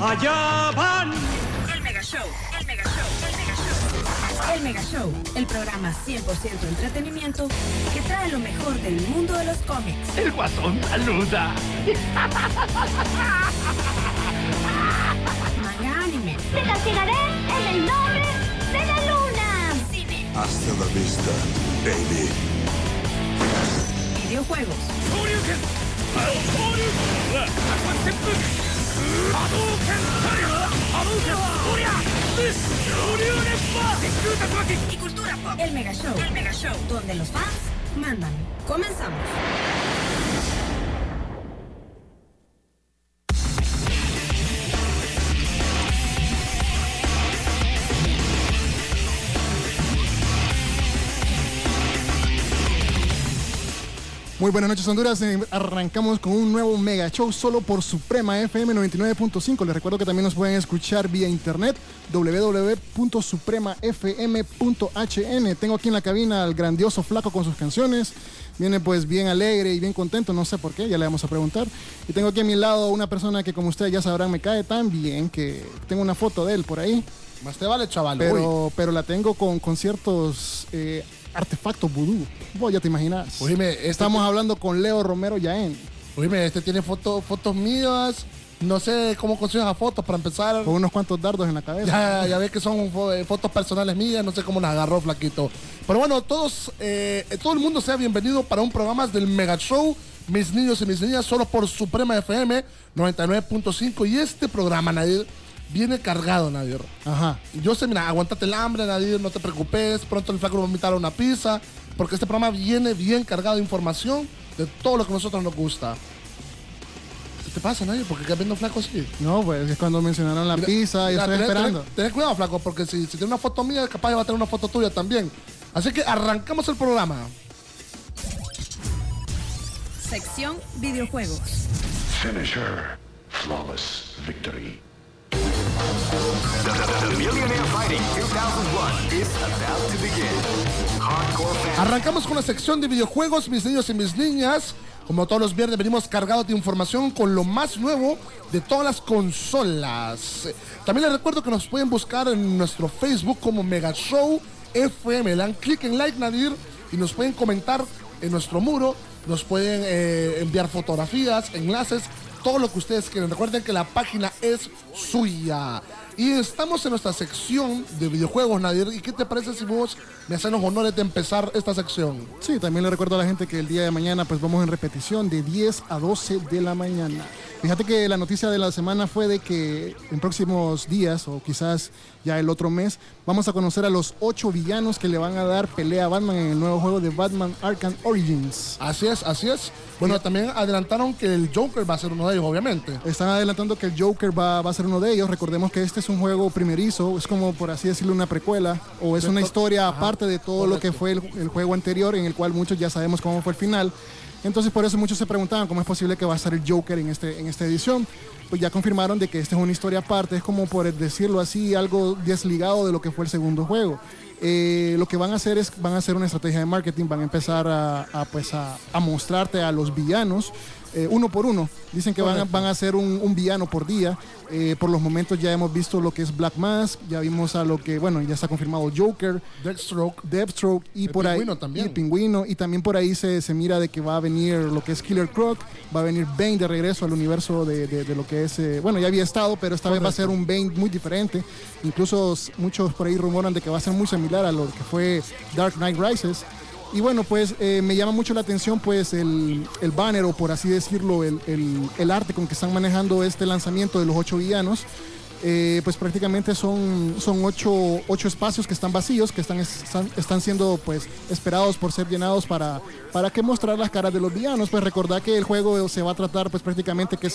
Allá van. El Mega Show, el Mega Show, el Mega Show. El Mega Show, el programa 100% entretenimiento que trae lo mejor del mundo de los cómics. El Guasón saluda. Manga anime. ¡Te castigaré en el nombre de la luna! Cine. Hasta la vista, baby. Videojuegos. Y cultura pop. El Mega Show. El Mega Show. Donde los fans mandan. Comenzamos. Muy buenas noches, Honduras. Arrancamos con un nuevo Mega Show solo por Suprema FM 99.5. Les recuerdo que también nos pueden escuchar vía internet www.supremafm.hn. Tengo aquí en la cabina al grandioso Flaco con sus canciones. Viene pues bien alegre y bien contento, no sé por qué, ya le vamos a preguntar. Y tengo aquí a mi lado una persona que, como ustedes ya sabrán, me cae tan bien que tengo una foto de él por ahí. Más te vale, chaval. Pero la tengo con ciertos artefactos vudú. Vos ya te imaginas. Oíme, estamos hablando con Leo Romero Yaén. Oíme, tiene fotos mías. No sé cómo consigues las fotos para empezar. Con unos cuantos dardos en la cabeza. Ya ves que son fotos personales mías. No sé cómo las agarró, flaquito. Pero bueno, todo el mundo sea bienvenido para un programa del Mega Show. Mis niños y mis niñas, solo por Suprema FM 99.5. Y este programa, Nadir, viene cargado, Nadir. Ajá. Yo sé, mira, aguántate el hambre, Nadir, no te preocupes. Pronto el flaco nos va a invitar a una pizza. Porque este programa viene bien cargado de información de todo lo que a nosotros nos gusta. ¿Qué te pasa, Nadir? ¿Por qué estás viendo flaco así? No, pues es cuando mencionaron la pizza y estoy esperando. Tenés cuidado, flaco, porque si tiene una foto mía, capaz va a tener una foto tuya también. Así que arrancamos el programa. Sección videojuegos. Finish her. Flawless victory. The Millionaire Fighting 2001 is about to begin. Hardcore fans. Arrancamos con la sección de videojuegos, mis niños y mis niñas. Como todos los viernes venimos cargados de información con lo más nuevo de todas las consolas. También les recuerdo que nos pueden buscar en nuestro Facebook como Mega Show FM. Le dan clic en like, Nadir, y nos pueden comentar en nuestro muro. Nos pueden enviar fotografías, enlaces, todo lo que ustedes quieran. Recuerden que la página es suya. Y estamos en nuestra sección de videojuegos, Nadir. ¿Y qué te parece si vos me haces los honores de empezar esta sección? Sí, también le recuerdo a la gente que el día de mañana pues vamos en repetición de 10 a 12 de la mañana. Fíjate que la noticia de la semana fue de que en próximos días o quizás ya el otro mes vamos a conocer a los 8 villanos que le van a dar pelea a Batman en el nuevo juego de Batman Arkham Origins. Así es, así es. Bueno, también adelantaron que el Joker va a ser uno de ellos, obviamente. Están adelantando que el Joker va a ser uno de ellos. Recordemos que este es un juego primerizo, es como por así decirlo una precuela o es una historia aparte de todo lo que fue el juego anterior, en el cual muchos ya sabemos cómo fue el final. Entonces por eso muchos se preguntaban cómo es posible que va a estar el Joker en esta edición. Pues ya confirmaron de que esta es una historia aparte, es como por decirlo así, algo desligado de lo que fue el segundo juego. Lo que van a hacer es una estrategia de marketing, van a empezar a mostrarte a los villanos uno por uno. Dicen que van a hacer un villano por día. Por los momentos ya hemos visto lo que es Black Mask, ya vimos a lo que, bueno, ya está confirmado Joker, Deathstroke y por ahí también. Y Pingüino, y también por ahí se mira de que va a venir lo que es Killer Croc, va a venir Bane de regreso al universo de lo que es, bueno, ya había estado, pero esta vez va a ser un Bane muy diferente. Incluso muchos por ahí rumoran de que va a ser muy similar a lo que fue Dark Knight Rises. Y bueno, pues me llama mucho la atención pues el banner, o por así decirlo, el arte con que están manejando este lanzamiento de los 8 villanos. Pues prácticamente son 8 espacios que están vacíos, que están siendo pues esperados por ser llenados para que mostrar las caras de los villanos. Pues recordad que el juego se va a tratar pues prácticamente que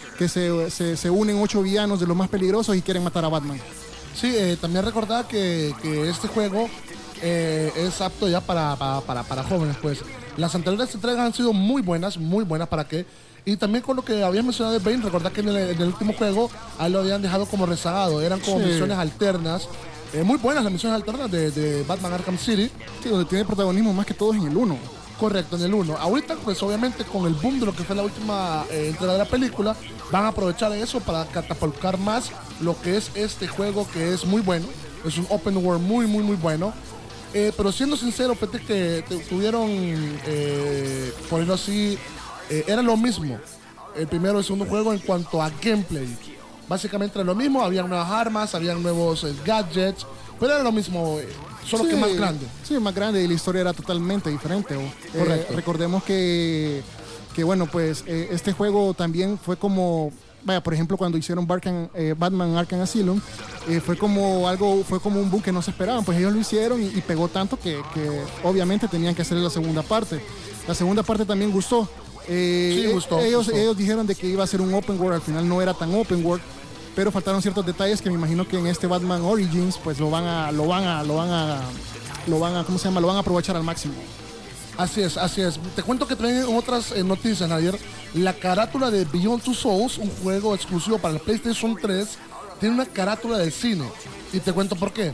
se unen 8 villanos de los más peligrosos y quieren matar a Batman. Sí, también recordad que este juego es apto ya para jóvenes, pues. Las anteriores entregas han sido muy buenas, ¿para qué? Y también con lo que había mencionado de Bane, recordad que en el último juego a él lo habían dejado como rezagado, eran como misiones alternas. Muy buenas las misiones alternas de Batman Arkham City. Sí, donde tiene protagonismo más que todos en el 1. Correcto, en el 1. Ahorita, pues obviamente con el boom de lo que fue la última entrega de la película, van a aprovechar eso para catapultar más lo que es este juego, que es muy bueno. Es un open world muy, muy, muy bueno. Pero siendo sincero, fíjate que tuvieron, por decirlo así, era lo mismo. El primero y el segundo juego en cuanto a gameplay. Básicamente era lo mismo, había nuevas armas, habían nuevos gadgets, pero era lo mismo, solo que más grande. Sí, más grande y la historia era totalmente diferente. Correcto. Recordemos que bueno, pues este juego también fue como, vaya, por ejemplo, cuando hicieron Batman Arkham Asylum, fue como un boom que no se esperaban, pues ellos lo hicieron y pegó tanto que obviamente tenían que hacer la segunda parte. La segunda parte también gustó. Sí, gustó. Ellos dijeron de que iba a ser un open world, al final no era tan open world, pero faltaron ciertos detalles que me imagino que en este Batman Origins pues lo van a ¿cómo se llama? Lo van a aprovechar al máximo. Así es, así es. Te cuento que también en otras noticias, Javier, la carátula de Beyond Two Souls, un juego exclusivo para el PlayStation 3, tiene una carátula de cine. Y te cuento por qué.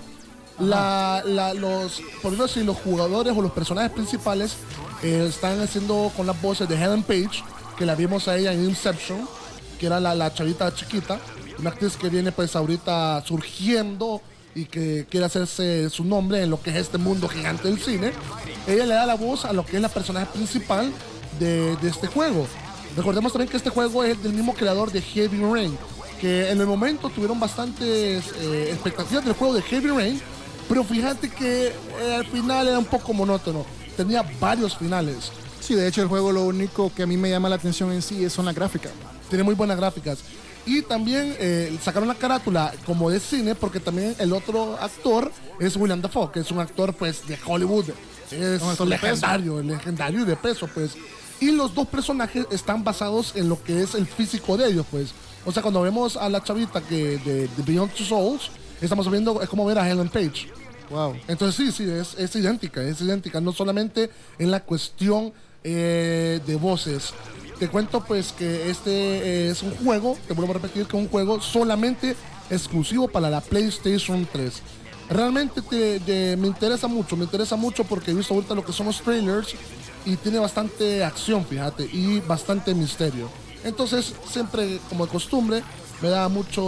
Por decirlo así, los jugadores o los personajes principales están haciendo con las voces de Helen Page, que la vimos a ella en Inception, que era la chavita chiquita, una actriz que viene pues ahorita surgiendo y que quiere hacerse su nombre en lo que es este mundo gigante del cine. Ella le da la voz a lo que es la personaje principal de este juego. Recordemos también que este juego es del mismo creador de Heavy Rain, que en el momento tuvieron bastantes expectativas del juego de Heavy Rain, pero fíjate que al final era un poco monótono. Tenía varios finales. Sí, de hecho el juego lo único que a mí me llama la atención en sí son las gráficas. Tiene muy buenas gráficas. Y también sacaron la carátula como de cine, porque también el otro actor es William Dafoe, que es un actor pues de Hollywood. Es legendario y de peso, pues. Y los dos personajes están basados en lo que es el físico de ellos, pues. O sea, cuando vemos a la chavita de Beyond Two Souls, estamos viendo, es como ver a Helen Page. Wow. Entonces sí, es idéntica, no solamente en la cuestión de voces. Te cuento pues que este es un juego, te vuelvo a repetir que es un juego solamente exclusivo para la PlayStation 3. Realmente me interesa mucho porque he visto ahorita lo que son los trailers y tiene bastante acción, fíjate, y bastante misterio. Entonces siempre, como de costumbre, me da mucho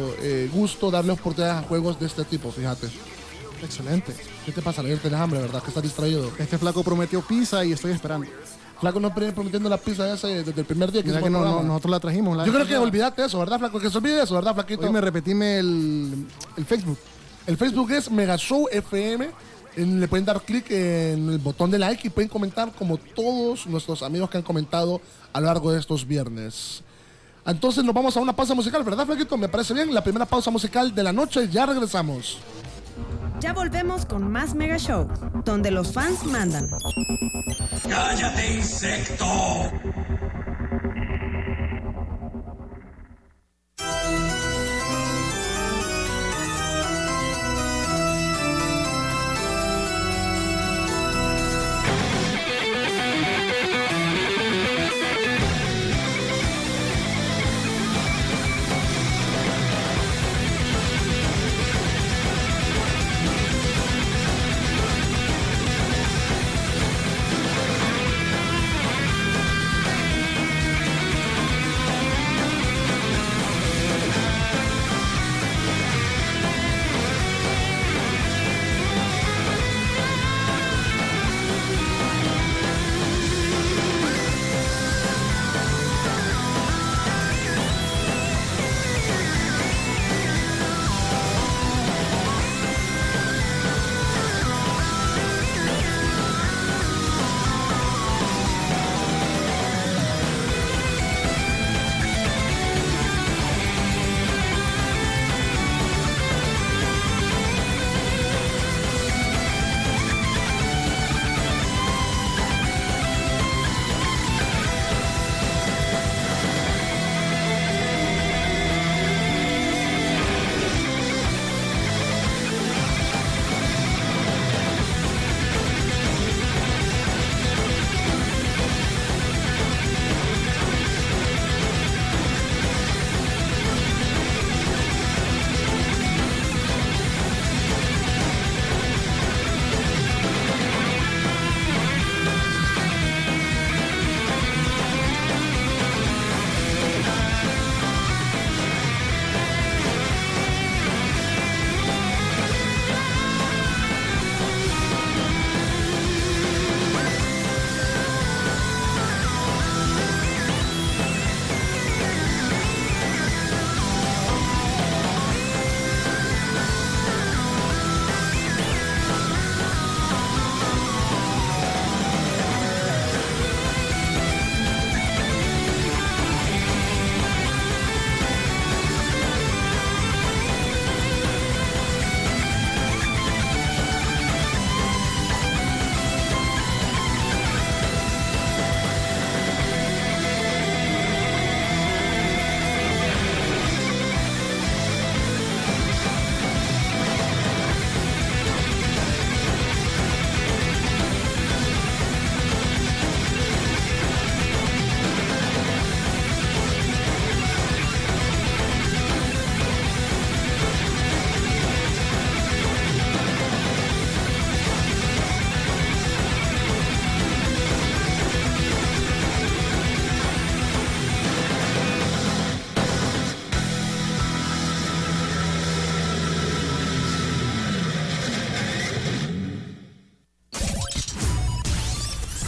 gusto darle oportunidades a juegos de este tipo, fíjate. Excelente. ¿Qué te pasa? Tienes hambre, ¿verdad? Que estás distraído. Este flaco prometió pizza y estoy esperando. Flaco no prometiendo la pizza esa desde el primer día que Mira hicimos que el programa. nosotros la trajimos. Yo creo que olvídate eso, ¿verdad, Flaco? Que se olvide eso, ¿verdad, Flaquito? Oye, repetime el Facebook. El Facebook es Megashow FM. Le pueden dar clic en el botón de like y pueden comentar como todos nuestros amigos que han comentado a lo largo de estos viernes. Entonces nos vamos a una pausa musical, ¿verdad, Flaquito? Me parece bien. La primera pausa musical de la noche. Ya regresamos. Ya volvemos con más Mega Show, donde los fans mandan. ¡Cállate, insecto!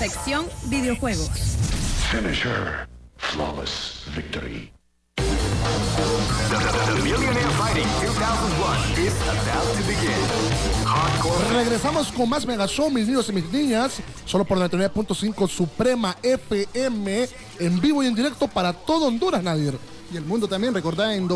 Sección videojuegos. Finisher. Flawless victory. The Millionaire Fighting 2001 is about to begin. Hardcore. Regresamos con más Mega Show, mis niños y mis niñas, solo por 99.5 Suprema FM, en vivo y en directo para todo Honduras, Nadir. Y el mundo también, recordad en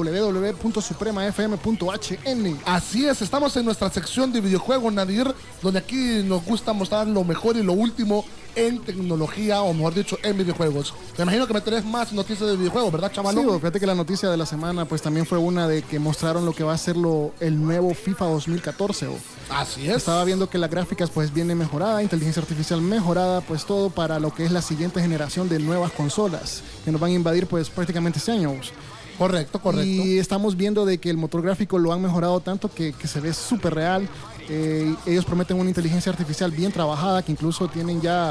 www.supremafm.hn. Así es, estamos en nuestra sección de videojuegos, Nadir, donde aquí nos gusta mostrar lo mejor y lo último en tecnología, o mejor dicho, en videojuegos. Me imagino que me tenés más noticias de videojuegos, ¿verdad, chaval? Sí, fíjate que la noticia de la semana pues también fue una de que mostraron lo que va a ser el nuevo FIFA 2014. Así es. Estaba viendo que las gráficas pues viene mejorada, inteligencia artificial mejorada, pues todo para lo que es la siguiente generación de nuevas consolas que nos van a invadir pues prácticamente este año. Correcto. Y estamos viendo de que el motor gráfico lo han mejorado tanto que se ve súper real. Ellos prometen una inteligencia artificial bien trabajada, que incluso tienen ya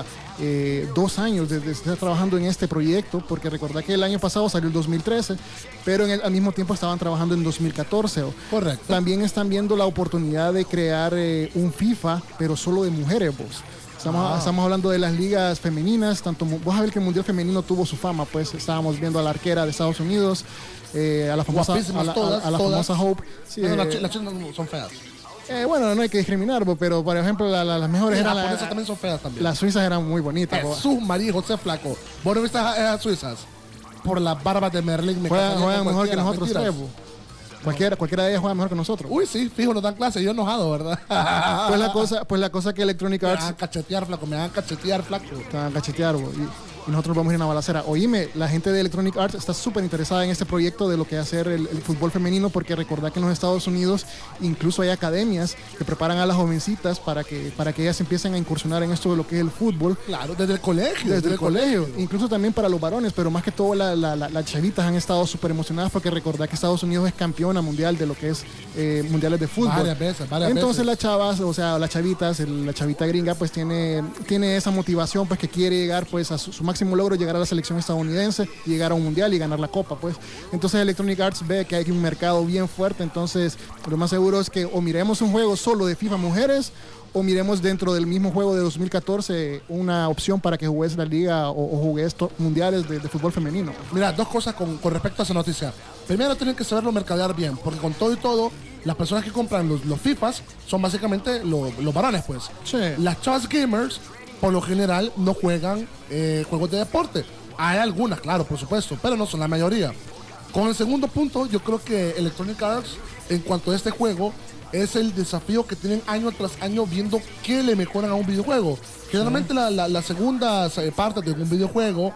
2 años de estar trabajando en este proyecto, porque recordad que el año pasado salió el 2013, pero al mismo tiempo estaban trabajando en 2014. Correcto. También están viendo la oportunidad de crear un FIFA, pero solo de mujeres, vos. Estamos hablando de las ligas femeninas, vos a ver que el Mundial Femenino tuvo su fama, pues estábamos viendo a la arquera de Estados Unidos, a la famosa, famosa Hope. Sí, las chinas son feas. Bueno, no hay que discriminar, pero por ejemplo las mejores las eran japonesas también son feas también. Las suizas eran muy bonitas. Jesús María José Flaco. ¿Vos no viste a esas suizas? Por las barbas de Merlín me juegan mejor que nosotros, cualquiera de ellas juega mejor que nosotros. Uy, sí, fijo, nos dan clase, yo enojado, ¿verdad? Pues la cosa que Electronic Arts... Me van a cachetear, Flaco, me van a cachetear, Flaco. Te van a cachetear, y nosotros vamos a ir a una balacera. Oíme, la gente de Electronic Arts está súper interesada en este proyecto de lo que va a hacer el fútbol femenino, porque recordad que en los Estados Unidos incluso hay academias que preparan a las jovencitas para que ellas empiecen a incursionar en esto de lo que es el fútbol. Claro, desde el colegio. Desde el colegio. Incluso también para los varones, pero más que todo las chavitas han estado súper emocionadas, porque recordad que Estados Unidos es campeona mundial de lo que es mundiales de fútbol. Varias veces. Entonces las chavas, o sea, las chavitas, la chavita gringa, pues tiene esa motivación, pues que quiere llegar pues a su máximo logro, llegar a la selección estadounidense, llegar a un mundial y ganar la copa, pues. Entonces Electronic Arts ve que hay un mercado bien fuerte, entonces lo más seguro es que o miremos un juego solo de FIFA mujeres, o miremos dentro del mismo juego de 2014 una opción para que juegues la liga o jugues mundiales de fútbol femenino. Mira, 2 cosas con respecto a esa noticia. Primero, tienen que saberlo mercadear bien, porque con todo y todo, las personas que compran los FIFAs son básicamente los varones, pues. Sí. Las chavas gamers, por lo general, no juegan juegos de deporte. Hay algunas, claro, por supuesto, pero no son la mayoría. Con el segundo punto, yo creo que Electronic Arts, en cuanto a este juego, es el desafío que tienen año tras año viendo qué le mejoran a un videojuego. Generalmente las segundas partes de un videojuego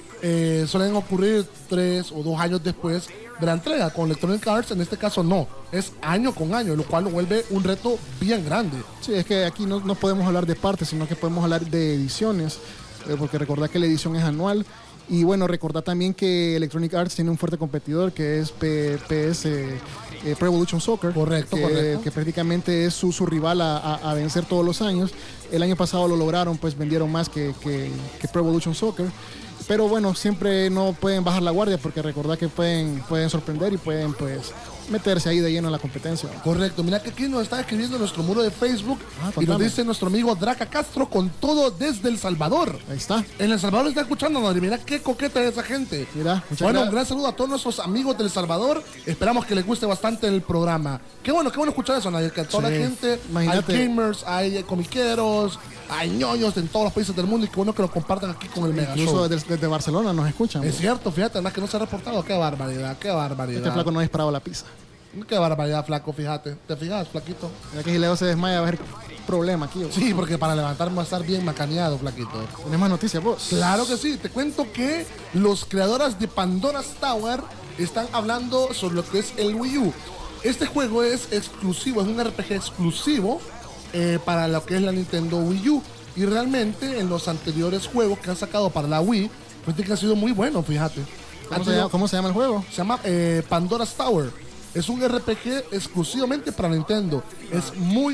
suelen ocurrir 3 o 2 años después de la entrega. Con Electronic Arts, en este caso no, es año con año, lo cual lo vuelve un reto bien grande. Sí, es que aquí no podemos hablar de partes, sino que podemos hablar de ediciones, porque recordad que la edición es anual. Y bueno, recordad también que Electronic Arts tiene un fuerte competidor que es PS Pro Evolution Soccer. Correcto. Que prácticamente es su rival a vencer todos los años. El año pasado lo lograron, pues vendieron más que Pro Evolution Soccer. Pero bueno, siempre no pueden bajar la guardia, porque recordad que pueden sorprender y pueden pues meterse ahí de lleno en la competencia. Correcto, mira que aquí nos está escribiendo nuestro muro de Facebook y nos dice nuestro amigo Draca Castro, con todo desde El Salvador. Ahí está. En El Salvador está escuchándonos, y mira qué coqueta es esa gente. Mira, bueno, un gran saludo a todos nuestros amigos del Salvador. Esperamos que les guste bastante el programa. Qué bueno escuchar eso, Nadir, que a toda la gente, imagínate. Hay gamers, hay comiqueros, hay ñoños en todos los países del mundo, y qué bueno que lo compartan aquí con el Mega Show. Incluso desde Barcelona nos escuchan. Es cierto, fíjate, nada que no se ha reportado. Qué barbaridad. Este flaco no ha disparado la pizza. Qué barbaridad, Flaco, fíjate. ¿Te fijas, Flaquito? Mira que si Leo se desmaya va a haber problema aquí. Sí, porque para levantarme va a estar bien macaneado, Flaquito. ¿Tenés más noticias vos? Claro que sí. Te cuento que los creadores de Pandora's Tower están hablando sobre lo que es el Wii U. Este juego es exclusivo, es un RPG exclusivo para lo que es la Nintendo Wii U. Y realmente en los anteriores juegos que han sacado para la Wii, pues que ha sido muy bueno, fíjate. ¿Cómo se llama el juego? Se llama Pandora's Tower. Es un RPG exclusivamente para Nintendo. Es muy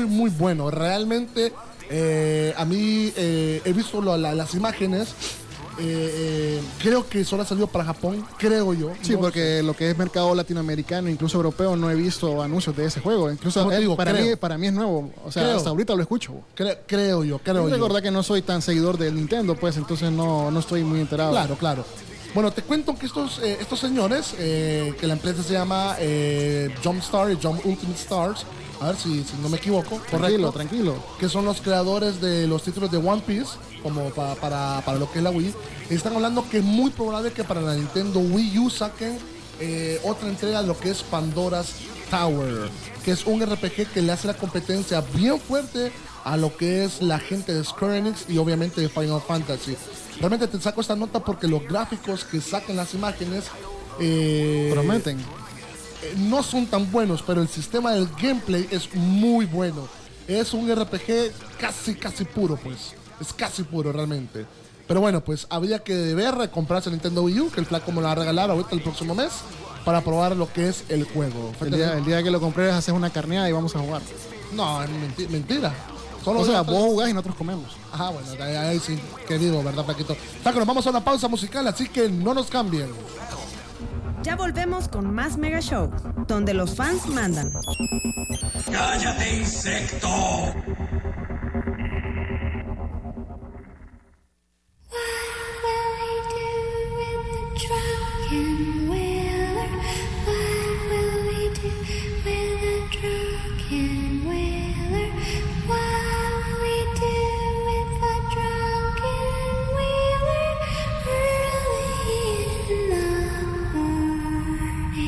bueno. Realmente a mí he visto las imágenes Creo que solo ha salido para Japón, creo yo. Sí, no porque lo que es mercado latinoamericano, incluso europeo, no he visto anuncios de ese juego. Incluso Como te digo, para mí es nuevo. O sea, Creo. hasta ahorita lo escucho. Creo yo. Recordad que no soy tan seguidor del Nintendo, pues entonces no estoy muy enterado. Claro. Bueno, te cuento que estos señores, que la empresa se llama Jumpstar y Jump Ultimate Stars, a ver si no me equivoco, Tranquilo. que son los creadores de los títulos de One Piece, como para lo que es la Wii. Están hablando que es muy probable que para la Nintendo Wii U saquen otra entrega de lo que es Pandora's Tower, que es un RPG que le hace la competencia bien fuerte a lo que es la gente de Square Enix y obviamente de Final Fantasy. Realmente te saco esta nota porque los gráficos que sacan las imágenes Prometen. no son tan buenos, pero el sistema del gameplay es muy bueno. Es un RPG casi puro, pues. Es casi puro realmente. Pero bueno, pues habría que deber comprarse el Nintendo Wii U, que el flaco me lo va a regalar ahorita el próximo mes, para probar lo que es el juego. El día que lo compré haces una carneada y vamos a jugar. No, es mentira. Solo O sea, vos jugás y nosotros comemos. Ajá, bueno, ahí sí, querido, ¿verdad, flaquito? Flaco, nos vamos a una pausa musical, así que no nos cambien. Ya volvemos con más Mega Show, donde los fans mandan. ¡Cállate, insecto!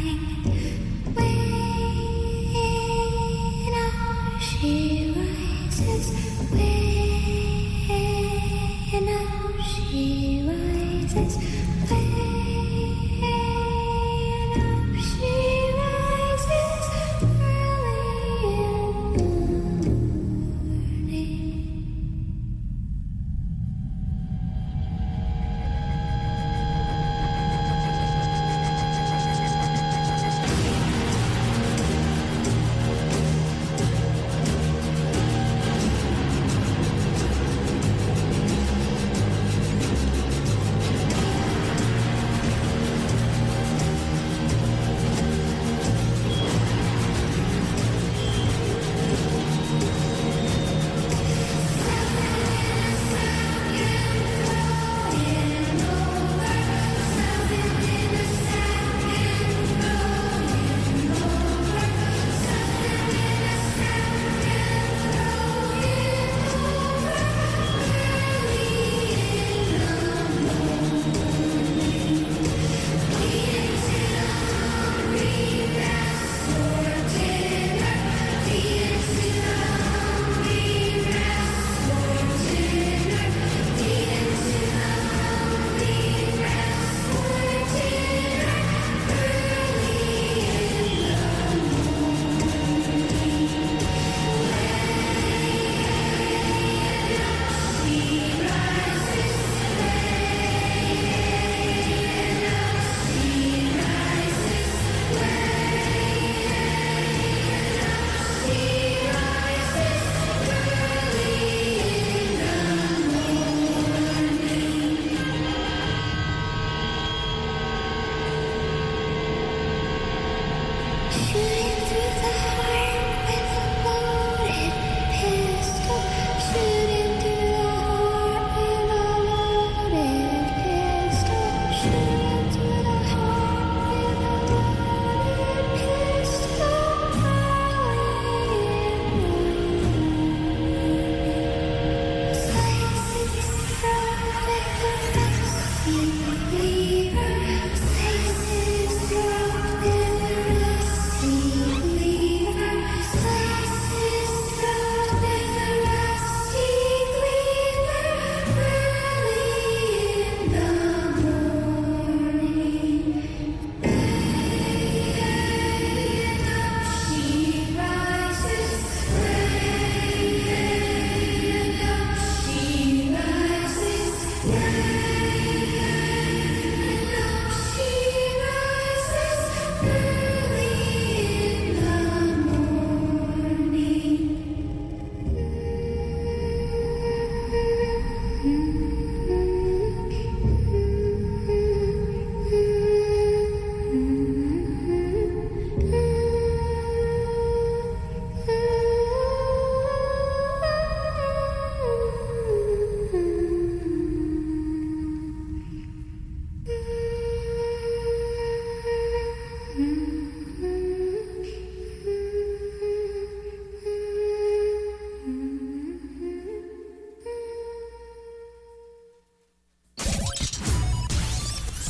She rides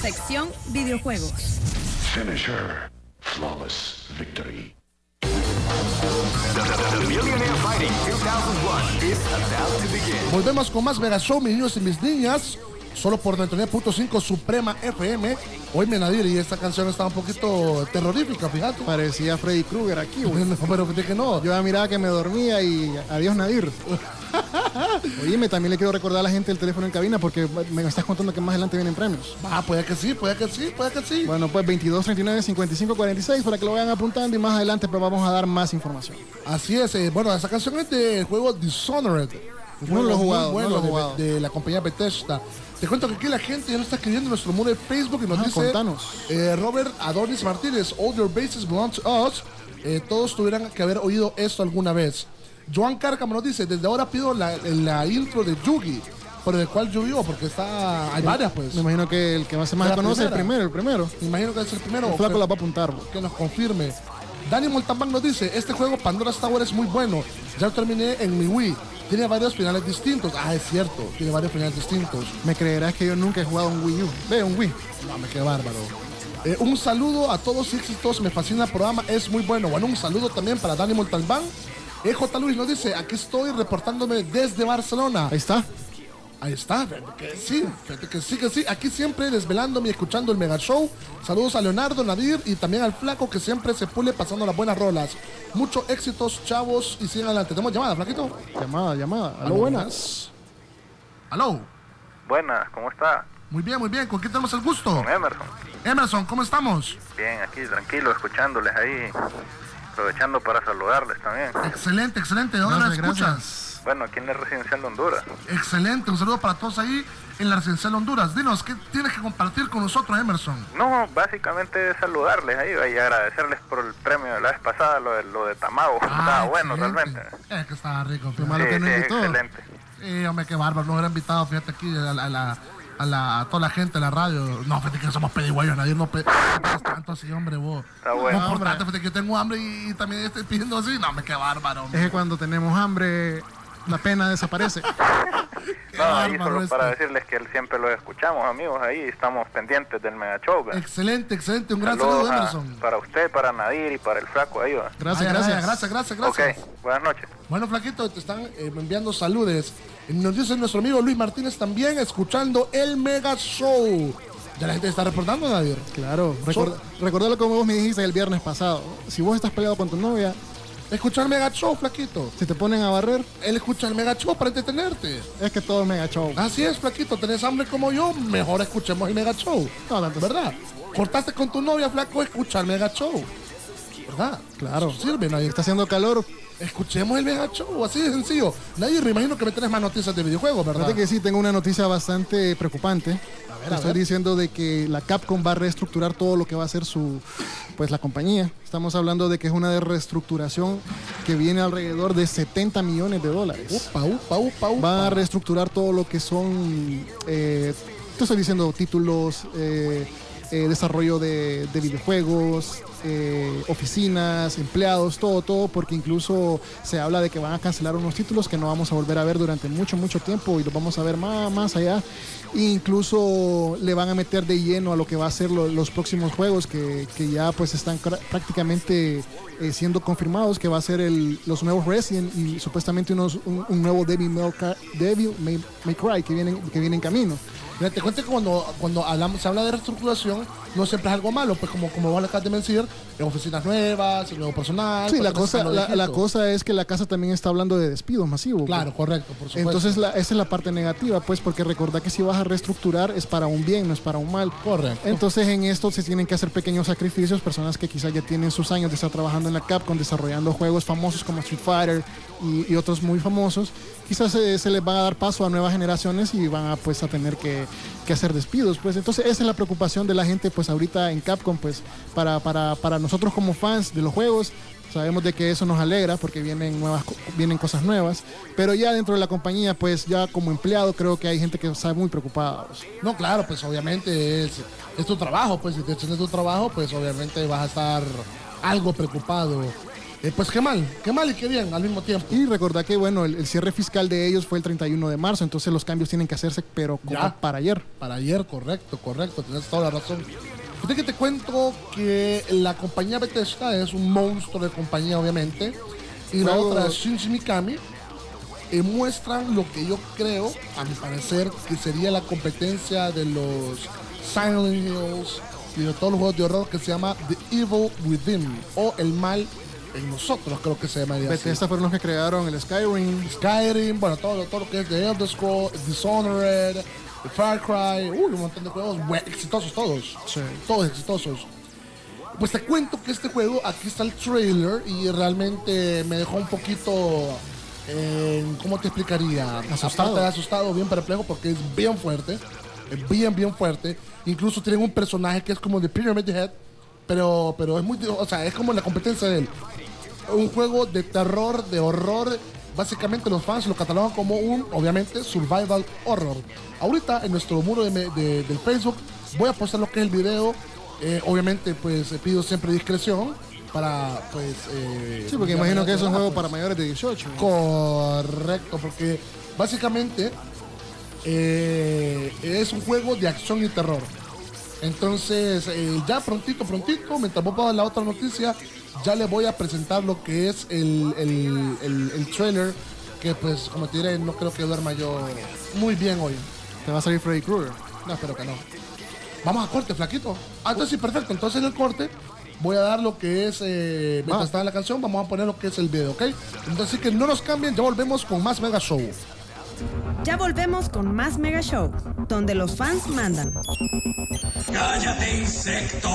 Sección videojuegos. Finisher. Flawless victory. The Millionaire Fighting 2001 is about to begin. Volvemos con más Mega Show, mis niños y mis niñas. Solo por 99.5 Suprema FM. Hoy me Nadir, y esta canción está un poquito terrorífica, fíjate. Parecía Freddy Krueger aquí, güey. No, pero fíjate que no. Yo ya miraba que me dormía y adiós, Nadir. Oíme, también le quiero recordar a la gente el teléfono en cabina porque me estás contando que más adelante vienen premios. Puede que sí, puede que sí, puede que sí. Bueno, pues 22 39 55 46 para que lo vayan apuntando y más adelante pues vamos a dar más información. Así es, bueno, esa canción es del juego Dishonored. No lo he jugado, bueno, no lo he jugado. de la compañía Bethesda. Te cuento que aquí la gente ya nos está escribiendo en nuestro muro de Facebook y nos dice contanos. Robert Adonis Martínez, all your bases belong to us. Todos tuvieran que haber oído esto alguna vez. Joan Cárcamo nos dice, desde ahora pido la intro de Yugi, por el cual llovió, porque hay varias pues. Me imagino que el que más se conoce es el primero. Me imagino que es el primero. El flaco la va a apuntar. Que nos confirme. Dani Moltambán nos dice, este juego Pandora's Tower es muy bueno. Ya lo terminé en mi Wii. Tiene varios finales distintos. Es cierto, tiene varios finales distintos. Me creerás que yo nunca he jugado un Wii U. Un Wii. No, qué bárbaro. Un saludo a todos y éxitos. Me fascina el programa, es muy bueno. Bueno, un saludo también para Dani Moltambán. J. Luis nos dice, aquí estoy reportándome desde Barcelona. Ahí está. Ahí está, que sí. Aquí siempre desvelándome y escuchando el Mega Show. Saludos a Leonardo, Nadir y también al Flaco que siempre se pule pasando las buenas rolas. Muchos éxitos, chavos, y sigan adelante. ¿Tenemos llamada, Flaquito? Llamada. Aló, buenas. Aló. Buenas, ¿cómo está? Muy bien. ¿Con quién tenemos el gusto? Con Emerson. Emerson, ¿cómo estamos? Bien, aquí tranquilo, escuchándoles ahí. Aprovechando para saludarles también. Excelente. ¿De dónde nos escuchas? Gracias. Bueno, aquí en la Residencial de Honduras. Excelente, un saludo para todos ahí en la Residencial de Honduras. Dinos, ¿qué tienes que compartir con nosotros, Emerson? No, básicamente saludarles ahí y agradecerles por el premio de la vez pasada, lo de Tamago. Estaba bueno, realmente. Es que estaba rico. Qué malo que no invitó. Excelente. Sí, hombre, qué bárbaro. Nos hubiera invitado, fíjate, aquí a toda la gente de la radio. No, fíjate que somos pedigüeyos, nadie no tanto así, hombre, vos. Está bueno. No, fíjate que yo tengo hambre y también estoy pidiendo así. No, hombre, qué bárbaro. Hombre. Es que cuando tenemos hambre, la pena desaparece. No, ahí solo para decirles que siempre los escuchamos, amigos, ahí estamos pendientes del Mega Show. ¿Verdad? Excelente, un gran saludo, Emerson. Para usted, para Nadir y para el Flaco ahí. ¿verdad? Gracias. Ok, buenas noches. Bueno, Flaquito, te están enviando saludes. Nos dice nuestro amigo Luis Martínez también, escuchando el Mega Show. Ya la gente está reportando, Nadir. Claro, recordalo como vos me dijiste el viernes pasado. Si vos estás peleado con tu novia, escucha el Mega Show, Flaquito. Si te ponen a barrer, él escucha el Mega Show para entretenerte. Es que todo es Mega Show. Así es, Flaquito. Tenés hambre como yo, mejor escuchemos el Mega Show. No, tanto ¿verdad? Cortaste con tu novia, Flaco, escucha el Mega Show. ¿Verdad? Claro. Sirve, Nadir. Está haciendo calor. Escuchemos el Mega Show, así de sencillo. Nadir, me imagino que me tenés más noticias de videojuegos, ¿verdad? Fíjate que sí, tengo una noticia bastante preocupante. Estoy diciendo de que la Capcom va a reestructurar todo lo que va a ser la compañía. Estamos hablando de que es una reestructuración que viene alrededor de $70 millones. Upa. Van a reestructurar todo lo que son, te estoy diciendo, títulos, desarrollo de videojuegos, oficinas, empleados, todo, porque incluso se habla de que van a cancelar unos títulos que no vamos a volver a ver durante mucho tiempo y los vamos a ver más allá. E incluso le van a meter de lleno a lo que va a ser los próximos juegos que ya pues están prácticamente siendo confirmados, que va a ser los nuevos Resident y supuestamente un nuevo Devil May Cry que viene en camino. Mira, te cuento que cuando se habla de reestructuración, no siempre es algo malo, pues como vos le acabas de mencionar, oficinas nuevas, nuevo personal. Sí, la cosa es que la casa también está hablando de despidos masivos. Claro, correcto, por supuesto. Entonces esa es la parte negativa, pues, porque recordad que si vas a reestructurar es para un bien, no es para un mal. Correcto. Entonces en esto se tienen que hacer pequeños sacrificios, personas que quizás ya tienen sus años de estar trabajando en la Capcom, desarrollando juegos famosos como Street Fighter y otros muy famosos, quizás se les va a dar paso a nuevas generaciones y van a pues a tener que hacer despidos, pues. Entonces esa es la preocupación de la gente pues ahorita en Capcom, pues para nosotros como fans de los juegos. Sabemos de que eso nos alegra porque vienen cosas nuevas, pero ya dentro de la compañía, pues ya como empleado creo que hay gente que está muy preocupada. No, claro, pues obviamente es tu trabajo, pues si te echas de tu trabajo, pues obviamente vas a estar algo preocupado. Pues qué mal y qué bien al mismo tiempo. Y recordá que, bueno, el cierre fiscal de ellos fue el 31 de marzo, entonces los cambios tienen que hacerse, pero como Ya. para ayer. Para ayer, correcto, tienes toda la razón. Fíjate que te cuento que la compañía Bethesda es un monstruo de compañía, obviamente, y la Juego- otra, Shinji Mikami, muestran lo que yo creo, a mi parecer, que sería la competencia de los Silent Hills y de todos los juegos de horror, que se llama The Evil Within, o El Mal en Nosotros, creo que se llamaría así. Bethesda fueron los que crearon el Skyrim, bueno, todo lo que es de Elder Scrolls, Dishonored, Far Cry, un montón de juegos exitosos todos. Sí. Todos exitosos. Pues te cuento que este juego, aquí está el trailer y realmente me dejó un poquito, ¿cómo te explicaría? Asustado. Aparte de asustado, bien perplejo porque es bien fuerte, bien fuerte. Incluso tienen un personaje que es como de Pyramid Head, pero es muy, o sea, es como la competencia de él. Un juego de terror, de horror. Básicamente los fans lo catalogan como un, obviamente, survival horror. Ahorita en nuestro muro del Facebook voy a postar lo que es el video. Obviamente, pues pido siempre discreción para, pues... Sí, porque imagino que es un juego para mayores de 18. Correcto, porque básicamente es un juego de acción y terror. Entonces, ya prontito, mientras vos vas a la otra noticia, ya les voy a presentar lo que es el trailer, que pues, como te diré, no creo que duerma yo muy bien hoy. Te va a salir Freddy Krueger. No, espero que no. Vamos a corte, flaquito. Ah, entonces sí, perfecto. Entonces en el corte voy a dar lo que es, mientras está en la canción, vamos a poner lo que es el video, ¿ok? Entonces, así que no nos cambien, ya volvemos con más Mega Show. Ya volvemos con más Mega Show, donde los fans mandan. ¡Cállate, insecto!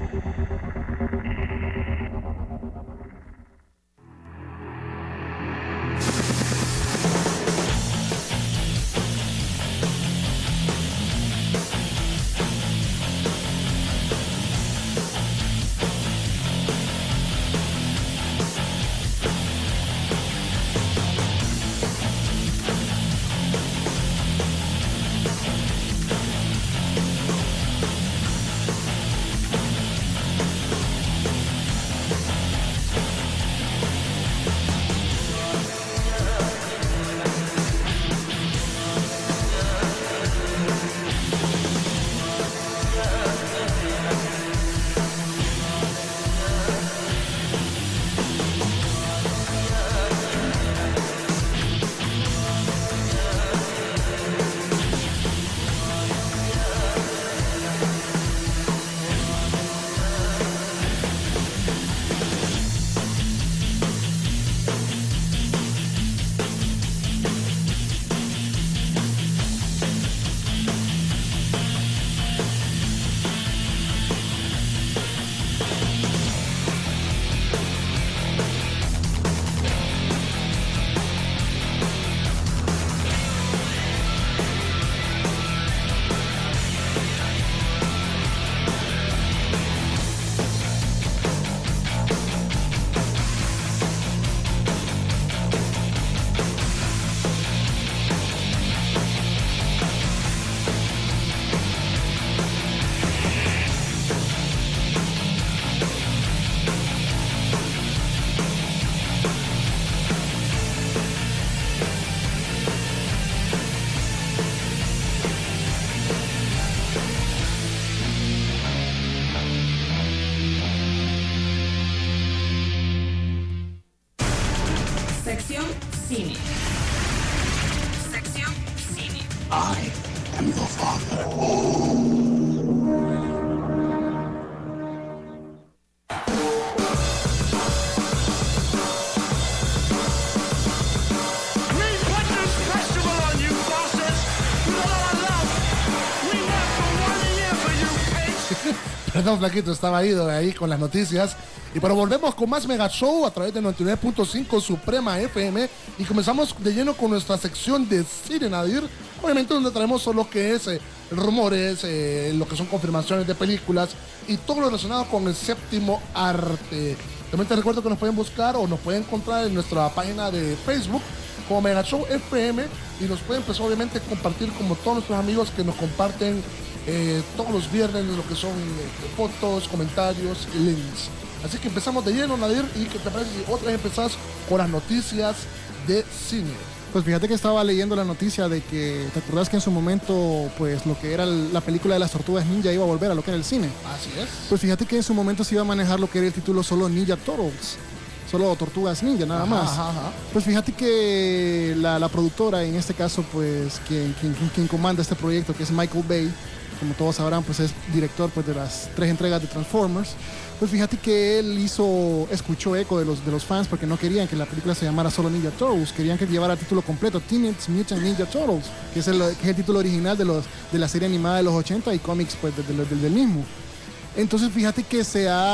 Sección Cine. Sección Cine. I am your father. Perdón, flaquito, estaba ido ahí con las noticias. Y pero volvemos con más Mega Show a través de 99.5 Suprema FM. Y comenzamos de lleno con nuestra sección de Cine Nadir. Obviamente donde traemos solo lo que es rumores, lo que son confirmaciones de películas y todo lo relacionado con el séptimo arte. También te recuerdo que nos pueden buscar o nos pueden encontrar en nuestra página de Facebook como Mega Show FM. Y nos pueden pues obviamente compartir como todos nuestros amigos que nos comparten todos los viernes lo que son fotos, comentarios y links. Así que empezamos de lleno, Nadir, y ¿qué te parece si otra vez empezás con las noticias de cine? Pues fíjate que estaba leyendo la noticia de que, ¿te acordás que en su momento, pues lo que era la película de las Tortugas Ninja iba a volver a lo que era el cine? Así es. Pues fíjate que en su momento se iba a manejar lo que era el título solo Ninja Turtles. Solo Tortugas Ninja, nada más. Pues fíjate que la productora, en este caso, pues quien comanda este proyecto, que es Michael Bay, como todos sabrán, pues es director pues, de las 3 entregas de Transformers. Pues fíjate que él escuchó eco de los fans porque no querían que la película se llamara solo Ninja Turtles, querían que llevara el título completo, Teenage Mutant Ninja Turtles, que es el título original de la serie animada de los 80 y cómics pues, del mismo. Entonces fíjate que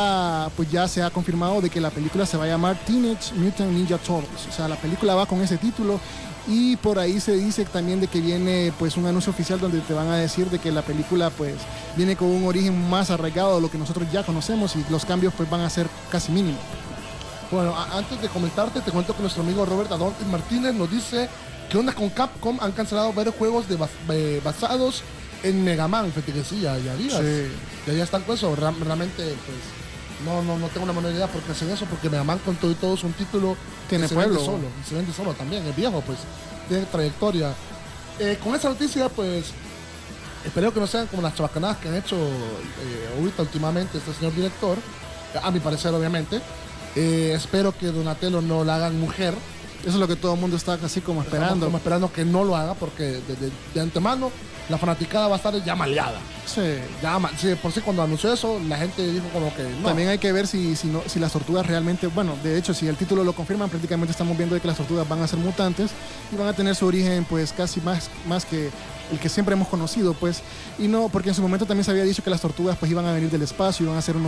ya se ha confirmado de que la película se va a llamar Teenage Mutant Ninja Turtles. O sea, la película va con ese título y por ahí se dice también de que viene pues un anuncio oficial donde te van a decir de que la película pues viene con un origen más arraigado de lo que nosotros ya conocemos y los cambios pues van a ser casi mínimos. Bueno, antes de comentarte, te cuento que nuestro amigo Robert Adolfo Martínez nos dice que onda con Capcom han cancelado varios juegos basados en Mega Man. Fíjate que sí, ya días. Sí. Ya están con eso. Realmente, pues, no tengo una buena idea por qué hacen eso, porque Mega Man con todo es un título tiene que pueblo. se vende solo también, es viejo, pues, tiene trayectoria. Con esa noticia, pues, espero que no sean como las chabacanadas que han hecho ahorita últimamente este señor director, a mi parecer, obviamente. Espero que Donatello no la hagan mujer. Eso es lo que todo el mundo está así como esperando. Como esperando que no lo haga, porque de antemano la fanaticada va a estar ya maleada. Sí. Sí, por sí cuando anunció eso, la gente dijo como que no. También hay que ver si las tortugas realmente, bueno, de hecho, si el título lo confirman, prácticamente estamos viendo de que las tortugas van a ser mutantes y van a tener su origen pues casi más que el que siempre hemos conocido, pues, y no, porque en su momento también se había dicho que las tortugas pues iban a venir del espacio, iban a ser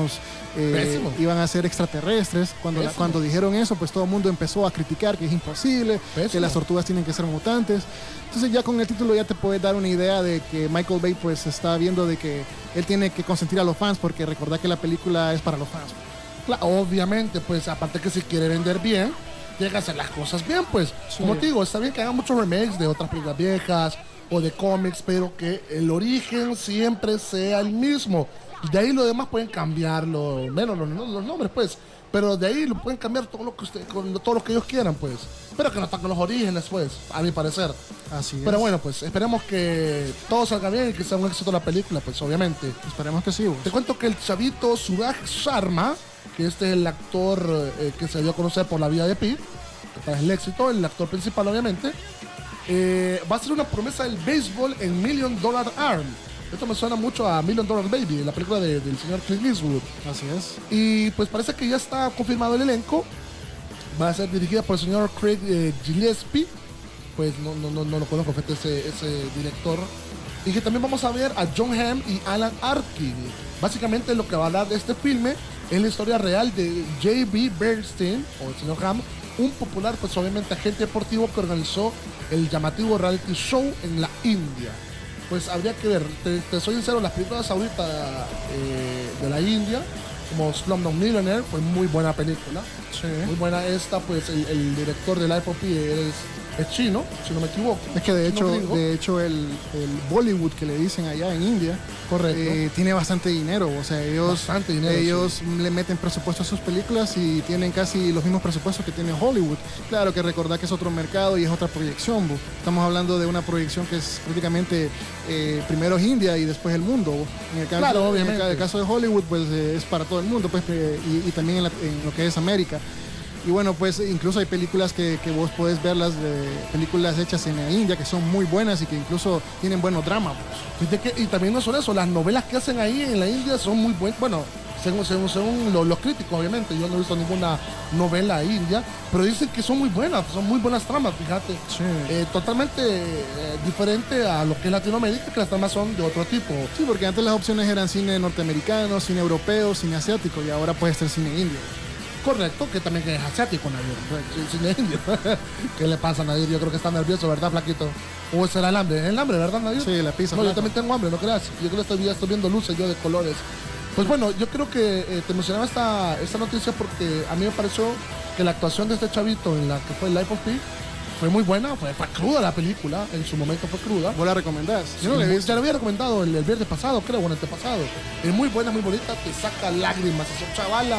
iban a ser extraterrestres. Cuando dijeron eso, pues todo el mundo empezó a criticar que es imposible, que las tortugas tienen que ser mutantes. Entonces ya con el título ya te puedes dar una idea de que Michael Bay pues está viendo de que él tiene que consentir a los fans, porque recordad que la película es para los fans. Claro, obviamente, pues aparte que si quiere vender bien, tiene que hacer las cosas bien, pues. Sí. Como te digo, está bien que hagan muchos remakes de otras películas viejas o de cómics, pero que el origen siempre sea el mismo. De ahí lo demás pueden cambiarlo, menos los nombres, pues. Pero de ahí lo pueden cambiar todo lo que ellos quieran, pues. Pero que no están con los orígenes, pues, a mi parecer. Así es. Pero bueno, pues, esperemos que todo salga bien y que sea un éxito la película, pues, obviamente. Esperemos que sí, vos. Te cuento que el chavito Suraj Sharma, que este es el actor que se dio a conocer por La Vida de Pi, que es el éxito, el actor principal, obviamente, va a ser una promesa del béisbol en $1 Million Arm. Esto me suena mucho a $1 Million Baby, la película del señor Clint Eastwood. Así es. Y pues parece que ya está confirmado el elenco. Va a ser dirigida por el señor Craig Gillespie. Pues no lo conozco, fue ese director. Y que también vamos a ver a John Hamm y Alan Arkin. Básicamente lo que va a hablar de este filme es la historia real de J.B. Bernstein, o el señor Hamm, un popular, pues obviamente, agente deportivo que organizó el llamativo reality show en la India. Pues habría que ver, te soy sincero, las películas ahorita de la India, como Slumdog Millionaire, fue muy buena película. Sí. Muy buena esta, pues el director de Life of Pi es chino, si no me equivoco. Es que de hecho el Bollywood que le dicen allá en India, correcto, tiene bastante dinero. O sea, ellos sí, le meten presupuesto a sus películas y tienen casi los mismos presupuestos que tiene Hollywood. Claro que recordar que es otro mercado y es otra proyección, bo. Estamos hablando de una proyección que es prácticamente primero es India y después el mundo, bo. En el caso, claro, obviamente. En el caso de Hollywood, pues es para todo el mundo, pues, y también en lo que es América. Y bueno, pues incluso hay películas que vos podés verlas, de películas hechas en la India, que son muy buenas y que incluso tienen buenos dramas. Pues. Y también no solo eso, las novelas que hacen ahí en la India son muy buenas. Bueno, según los críticos, obviamente. Yo no he visto ninguna novela india, pero dicen que son muy buenas tramas, fíjate. Sí. Totalmente diferente a lo que es Latinoamérica, que las tramas son de otro tipo. Sí, porque antes las opciones eran cine norteamericano, cine europeo, cine asiático, y ahora puede ser cine indio. Correcto, que también es asiático, Nadir. Cine indio. ¿Qué le pasa, Nadir? Yo creo que está nervioso, ¿verdad, flaquito? ¿O será el hambre? ¿Es el hambre, verdad, Nadir? Sí, la pizza. No, yo también tengo hambre, no creas. Yo creo que estoy viendo luces yo de colores. Pues bueno, yo creo que te mencionaba esta noticia porque a mí me pareció que la actuación de este chavito en la que fue Life of Pi fue muy buena, fue cruda la película, en su momento fue cruda. ¿Vos la recomendás? Yo no la he visto. Ya la había recomendado el viernes pasado, creo, o el antepasado. Es muy buena, muy bonita, te saca lágrimas, esa chavala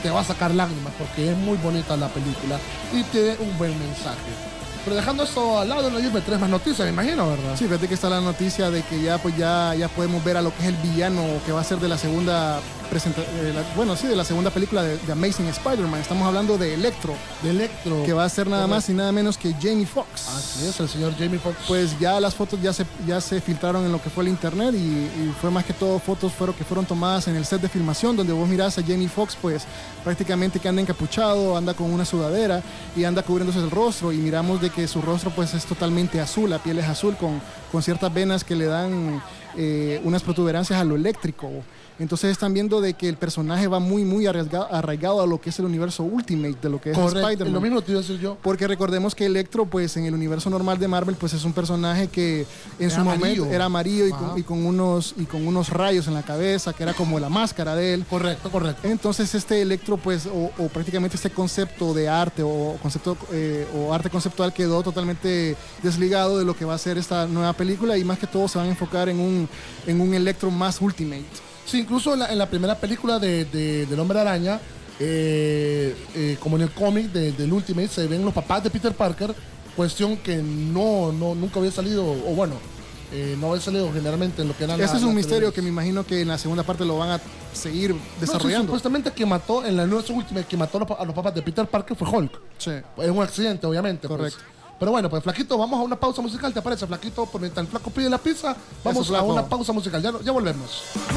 te va a sacar lágrimas porque es muy bonita la película y tiene un buen mensaje. Pero dejando esto al lado, no hay tres más noticias, me imagino, ¿verdad? Sí, fíjate que está la noticia de que ya podemos ver a lo que es el villano que va a ser de la segunda de la segunda película de Amazing Spider-Man. Estamos hablando de Electro. Que va a ser nada más y nada menos que Jamie Foxx. Así es, el señor Jamie Foxx. Pues ya las fotos ya se filtraron en lo que fue el internet y fue más que todo fotos que fueron tomadas en el set de filmación, donde vos mirás a Jamie Foxx, pues prácticamente que anda encapuchado, anda con una sudadera y anda cubriéndose el rostro, y miramos de que su rostro pues es totalmente azul, la piel es azul con ciertas venas que le dan unas protuberancias a lo eléctrico. Entonces están viendo de que el personaje va muy arraigado a lo que es el universo Ultimate, de lo que es Spider-Man. Lo mismo te iba a decir yo. Porque recordemos que Electro, pues en el universo normal de Marvel, pues es un personaje que en su momento era amarillo y con unos rayos en la cabeza, que era como la máscara de él. Correcto. Entonces este Electro, pues, o prácticamente este concepto de arte o arte conceptual quedó totalmente desligado de lo que va a ser esta nueva película, y más que todo se van a enfocar en un Electro más Ultimate. Sí, incluso en la primera película del Hombre Araña, como en el cómic del Ultimate, se ven los papás de Peter Parker, cuestión que nunca había salido, o bueno, no había salido generalmente en lo que era Ese es un misterio que me imagino que en la segunda parte lo van a seguir desarrollando. Sí, supuestamente que mató, en la universo Ultimate, que mató a los papás de Peter Parker fue Hulk. Sí. Es un accidente, obviamente. Correcto. Pues. Pero bueno, pues Flaquito, vamos a una pausa musical, ¿te parece, Flaquito? Por mientras el Flaco pide la pizza, vamos a una pausa musical, ya volvemos.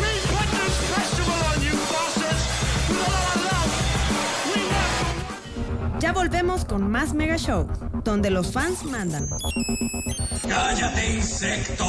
Ya volvemos con más Mega Show, donde los fans mandan. ¡Cállate, insecto!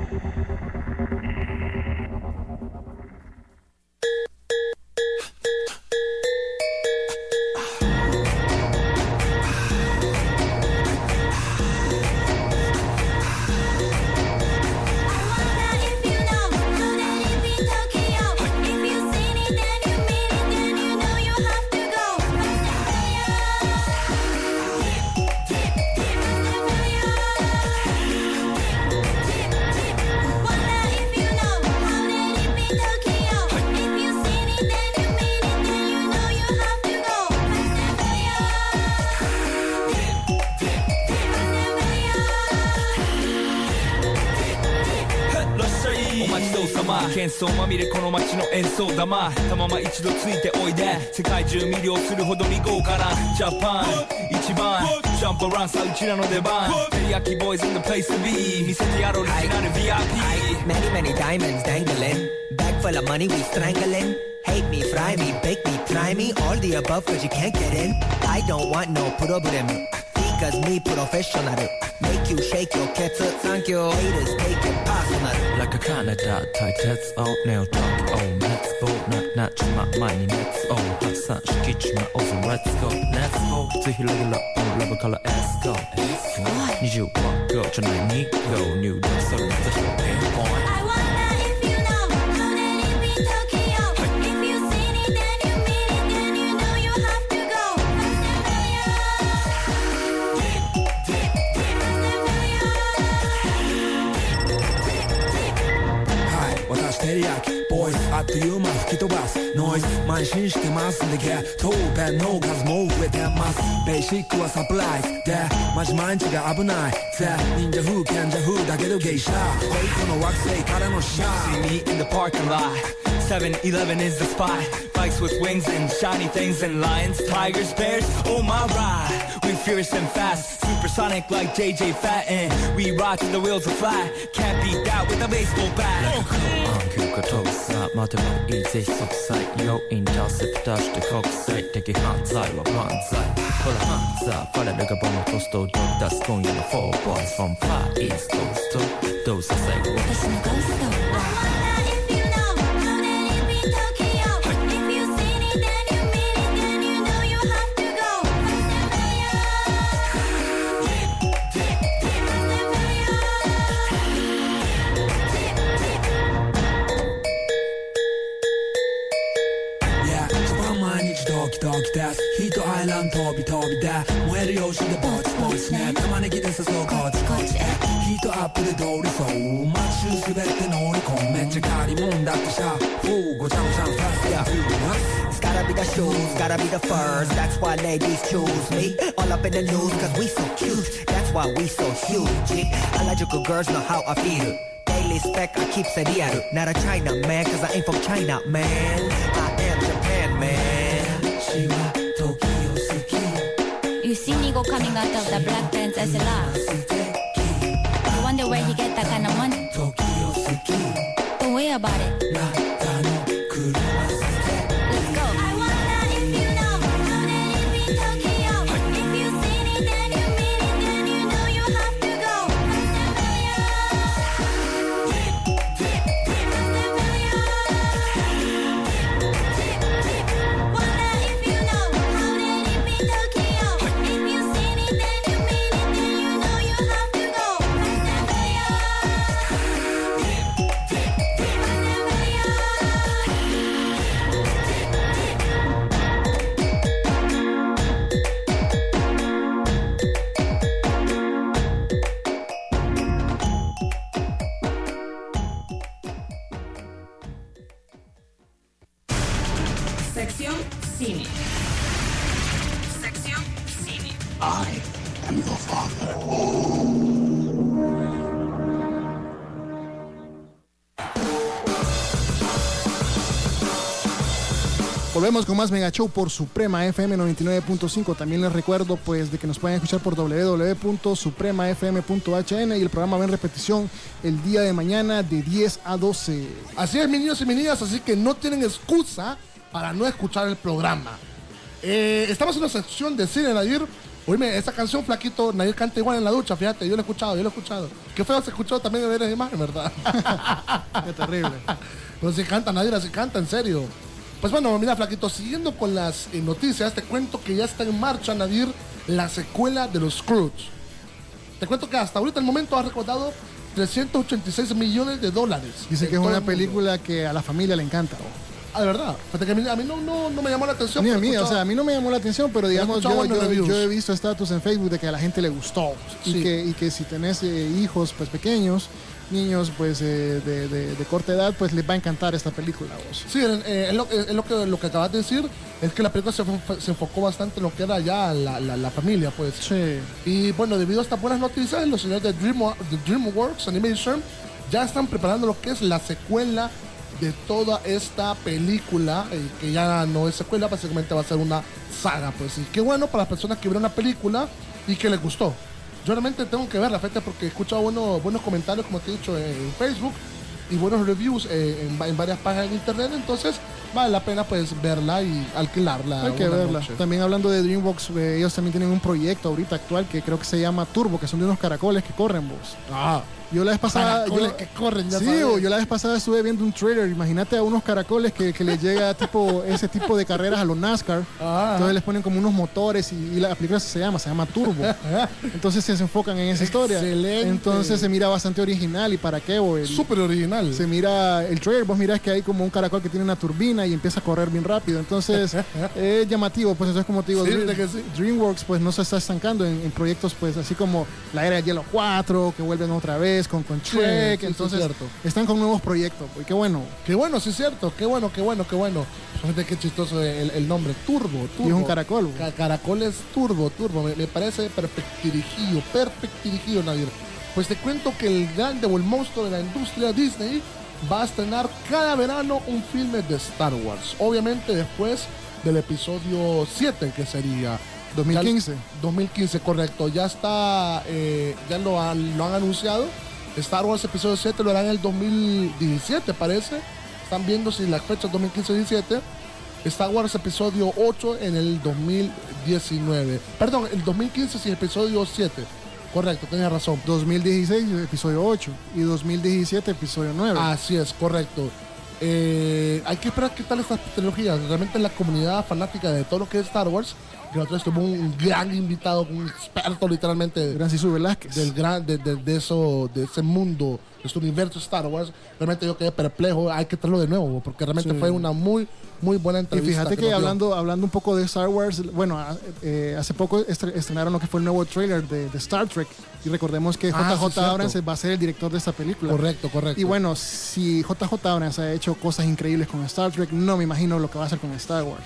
喧騒まみれこの街の演奏玉たまま一度ついておいで世界中魅了するほどに豪華なジャパン一番ジャンプアランさうちらの出番テリヤキボーイズ in the place to be 見せてやろうオリジナル VIP Many diamonds dangling Bag full of money we strangling Hate me, fry me, bake me, try me All the above cause you can't get in I don't want no problem Because me professional Make you shake your cats Thank you Haters take it personal Like a Canada 大鉄をネオトーク Oh let's go なっちま前に Let's go 発散しきちまおうぞ Let's go Let's go 靴広げろラブからLet's go 20は Go じゃないに Go 入力それまた表現 Point テリヤキボーイズあっという間吹き飛ばすノイズ慢心してますんでゲット弁の数も増えてますベーシックはサプライズでマジ毎日が危ないぜ忍者風賢者風だけどゲイシャーホイコの惑星からのシャー See me in the parking lot 7-Eleven is the spot Bikes with wings and shiny things and lions, tigers, bears, oh my ride We fierce and fast, supersonic like JJ Fatten We ride till the wheels are flat Can't beat that with a baseball bat 急化遠さ待てばいいぜ息災要インターセプターして国際的犯罪は万歳ほらハンザーファレルがボムコストを出す今夜の4 boys from Far East Coast どうさせる私のゴーストヒートアイランド飛び飛びで燃えるようしでぼちぼちね玉ねぎで誘うこっちこっちヒートアップで通りそう街中滑って乗り込むめっちゃ借りもんだってさフーごちゃごちゃファストや It's gotta be be the shoes, gotta be the furs. That's why ladies choose me. All up in the news, cause we so cute. That's why we so huge. Allergical girls know how I feel. Daily spec, I keep it real. Not a China man, cause I ain't from China, man. I am Japan, man. You see Nigo coming out of the black pants as a laugh. You wonder where he get that kind of money. Don't worry about it. Sección Cine. Sección Cine. I am your father. Volvemos con más Mega Show por Suprema FM 99.5. También les recuerdo pues de que nos pueden escuchar por www.supremafm.hn y el programa va en repetición el día de mañana de 10 a 12. Así es, mis niños y mis niñas, así que no tienen excusa para no escuchar el programa. Estamos en una sección de cine, Nadir. Oíme, esta canción, Flaquito, Nadir canta igual en la ducha, fíjate, yo lo he escuchado. Qué feo se escuchó también de ver esa imagen, ¿verdad? Qué terrible. Pero si canta, Nadir, así canta, en serio. Pues bueno, mira, Flaquito, siguiendo con las noticias, te cuento que ya está en marcha, Nadir, la secuela de los Scrooge. Te cuento que hasta ahorita el momento ha recaudado $386 millones. Dice que es una película que a la familia le encanta. Ah, de verdad. Fíjate que a mí no me llamó la atención. Ni a mí, o sea, a mí no me llamó la atención, pero digamos, yo he visto estatus en Facebook de que a la gente le gustó. Sí. Y que si tenés hijos pues pequeños, niños pues de corta edad, pues les va a encantar esta película. Vos. Sí, es lo que acabas de decir, es que la película se enfocó bastante en lo que era ya la familia, pues. Sí. Y bueno, debido a estas buenas noticias, los señores de DreamWorks Animation ya están preparando lo que es la secuela de toda esta película, que ya no es secuela, básicamente va a ser una saga, pues. Y qué bueno para las personas que vieron la película y que les gustó. Yo realmente tengo que verla, fíjate, porque he escuchado buenos comentarios, como te he dicho, en Facebook y buenos reviews en varias páginas de internet, entonces vale la pena pues verla y alquilarla. Hay que verla. Noche. También hablando de DreamWorks, ellos también tienen un proyecto ahorita actual que creo que se llama Turbo, que son de unos caracoles que corren, vos. Yo la vez pasada que corren, ya sí, yo la vez pasada estuve viendo un trailer. Imagínate a unos caracoles que les llega ese tipo de carreras a los NASCAR. Entonces les ponen como unos motores y la película se llama Turbo. Entonces se enfocan en esa historia. Excelente. Entonces se mira bastante original. ¿Y para qué? Súper original. Se mira el trailer, vos mirás que hay como un caracol que tiene una turbina y empieza a correr bien rápido. Entonces es llamativo, pues eso es como te digo. Sí, DreamWorks pues no se está estancando en proyectos pues así como la era de Hielo 4, que vuelven otra vez con Shrek, sí, entonces están con nuevos proyectos, y qué bueno. Qué bueno, sí es cierto, qué bueno. Fíjate qué chistoso el nombre, Turbo. Y es un caracol. Caracol es Turbo, me parece perfectirigido, Nadir. Pues te cuento que el grande o el monstruo de la industria Disney va a estrenar cada verano un filme de Star Wars, obviamente después del episodio 7, que sería 2015, correcto. Ya está, ya lo han anunciado. Star Wars episodio 7 lo harán en el 2017, parece. Están viendo si las fechas 2015-17. Star Wars episodio 8 en el 2019. Perdón, el 2015 sí, episodio 7. Correcto, tenía razón. 2016 episodio 8 y 2017 episodio 9. Así es, correcto. Hay que esperar qué tal estas trilogías. Realmente la comunidad fanática de todo lo que es Star Wars, que nosotros tuvimos un gran invitado, un experto literalmente, Gran Cisú Velázquez, de ese mundo, de este universo Star Wars. Realmente yo quedé perplejo, hay que traerlo de nuevo, porque realmente fue una muy buena entrevista. Y fíjate que hablando un poco de Star Wars, bueno, hace poco estrenaron lo que fue el nuevo trailer de Star Trek, y recordemos que JJ Abrams va a ser el director de esta película. Correcto. Y bueno, si JJ Abrams ha hecho cosas increíbles con Star Trek, no me imagino lo que va a hacer con Star Wars.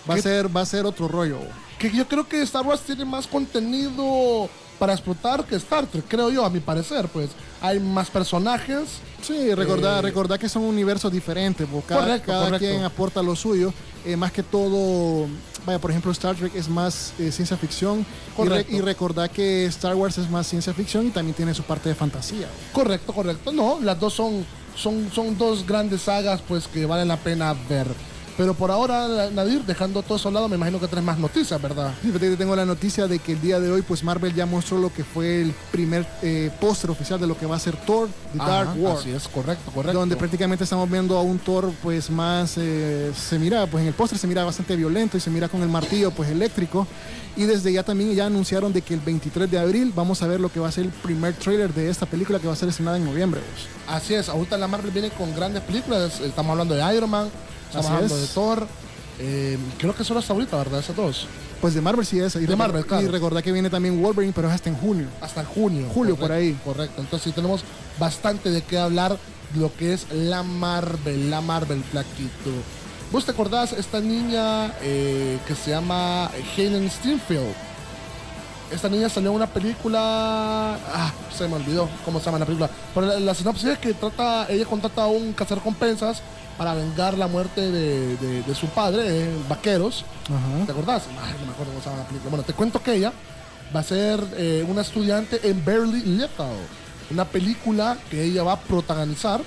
Va a ser otro rollo. Que yo creo que Star Wars tiene más contenido para explotar que Star Trek, creo yo, a mi parecer, pues. Hay más personajes. Sí, recordar que son universos diferentes, cada quien aporta lo suyo. Más que todo, vaya, por ejemplo, Star Trek es más ciencia ficción y recordar que Star Wars es más ciencia ficción y también tiene su parte de fantasía. Correcto. No, las dos son dos grandes sagas, pues, que valen la pena ver. Pero por ahora, Nadir, dejando todo eso a un lado, me imagino que traes más noticias, ¿verdad? Sí, tengo la noticia de que el día de hoy, pues Marvel ya mostró lo que fue el primer póster oficial de lo que va a ser Thor, The Dark World. Así es, correcto. Donde prácticamente estamos viendo a un Thor, pues más, se mira, pues en el póster se mira bastante violento y se mira con el martillo, pues eléctrico. Y desde ya también ya anunciaron de que el 23 de abril vamos a ver lo que va a ser el primer trailer de esta película que va a ser estrenada en noviembre. Pues. Así es, ahorita la Marvel viene con grandes películas, estamos hablando de Iron Man. Estamos hablando de Thor. Creo que solo hasta ahorita, ¿verdad? Esas dos. Pues de Marvel sí es. De Marvel, claro. Y recordad que viene también Wolverine, pero es hasta en junio. Hasta en junio. Julio, correcto, por ahí. Correcto. Entonces sí tenemos bastante de qué hablar de lo que es la Marvel, flaquito. ¿Vos te acordás esta niña que se llama Helen Steinfeld? Esta niña salió en una película... se me olvidó cómo se llama la película. Pero la sinopsis es que ella contrata a un cazarrecompensas para vengar la muerte de su padre, Vaqueros. Ajá. ¿Te acordás? No me acuerdo cómo se llama la película. Bueno, te cuento que ella va a ser una estudiante en Barely Lethal, una película que ella va a protagonizar.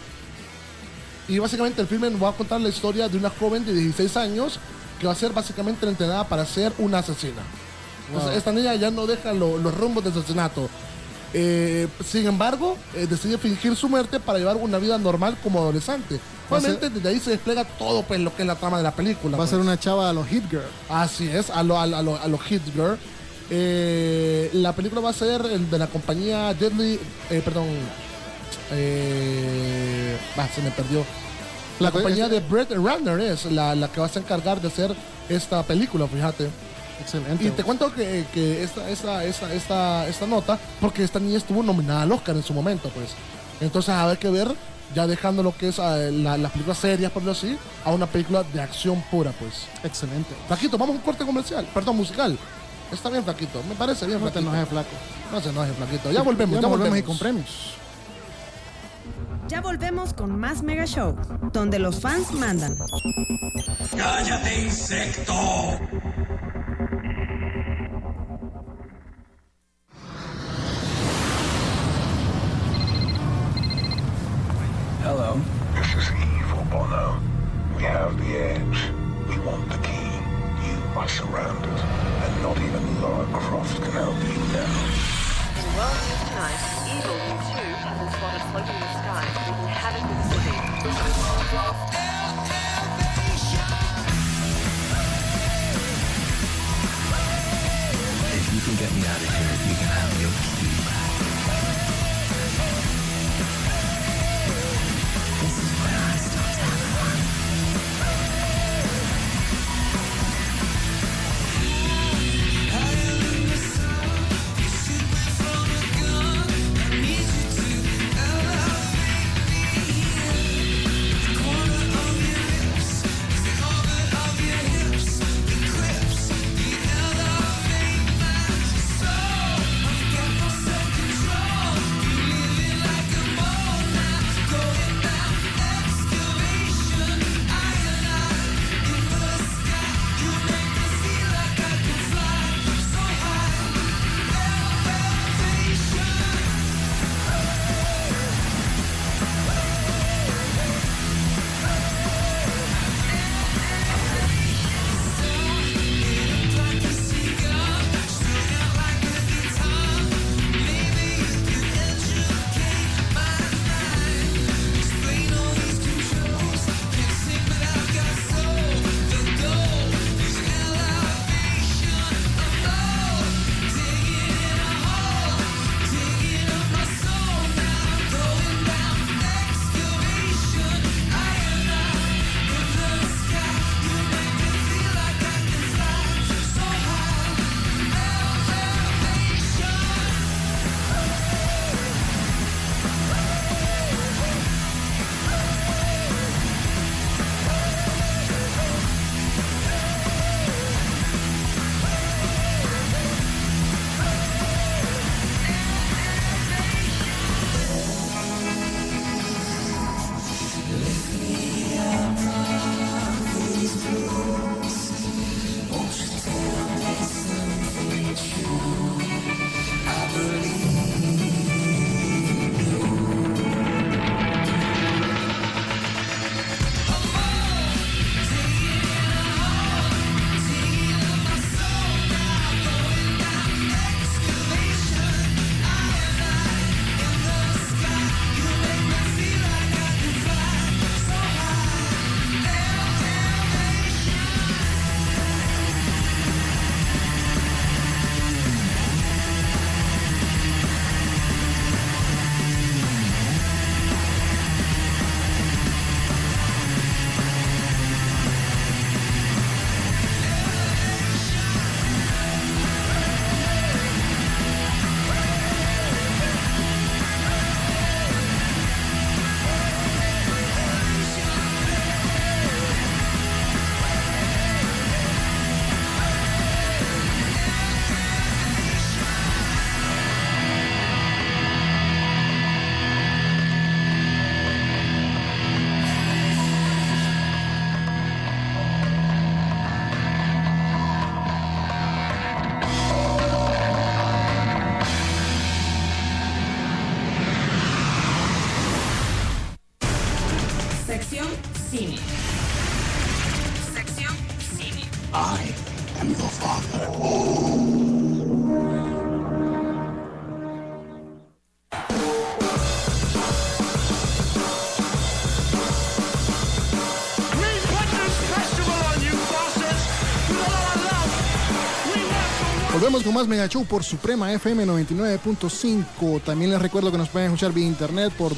Y básicamente el filme nos va a contar la historia de una joven de 16 años que va a ser básicamente entrenada para ser una asesina. Entonces, esta niña ya no deja los rumbos de asesinato. Sin embargo, decide fingir su muerte para llevar una vida normal como adolescente. Obviamente desde ahí se despliega todo, pues, lo que es la trama de la película. Va a ser una chava a los Hit Girl. Así es, a los Hit Girl. La película va a ser de la compañía Deadly... se me perdió. La compañía de Brett Ratner es la que va a encargar de hacer esta película, fíjate. Excelente. Y te cuento que esta nota, porque esta niña estuvo nominada al Oscar en su momento, pues. Entonces a ver que ver, ya dejando lo que es las películas serias, por decirlo así, a una película de acción pura, pues. Excelente. Flaquito, vamos a un corte comercial, perdón, musical. Está bien, Flaquito, me parece bien, Flaquito. No se enoje, flaco. No se enoje, Flaquito. Ya volvemos y con premios. Ya volvemos con más Mega Show, donde los fans mandan. ¡Cállate, insecto! Hello. This is evil, Bono. We have the edge. We want the key. You are surrounded, and not even Lara Croft can help you now. In world news tonight, Evil U2 has been spotted floating in the sky, wreaking havoc with the city. If you can get me out of here, you can have your key back. This is where I start to have fun. So I am your father. Volvemos con más Mega Show por Suprema FM 99.5. También les recuerdo que nos pueden escuchar vía internet por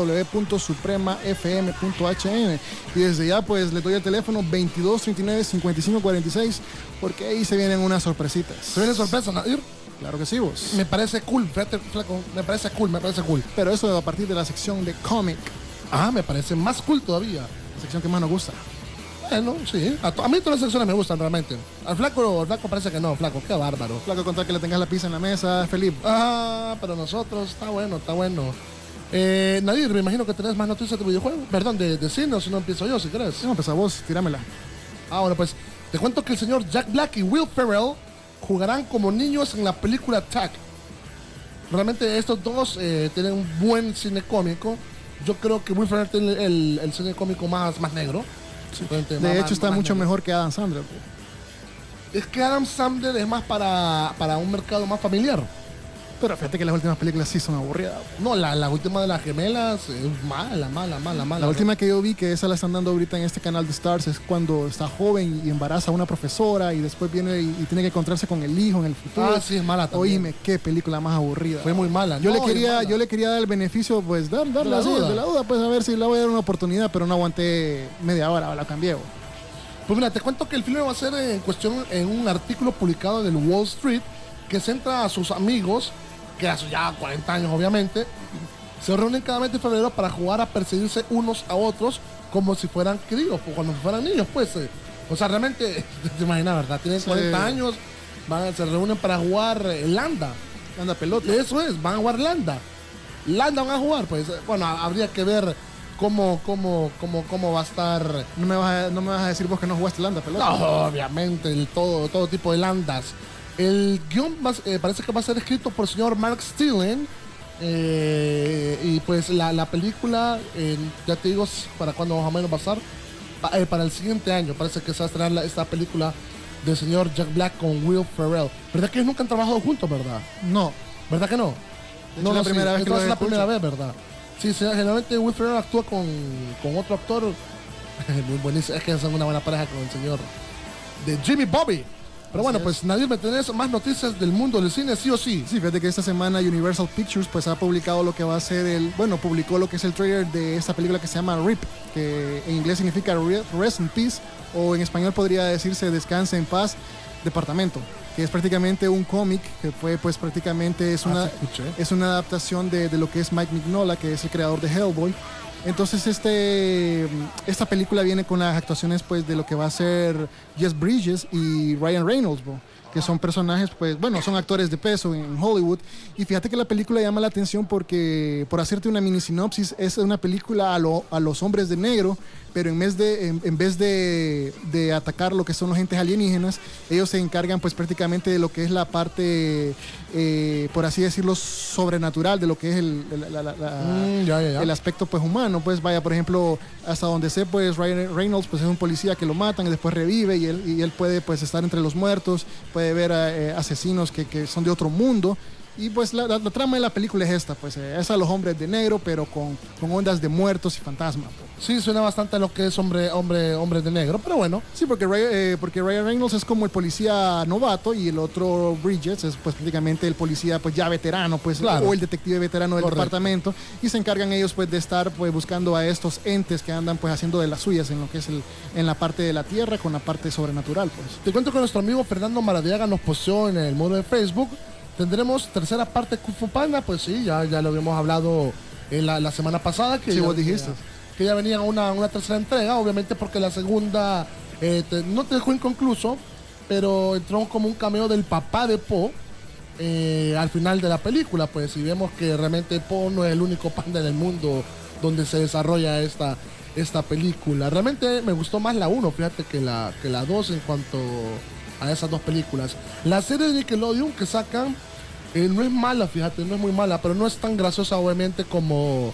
www.supremafm.hn. Y desde ya pues les doy el teléfono 2239-5546 porque ahí se vienen unas sorpresitas. ¿Se vienen sorpresas, Nadir? Claro que sí, vos. Me parece cool, fíjate, flaco. Me parece cool. Pero eso a partir de la sección de cómic. Ah, me parece más cool todavía. La sección que más nos gusta. Bueno, sí. A mí todas las secciones me gustan realmente. Al flaco parece que no, flaco. Qué bárbaro. Flaco, contar que le tengas la pizza en la mesa, Felipe. Ah, pero nosotros, está bueno. Nadir, me imagino que tenés más noticias de videojuegos. Perdón, de cine, o si no empiezo yo, si querés. No, pues a vos, tíramela. Ah, bueno, pues te cuento que el señor Jack Black y Will Ferrell jugarán como niños en la película Tag. Realmente estos dos tienen un buen cine cómico. Yo creo que Will Ferrell tiene el cine cómico más negro. Sí. De hecho, está mucho mejor que Adam Sandler. Es que Adam Sandler es más para un mercado más familiar. Pero fíjate que las últimas películas sí son aburridas. No, la última de las gemelas es mala. La última que yo vi, que esa la están dando ahorita en este canal de Stars, es cuando está joven y embaraza a una profesora y después viene y tiene que encontrarse con el hijo en el futuro. Ah, sí, es mala también. Oíme, qué película más aburrida. Fue muy mala. Yo le quería dar el beneficio, pues, darle de la duda, pues, a ver si le voy a dar una oportunidad, pero no aguanté media hora, la cambié. Pues mira, te cuento que el filme va a ser en un artículo publicado en el Wall Street que centra a sus amigos, que hace ya 40 años obviamente, se reúnen cada mes de febrero para jugar a perseguirse unos a otros como si fueran críos, cuando fueran niños, pues. O sea, realmente, te imaginas, ¿verdad? Tienen 40 años, se reúnen para jugar Landa pelota. Eso es, van a jugar Landa van a jugar, pues. Bueno, habría que ver cómo va a estar. No me vas a decir vos que no jugaste Landa pelota. No, obviamente, todo tipo de landas. El guión parece que va a ser escrito por el señor Mark Stillen. Y pues la película, ya te digo para cuándo más o menos va a estar. Para el siguiente año parece que se va a estrenar esta película del señor Jack Black con Will Ferrell. ¿Verdad que ellos nunca han trabajado juntos, verdad? No. ¿Verdad que no? De hecho, la primera vez que es la primera vez, ¿verdad? Sí, generalmente Will Ferrell actúa con otro actor muy buenísimo. Es que son una buena pareja con el señor de Jimmy Bobby. Pero bueno, pues Nadir, ¿me tenés más noticias del mundo del cine, sí o sí? Sí, fíjate que esta semana Universal Pictures pues ha publicado lo que va a ser publicó lo que es el trailer de esta película que se llama RIP, que en inglés significa Rest in Peace, o en español podría decirse Descanse en Paz, Departamento, que es prácticamente un cómic, que fue pues prácticamente es una adaptación de lo que es Mike Mignola, que es el creador de Hellboy. Entonces esta película viene con las actuaciones pues de lo que va a ser Jeff Bridges y Ryan Reynolds, que son personajes pues son actores de peso en Hollywood. Y fíjate que la película llama la atención porque, por hacerte una mini sinopsis, es una película a los hombres de negro, pero en vez de atacar lo que son los entes alienígenas, ellos se encargan pues prácticamente de lo que es la parte, por así decirlo, sobrenatural de lo que es el aspecto pues humano. Pues vaya, por ejemplo, hasta donde sé, pues Ryan Reynolds pues es un policía que lo matan y después revive y él puede pues estar entre los muertos, puede ver asesinos que son de otro mundo. Y pues la trama de la película es esta, pues es a los hombres de negro, pero con ondas de muertos y fantasmas. Pues. Sí, suena bastante a lo que es hombre de negro, pero bueno. Sí, porque Ryan Reynolds es como el policía novato y el otro Bridges es pues prácticamente el policía pues ya veterano, pues, claro, o el detective veterano del departamento, y se encargan ellos pues de estar pues buscando a estos entes que andan pues haciendo de las suyas en lo que es en la parte de la tierra con la parte sobrenatural, pues. Te cuento que nuestro amigo Fernando Maradiaga nos posteó en el muro de Facebook. Tendremos tercera parte de Kung Fu Panda, pues sí, ya lo habíamos hablado la semana pasada. Que sí, vos dijiste. Que ya venía una tercera entrega, obviamente porque la segunda no te dejó inconcluso, pero entró como un cameo del papá de Po al final de la película, pues, y vemos que realmente Po no es el único panda del mundo donde se desarrolla esta película. Realmente me gustó más la 1, fíjate, que la 2 en cuanto a esas dos películas. La serie de Nickelodeon que sacan no es mala, fíjate, no es muy mala, pero no es tan graciosa obviamente como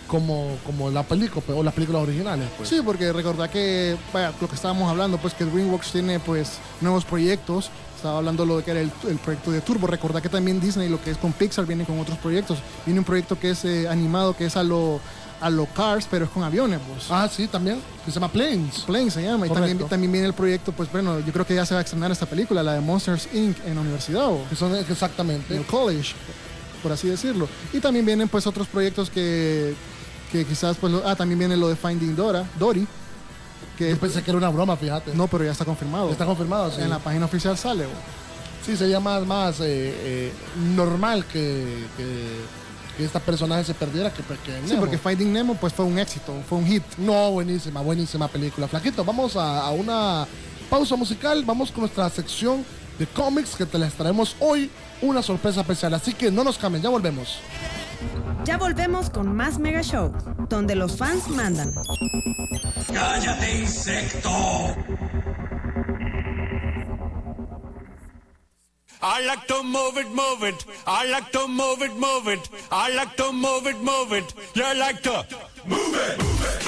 como la película o las películas originales, pues. Sí, porque recordá que, vaya, lo que estábamos hablando, pues que DreamWorks tiene pues nuevos proyectos. Estaba hablando lo de que era el proyecto de Turbo. Recordá que también Disney, lo que es con Pixar, viene con otros proyectos. Viene un proyecto que es animado, que es a lo Cars, pero es con aviones, pues. Ah, sí, también. Que se llama Planes. Planes se llama. Correcto. Y también viene el proyecto, pues bueno, yo creo que ya se va a estrenar esta película, la de Monsters Inc. en la universidad. Exactamente. En el college, por así decirlo. Y también vienen pues otros proyectos que quizás pues también viene lo de Finding Dory, que yo pensé que era una broma, fíjate. No, pero ya está confirmado. Está confirmado, sí. En la página oficial sale. Sí, sería más normal que este personaje se perdiera que Nemo. Sí, porque Finding Nemo pues fue un éxito, fue un hit. No, buenísima película. Flaquito, vamos a una pausa musical, vamos con nuestra sección de cómics que te les traemos hoy, una sorpresa especial, así que no nos cambien, ya volvemos. Ya volvemos con más Mega Show, donde los fans mandan. ¡Cállate, insecto! I like to move it, move it. I like to move it, move it. I like to move it, move it. You like to move it, move it.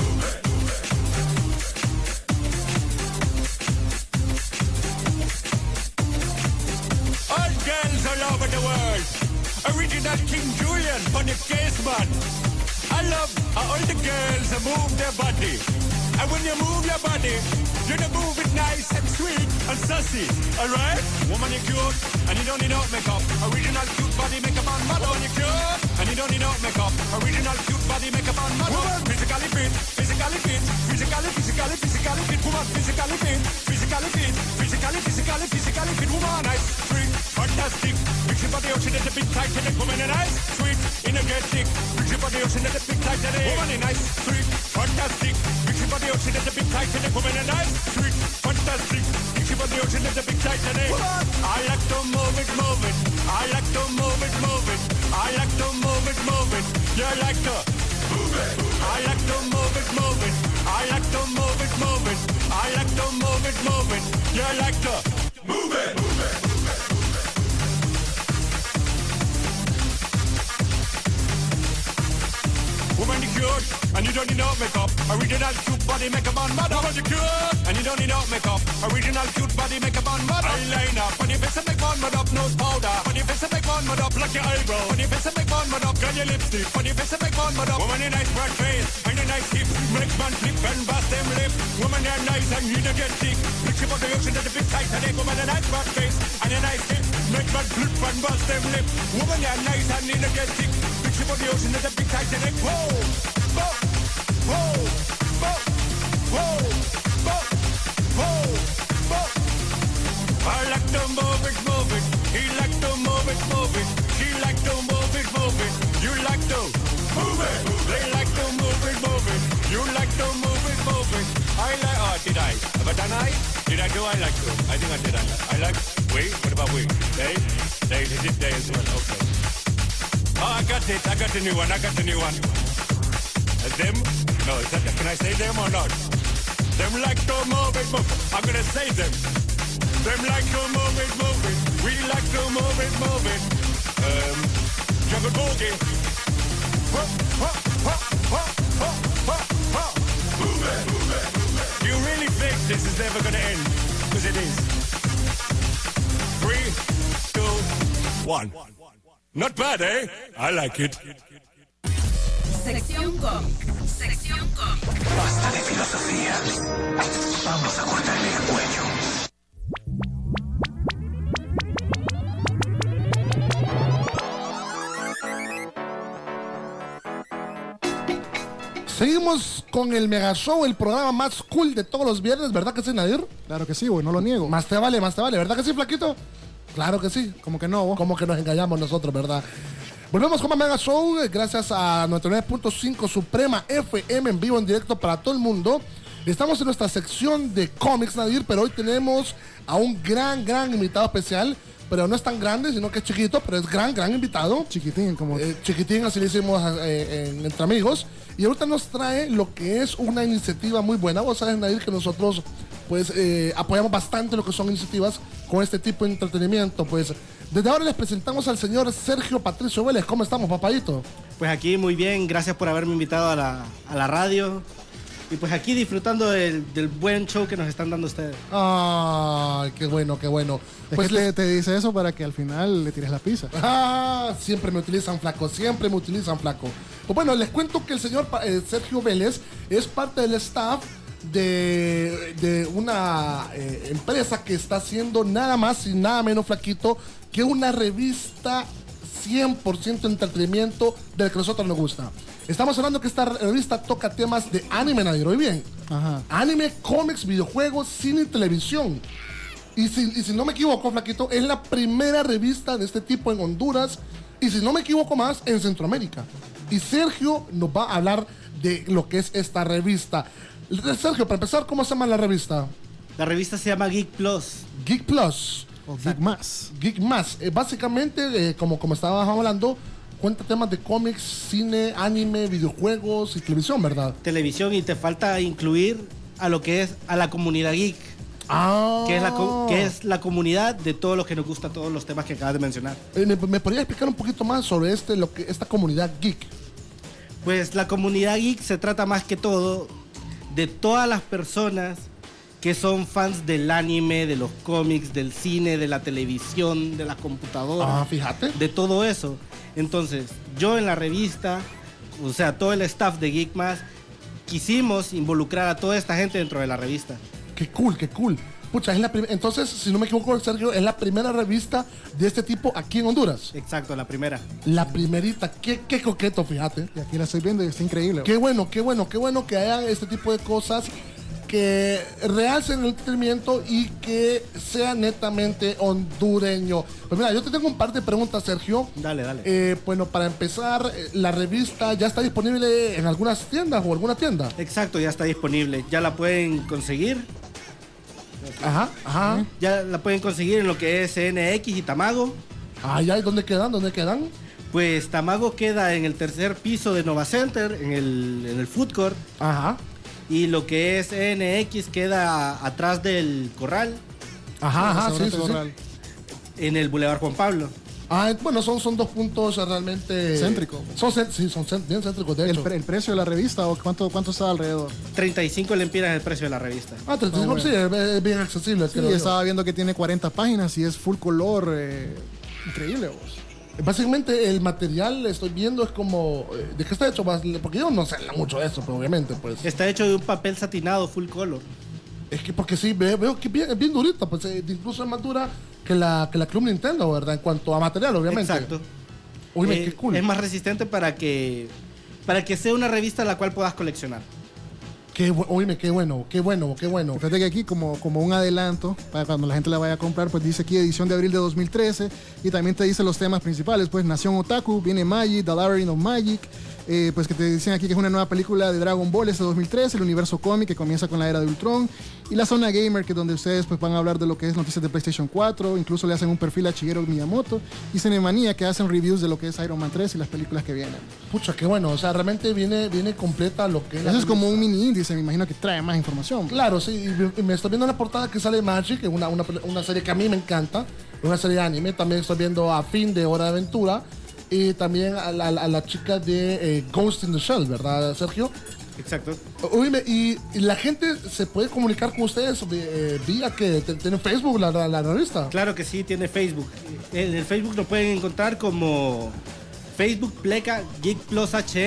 All girls all over the world. Original King Julian on the case, man. I love how all the girls move their body. And when you move your body, you don't move it nice and sweet and sassy, alright? Woman, you're cute, and you don't need no makeup. Original cute body makeup on model. Woman, you're cute, and you don't need no makeup. Original cute body makeup on model. Woman, physically fit, physically fit, physically fit. Woman, physically fit, physically fit. Woman, nice, sweet, fantastic. Mix your body ocean at the big tight and woman, nice, sweet, energetic. Mix your body ocean at the big tight and woman, nice, sweet, fantastic. Mix your body ocean at the big tight and woman, nice, sweet, fantastic. Mix your body ocean at the big tight and I like to move it, move it. I like to move it, move it. I like to move it, move it. You like to move it. I like to move it, move it. I like to move it, move it. I like to move it, move it. You like to move it, move it. Woman, you cute, and you don't need no makeup. Original cute body makeup on model. Woman, you cute, and you don't need no makeup. Original cute body makeup on model. Eyeliner, on your face and make one mud up. Nose powder, on your face and make one mud up. Like your eyebrow, on your face and make one mud up. Girl, your lipstick, on your face and make one mud up. Woman, you nice broad face, and your nice hips. Make man flip and bust them lip. Woman, you're nice and you don't get thick. Mix your body ocean to the big tight and woman, a nice broad face, and your nice hips. Make man flip and bust them lip. Woman, you're nice and you don't get thick. Mix your body ocean to the big tight and whoa. Whoa, whoa, whoa, whoa, whoa, whoa. I like to move it, move it. He like to move it, move it. She like to move it, move it. You like to move it. They like to move it, move it. You like to move it, move it. I like. Oh, did I? Have I done I? Did I do? I like to. I think I did. I like. We. What about we? They. They did they as well. Okay. Oh, I got it. I got the new one. I got the new one. Them? No, is that, can I say them or not? Them like to move it, move it. I'm gonna say them. Them like to move it, move it. We like to move it, move it. Jungle Boogie. Ho, ho, ho, ho, ho, ho, ho. Move it, move it, move it. You really think this is never gonna end? Because it is. 3, 2, 1. Not bad, eh? I like it. Sección cómic. Sección cómic. Basta de filosofía. Vamos a cortarle el cuello. Seguimos con el Mega Show, el programa más cool de todos los viernes, ¿verdad que sí, Nadir? Claro que sí, güey, no lo niego. Más te vale, ¿verdad que sí, Flaquito? Claro que sí. Como que no, vos. Como que nos engañamos nosotros, ¿verdad? Volvemos con más Mega Show, gracias a 99.5 Suprema FM en vivo, en directo para todo el mundo. Estamos en nuestra sección de cómics, Nadir, pero hoy tenemos a un gran invitado especial. Pero no es tan grande, sino que es chiquito, pero es gran invitado. Chiquitín, como... chiquitín, así le hicimos entre amigos. Y ahorita nos trae lo que es una iniciativa muy buena. Vos sabes, Nadir, que nosotros pues apoyamos bastante lo que son iniciativas con este tipo de entretenimiento. Pues Desde ahora les presentamos al señor Sergio Patricio Vélez. ¿Cómo estamos, papadito? Pues aquí muy bien, gracias por haberme invitado a la radio. Y pues aquí disfrutando del buen show que nos están dando ustedes. Ay, qué bueno, qué bueno. Es Pues que te dice eso para que al final le tires la pizza. Siempre me utilizan flaco, siempre me utilizan flaco. Pues bueno, les cuento que el señor Sergio Vélez es parte del staff de una empresa que está haciendo nada más y nada menos, flaquito, que una revista 100% entretenimiento del que a nosotros nos gusta. Estamos hablando que esta revista toca temas de anime, Nadir, ¿oí bien? Ajá. Anime, cómics, videojuegos, cine y televisión. Y si no me equivoco, flaquito, es la primera revista de este tipo en Honduras y si no me equivoco más, en Centroamérica. Y Sergio nos va a hablar de lo que es esta revista. Sergio, para empezar, ¿cómo se llama la revista? La revista se llama Geek Plus. Geek Plus. O Geek Más. Geek Más. Básicamente, como estábamos hablando, cuenta temas de cómics, cine, anime, videojuegos y televisión, ¿verdad? Televisión, y te falta incluir a lo que es a la comunidad geek. Que es la comunidad de todos los que nos gusta todos los temas que acabas de mencionar. ¿Me podría explicar un poquito más sobre esta comunidad geek? Pues la comunidad geek se trata más que todo de todas las personas que son fans del anime, de los cómics, del cine, de la televisión, de la computadora. Fíjate. De todo eso. Entonces, yo en la revista, o sea, todo el staff de Geek Más, quisimos involucrar a toda esta gente dentro de la revista. Qué cool, qué cool. Pucha, entonces, si no me equivoco, Sergio, es la primera revista de este tipo aquí en Honduras. Exacto, la primera. La primerita. Qué coqueto, fíjate. Y aquí la estoy viendo y está increíble. Qué bueno que hayan este tipo de cosas que realcen el entretenimiento y que sea netamente hondureño. Pues mira, yo te tengo un par de preguntas, Sergio. Dale. Bueno, para empezar, la revista ya está disponible en algunas tiendas o alguna tienda. Exacto, ya está disponible. Ya la pueden conseguir. Ajá. Ya la pueden conseguir en lo que es NX y Tamago. ¿Y dónde quedan? Pues Tamago queda en el tercer piso de Nova Center, en el Food Court. Ajá. Y lo que es NX queda atrás del Corral. Sí. En el Boulevard Juan Pablo. Bueno, son dos puntos realmente céntricos. Son bien céntricos, de hecho. ¿El precio de la revista o cuánto está alrededor? 35 lempiras es el precio de la revista. 35, bueno. Sí, es bien accesible. Sí, estaba viendo que tiene 40 páginas y es full color. Increíble, vos. Básicamente el material, estoy viendo, es como... ¿De qué está hecho? Porque yo no sé mucho de eso, pero obviamente, pues... Está hecho de un papel satinado full color. Es que porque sí, veo que es bien durita, pues incluso es más dura que la Club Nintendo, ¿verdad? En cuanto a material, obviamente. Exacto. Oye, qué cool. Es más resistente para que sea una revista la cual puedas coleccionar. Oíme, qué bueno. Fíjate que aquí como un adelanto, para cuando la gente la vaya a comprar, pues dice aquí edición de abril de 2013 y también te dice los temas principales, pues Nación Otaku, viene Magic, The Labyrinth of Magic, pues que te dicen aquí que es una nueva película de Dragon Ball, este 2013, el universo cómic que comienza con la era de Ultron, y la zona gamer, que es donde ustedes pues van a hablar de lo que es noticias de PlayStation 4, incluso le hacen un perfil a Shigeru Miyamoto, y Cinemanía, que hacen reviews de lo que es Iron Man 3 y las películas que vienen. Pucha, qué bueno, o sea, realmente viene completa lo que es. Eso es como un mini índice, me imagino que trae más información. Claro, sí, y me estoy viendo la portada que sale Magic, que es una serie que a mí me encanta, una serie de anime. También estoy viendo a Fin de Hora de Aventura y también a la chica de Ghost in the Shell, ¿verdad, Sergio? Exacto. Oíme, y la gente se puede comunicar con ustedes vía que tiene Facebook la revista. Claro que sí, tiene Facebook. En el Facebook lo pueden encontrar como Facebook Pleca Geek Plus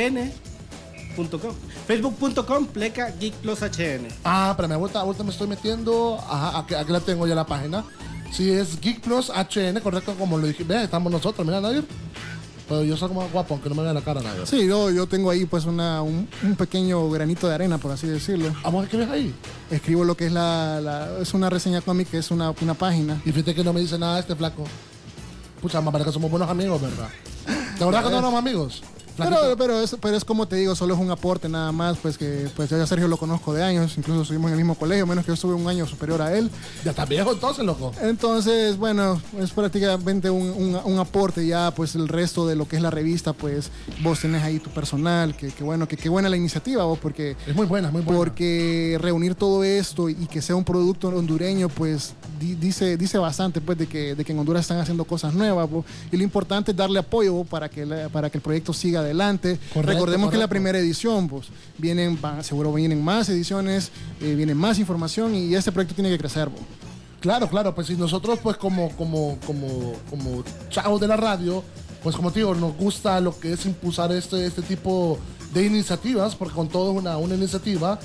HN.com. Facebook.com Pleca Geek Plus HN. Pero ahorita me estoy metiendo. Aquí la tengo ya la página. Sí, es Geek Plus HN, correcto, como lo dije. Vean, estamos nosotros, mira, Nadir. Pero yo soy como guapo, aunque no me vea la cara, Nadir. Sí, yo tengo ahí pues un pequeño granito de arena, por así decirlo. ¿Vamos a qué ves ahí? Escribo lo que es es una reseña cómica, es una página. Y fíjate que no me dice nada este flaco. Pucha, más para que somos buenos amigos, ¿verdad? ¿De verdad que no somos amigos? Pero es como te digo, solo es un aporte nada más, pues que pues yo a Sergio lo conozco de años, incluso estuvimos en el mismo colegio, menos que yo estuve un año superior a él. Ya está viejo entonces, loco. Entonces, bueno, es prácticamente un aporte ya, pues el resto de lo que es la revista, pues vos tenés ahí tu personal, que buena la iniciativa vos, porque... Es muy buena, Porque reunir todo esto y que sea un producto hondureño, pues dice bastante, pues, de que en Honduras están haciendo cosas nuevas, vos, y lo importante es darle apoyo vos, para que el proyecto siga adelante. Recordemos que es la primera edición, pues, seguro vienen más ediciones, viene más información y este proyecto tiene que crecer, vos. Claro, pues y nosotros pues como chavos de la radio, pues como te digo, nos gusta lo que es impulsar este tipo de iniciativas, porque con todo es una iniciativa.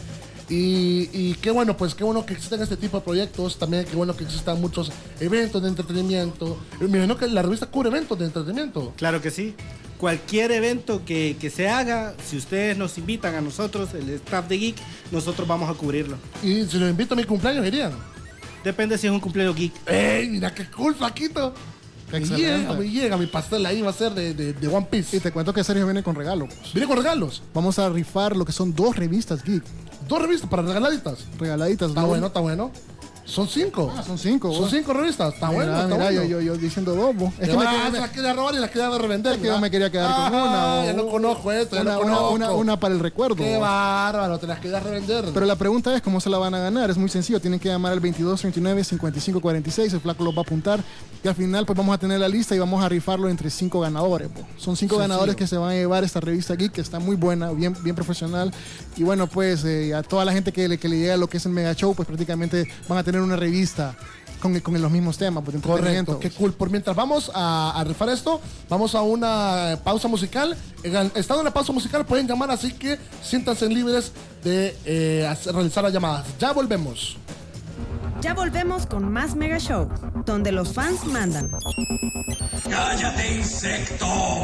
Y qué bueno que existan este tipo de proyectos, también qué bueno que existan muchos eventos de entretenimiento. Me imagino que la revista cubre eventos de entretenimiento. Claro que sí. Cualquier evento que se haga, si ustedes nos invitan a nosotros, el staff de Geek, nosotros vamos a cubrirlo. Y si los invito a mi cumpleaños, irían. Depende si es un cumpleaños geek. ¡Ey, mira qué cool, flaquito! Me llega mi pastel ahí, va a ser de One Piece. Y te cuento que Sergio viene con regalos. ¿Viene con regalos? Vamos a rifar lo que son 2 revistas geek. 2 revistas para regaladitas. Está bueno. Son 5. Son 5. Son 5 revistas. Está bueno. Yo diciendo 2. Es que las quería robar y las quería revender. Es que yo me quería quedar con una. Ya no conozco esto. Una para el recuerdo. Qué bárbaro, te las querías revender. Pero la pregunta es cómo se la van a ganar. Es muy sencillo. Tienen que llamar al 2239-5546. El flaco los va a apuntar. Y al final pues vamos a tener la lista y vamos a rifarlo entre 5 ganadores. Son 5 ganadores que se van a llevar esta revista Geek, que está muy buena, bien profesional. Y bueno, pues a toda la gente que le llega lo que es el Mega Show, pues prácticamente van a tener una revista con los mismos temas. Pues, correcto, qué cool. Por mientras vamos a rifar esto, vamos a una pausa musical. Estando en la pausa musical pueden llamar, así que siéntanse libres de realizar las llamadas. Ya volvemos. Ya volvemos con más Mega Show, donde los fans mandan. ¡Cállate, insecto!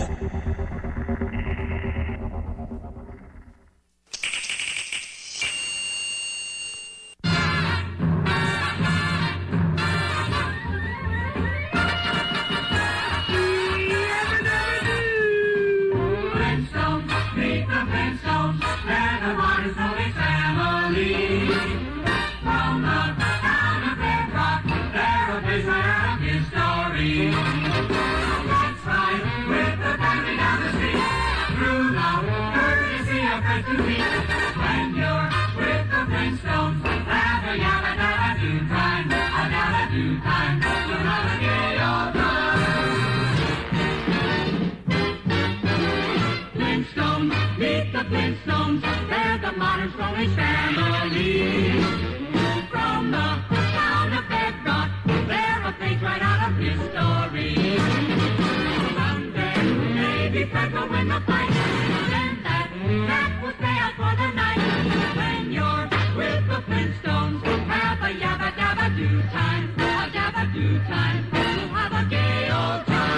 Flintstones, they're the modern Stone family. From the town of Bedrock, they're a page right out of history. Someday, maybe Fred will win the fight, then that will stay out for the night. When you're with the Flintstones, have a yabba dabba do time, a dabba do time. We'll have a gay old time.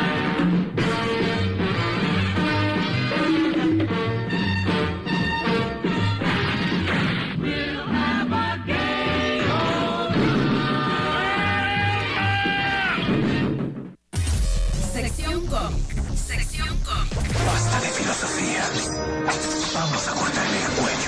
Basta de filosofía. Vamos a cortarle el cuello.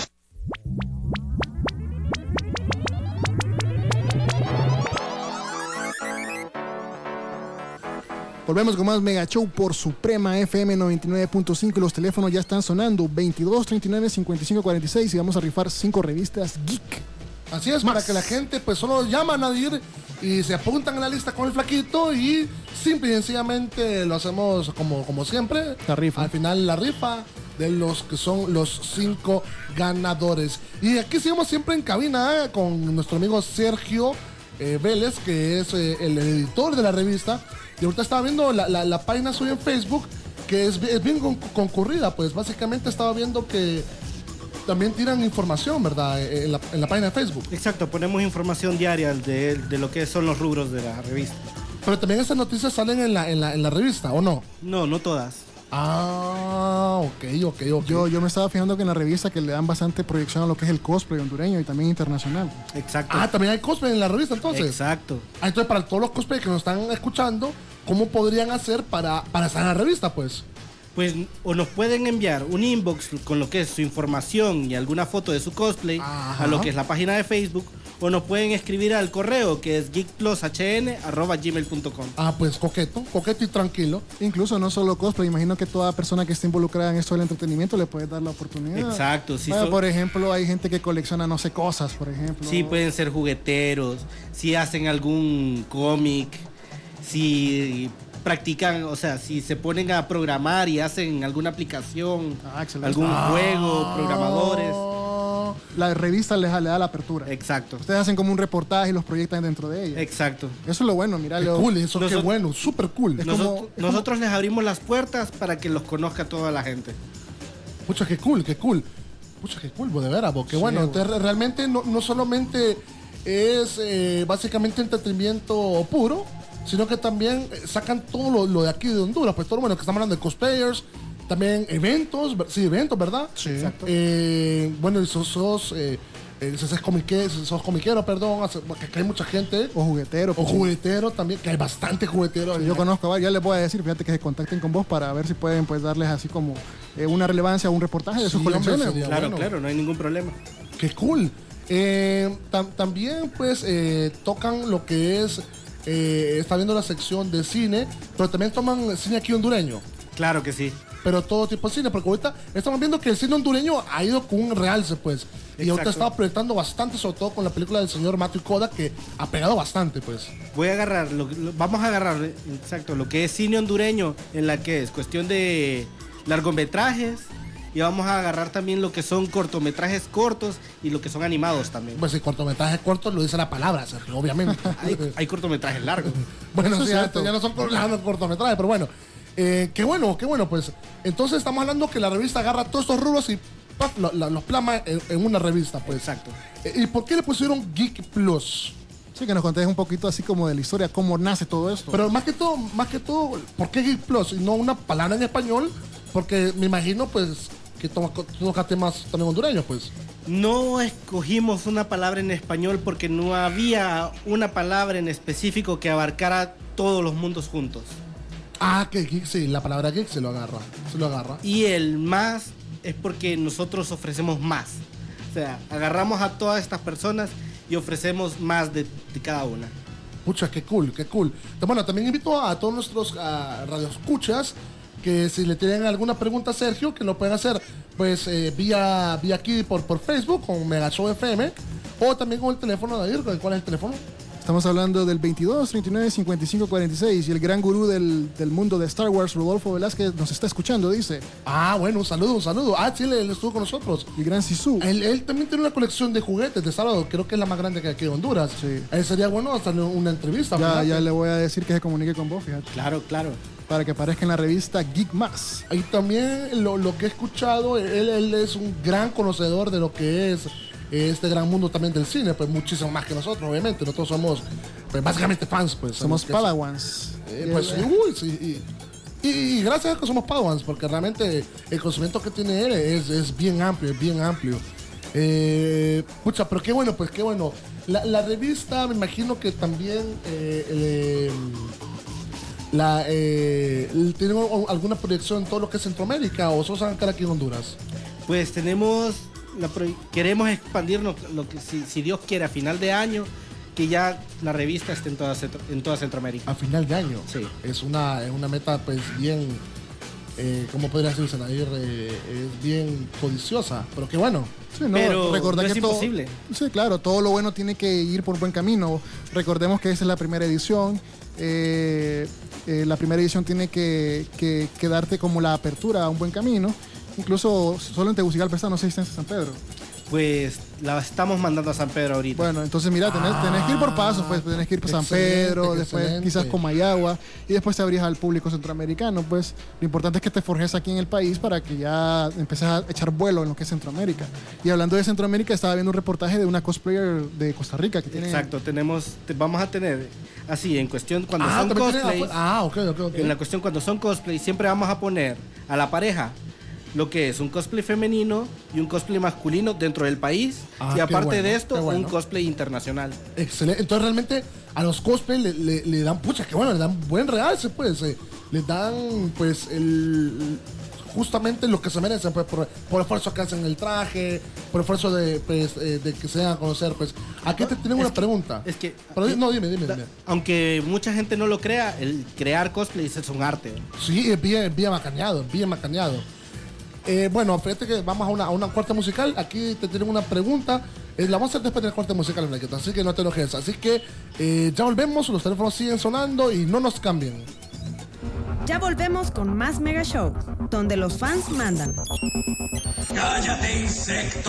Volvemos con más Mega Show por Suprema FM 99.5. Los teléfonos ya están sonando 2239-5546 y vamos a rifar 5 revistas Geek. Así es, para que la gente pues solo llama a Nadir y se apuntan en la lista con el flaquito y simple y sencillamente lo hacemos como siempre. La rifa. Al final la rifa de los que son los 5 ganadores. Y aquí seguimos siempre en cabina con nuestro amigo Sergio Vélez, que es el editor de la revista. Y ahorita estaba viendo la página suya en Facebook, que es bien concurrida. Pues básicamente estaba viendo que también tiran información, ¿verdad? En la página de Facebook. Exacto, ponemos información diaria de lo que son los rubros de la revista. Pero también esas noticias salen en la revista, ¿o no? No todas. Ah, ok. Yo me estaba fijando que en la revista que le dan bastante proyección a lo que es el cosplay hondureño y también internacional. Exacto. Ah, también hay cosplay en la revista entonces. Exacto. Ah, entonces para todos los cosplay que nos están escuchando, ¿cómo podrían hacer para estar en la revista, pues? Pues o nos pueden enviar un inbox con lo que es su información y alguna foto de su cosplay a lo que es la página de Facebook, o nos pueden escribir al correo que es geekplushn@gmail.com. Pues coqueto y tranquilo. Incluso no solo cosplay, imagino que toda persona que esté involucrada en esto del entretenimiento le puede dar la oportunidad. Exacto. Sí, por ejemplo, hay gente que colecciona, no sé, cosas, por ejemplo. Sí, pueden ser jugueteros, si hacen algún cómic, si practican, o sea, si se ponen a programar y hacen alguna aplicación, algún juego, programadores. La revista les da la apertura. Exacto. Ustedes hacen como un reportaje y los proyectan dentro de ella. Exacto. Eso es lo bueno, mira. Qué cool, eso qué bueno, súper cool. Nosotros les abrimos las puertas para que los conozca toda la gente. Pucha, qué cool. Pucha, qué cool, de veras, porque bueno, entonces, realmente no solamente es básicamente entretenimiento puro, sino que también sacan todo lo de aquí de Honduras, pues todo lo bueno que estamos hablando de cosplayers, también eventos, ¿verdad? Sí. Exacto. Bueno, y sos comiquero, perdón, que hay mucha gente. O juguetero. O juguetero también, que hay bastante juguetero. Sí, yo conozco a varios, ya les voy a decir, fíjate que se contacten con vos para ver si pueden pues darles así como una relevancia a un reportaje de sus colecciones. Claro, no hay ningún problema. Qué cool. También pues tocan lo que es, está viendo la sección de cine, pero también toman cine aquí hondureño. Claro que sí. Pero todo tipo de cine, porque ahorita estamos viendo que el cine hondureño ha ido con un realce, pues. Y ahorita estaba proyectando bastante, sobre todo con la película del señor Matthew Koda, que ha pegado bastante, pues. Vamos a agarrar, exacto, lo que es cine hondureño, en la que es cuestión de largometrajes, y vamos a agarrar también lo que son cortometrajes cortos y lo que son animados también. Pues sí, cortometrajes cortos lo dice la palabra, Sergio, obviamente. hay cortometrajes largos. Bueno, sí, ya no son cortometrajes, pero bueno. Qué bueno, pues. Entonces estamos hablando que la revista agarra todos estos rubros y los plasma en una revista, pues. Exacto. ¿Y por qué le pusieron Geek Plus? Sí, que nos contés un poquito así como de la historia, cómo nace todo esto. Pero más que todo, ¿por qué Geek Plus y no una palabra en español? Porque me imagino, pues, que toca temas también hondureños, pues. No escogimos una palabra en español porque no había una palabra en específico que abarcara todos los mundos juntos. Que geek, sí, la palabra geek se lo agarra. Y el más es porque nosotros ofrecemos más. O sea, agarramos a todas estas personas y ofrecemos más de cada una. Pucha, qué cool. Bueno, también invito a todos nuestros radioescuchas que si le tienen alguna pregunta a Sergio, que lo pueden hacer pues vía aquí por Facebook con Megashow FM, o también con el teléfono de David. ¿Cuál es el teléfono? Estamos hablando del 22 39 55 46 y el gran gurú del mundo de Star Wars, Rodolfo Velázquez, nos está escuchando, dice. Bueno, un saludo. Sí, él estuvo con nosotros. El gran Sisu. Él también tiene una colección de juguetes de Star Wars, creo que es la más grande que aquí en Honduras. Sí. Sería bueno hacer una entrevista. Ya le voy a decir que se comunique con vos, fíjate. Claro. Para que aparezca en la revista Geek Más. Y también lo que he escuchado, él es un gran conocedor de lo que es este gran mundo también del cine, pues muchísimo más que nosotros, obviamente. Nosotros somos pues, básicamente fans, pues. Somos padawans. Sí. Y gracias a que somos padawans, porque realmente el conocimiento que tiene él es bien amplio, Pucha, pero qué bueno. La revista, me imagino que también ¿tienen alguna proyección en todo lo que es Centroamérica o solo saben que aquí en Honduras? Pues queremos expandirnos, lo que si Dios quiere, a final de año, que ya la revista esté en toda Centroamérica. A final de año. Sí. Es una meta pues bien, ¿cómo podría decirse, Nadir? Es bien codiciosa, pero qué bueno. Sí, pero recordar no es que imposible. Sí, claro, todo lo bueno tiene que ir por buen camino. Recordemos que esa es la primera edición. La primera edición tiene que darte como la apertura a un buen camino. Incluso solo en Tegucigalpa está, no sé si está en San Pedro. Pues la estamos mandando a San Pedro ahorita. Bueno, entonces mira, tenés que ir por pasos, pues tenés que ir por San Pedro, después quizás Comayagua, y después te abrís al público centroamericano. Pues lo importante es que te forjes aquí en el país para que ya empieces a echar vuelo en lo que es Centroamérica. Y hablando de Centroamérica, estaba viendo un reportaje de una cosplayer de Costa Rica que tiene... Exacto, vamos a tener, así, en cuestión cuando son cosplays, okay. En la cuestión cuando son cosplays, siempre vamos a poner a la pareja lo que es un cosplay femenino y un cosplay masculino dentro del país, y aparte de esto, un cosplay internacional. Excelente. Entonces realmente a los cosplay le dan, pucha, que bueno, le dan buen realce, pues. Le dan, pues, justamente lo que se merecen, pues, por el esfuerzo que hacen en el traje, por el esfuerzo de que se den a conocer, pues. Aquí te tengo una pregunta. Es que... Pero, no, dime. Aunque mucha gente no lo crea, el crear cosplays es un arte. Sí, es bien macaneado, bueno, fíjate que vamos a una corte musical. Aquí te tengo una pregunta. La vamos a hacer después del corte musical, Blanquito, así que no te enojes. Así que ya volvemos, los teléfonos siguen sonando y no nos cambien. Ya volvemos con más Mega Show, donde los fans mandan. ¡Cállate, insecto!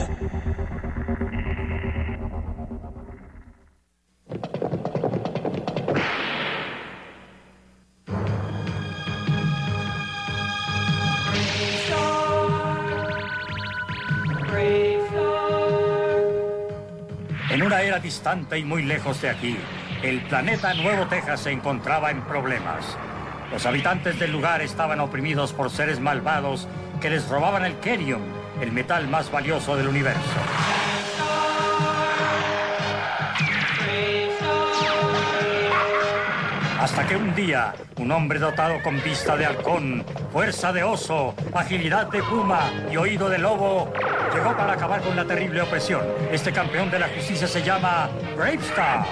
En una era distante y muy lejos de aquí, el planeta Nuevo Texas se encontraba en problemas. Los habitantes del lugar estaban oprimidos por seres malvados que les robaban el Kerium, el metal más valioso del universo. Hasta que un día, un hombre dotado con vista de halcón, fuerza de oso, agilidad de puma y oído de lobo, llegó para acabar con la terrible opresión. Este campeón de la justicia se llama Bravestar.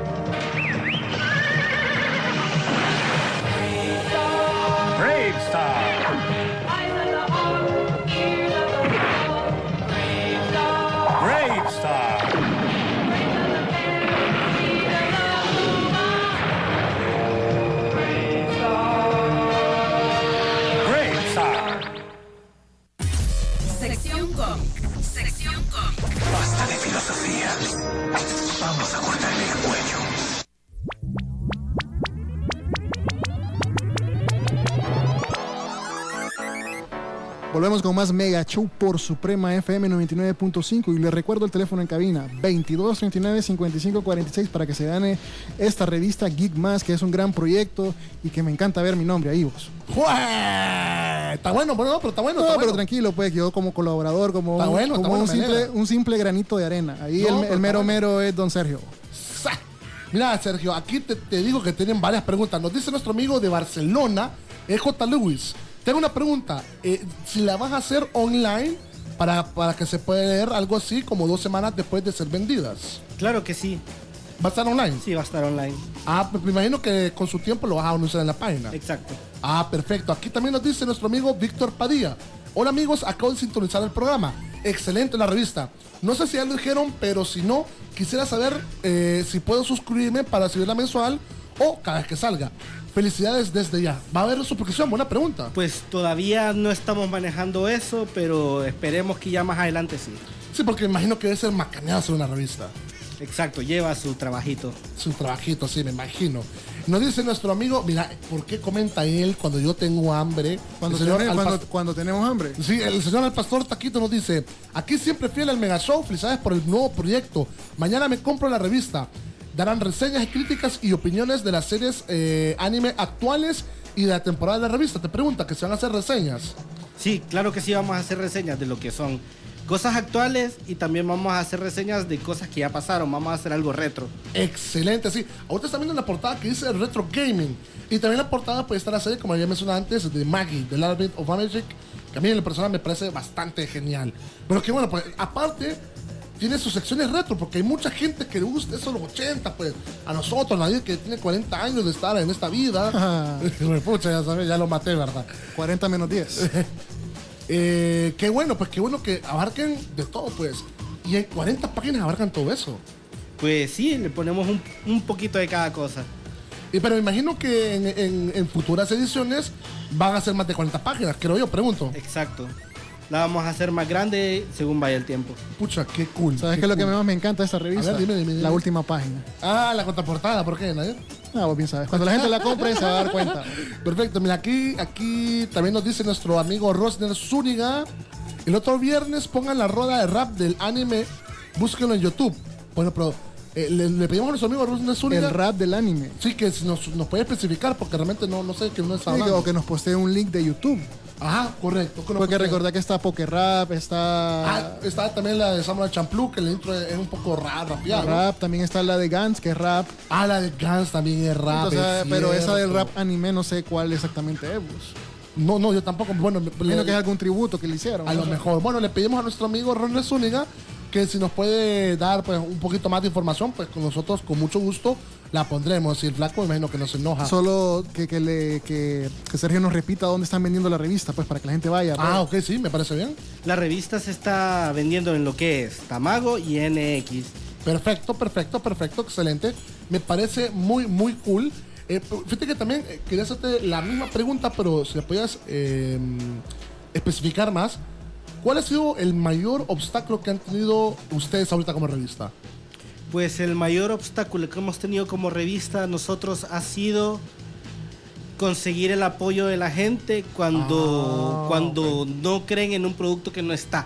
Bravestar. Sección Com. Basta de filosofía. Vamos a cortarle el cuello. Volvemos con más Mega Show por Suprema FM 99.5 y les recuerdo el teléfono en cabina 2239-5546 para que se gane esta revista Geek Más, que es un gran proyecto y que me encanta ver mi nombre ahí, vos. Está bueno, pero está bueno. Pero tranquilo, pues, yo como colaborador, como un simple granito de arena. Ahí el mero es don Sergio. Mira, Sergio, aquí te digo que tienen varias preguntas. Nos dice nuestro amigo de Barcelona, J. Lewis. Tengo una pregunta. Si la vas a hacer online para que se pueda leer algo así como 2 semanas después de ser vendidas. Claro que sí. ¿Va a estar online? Sí, va a estar online. Pues me imagino que con su tiempo lo vas a anunciar en la página. Exacto. Perfecto. Aquí también nos dice nuestro amigo Víctor Padilla. Hola amigos, acabo de sintonizar el programa. Excelente la revista. No sé si ya lo dijeron, pero si no, quisiera saber si puedo suscribirme para recibirla mensual o cada vez que salga. Felicidades desde ya. ¿Va a haber suscripción? Buena pregunta. Pues todavía no estamos manejando eso, pero esperemos que ya más adelante sí. Sí, porque me imagino que debe ser macaneado hacer una revista. Exacto, lleva su trabajito. Su trabajito, sí, me imagino. Nos dice nuestro amigo, mira, ¿por qué comenta él cuando yo tengo hambre? Cuando tenemos hambre. Sí, el señor Al Pastor Taquito nos dice, aquí siempre fiel al Mega Show, felicidades por el nuevo proyecto. Mañana me compro la revista. Darán reseñas y críticas y opiniones de las series anime actuales y de la temporada de la revista. Te pregunta que se van a hacer reseñas. Sí, claro que sí, vamos a hacer reseñas de lo que son cosas actuales y también vamos a hacer reseñas de cosas que ya pasaron. Vamos a hacer algo retro. Excelente, sí. Ahorita están viendo la portada que dice Retro Gaming. Y también la portada puede estar la serie, como ya mencioné antes, de Maggie, de Labyrinth of Magic, que a mí en la persona me parece bastante genial. Pero que bueno, pues aparte tiene sus secciones retro, porque hay mucha gente que le gusta eso de los 80, pues a nosotros, nadie que tiene 40 años de estar en esta vida. Pucha, ya sabes, ya lo maté, ¿verdad? 40 menos 10. Qué bueno, pues qué bueno que abarquen de todo, pues. Y en 40 páginas abarcan todo eso. Pues sí, le ponemos un poquito de cada cosa. Pero me imagino que en futuras ediciones van a ser más de 40 páginas, creo yo, pregunto. Exacto. La vamos a hacer más grande según vaya el tiempo. Pucha, qué cool. ¿Sabes qué es lo que más me encanta de esta revista? A ver, dime. La última página. La contraportada, ¿por qué? Vos bien sabes. Cuando la gente la compre se va a dar cuenta. Perfecto, mira, aquí también nos dice nuestro amigo Rosner Zúñiga. El otro viernes pongan la rueda de rap del anime, búsquenlo en YouTube. Bueno, pero le pedimos a nuestro amigo Rosner Zúñiga. El rap del anime. Sí, que nos puede especificar, porque realmente no sé que no está hablando. O que nos postee un link de YouTube. Ajá, correcto. Porque recordar que está Poker Rap, está... está también la de Samuel Champloo, que el intro es un poco rapeado. Rap, también está la de Gans, que es rap. La de Gans también es rap. Pero esa del rap anime no sé cuál exactamente es. No, yo tampoco. Bueno, menos que es algún tributo que le hicieron. A lo mejor. Bueno, le pedimos a nuestro amigo Ronald Zúñiga que si nos puede dar pues un poquito más de información, pues con nosotros con mucho gusto la pondremos. Y el flaco, me imagino que no se enoja. Solo que Sergio nos repita dónde están vendiendo la revista, pues para que la gente vaya. Ok, sí, me parece bien. La revista se está vendiendo en lo que es Tamago y NX. Perfecto, excelente. Me parece muy, muy cool. Fíjate que también quería hacerte la misma pregunta, pero si le podías especificar más. ¿Cuál ha sido el mayor obstáculo que han tenido ustedes ahorita como revista? Pues el mayor obstáculo que hemos tenido como revista nosotros ha sido conseguir el apoyo de la gente cuando no creen en un producto que no está.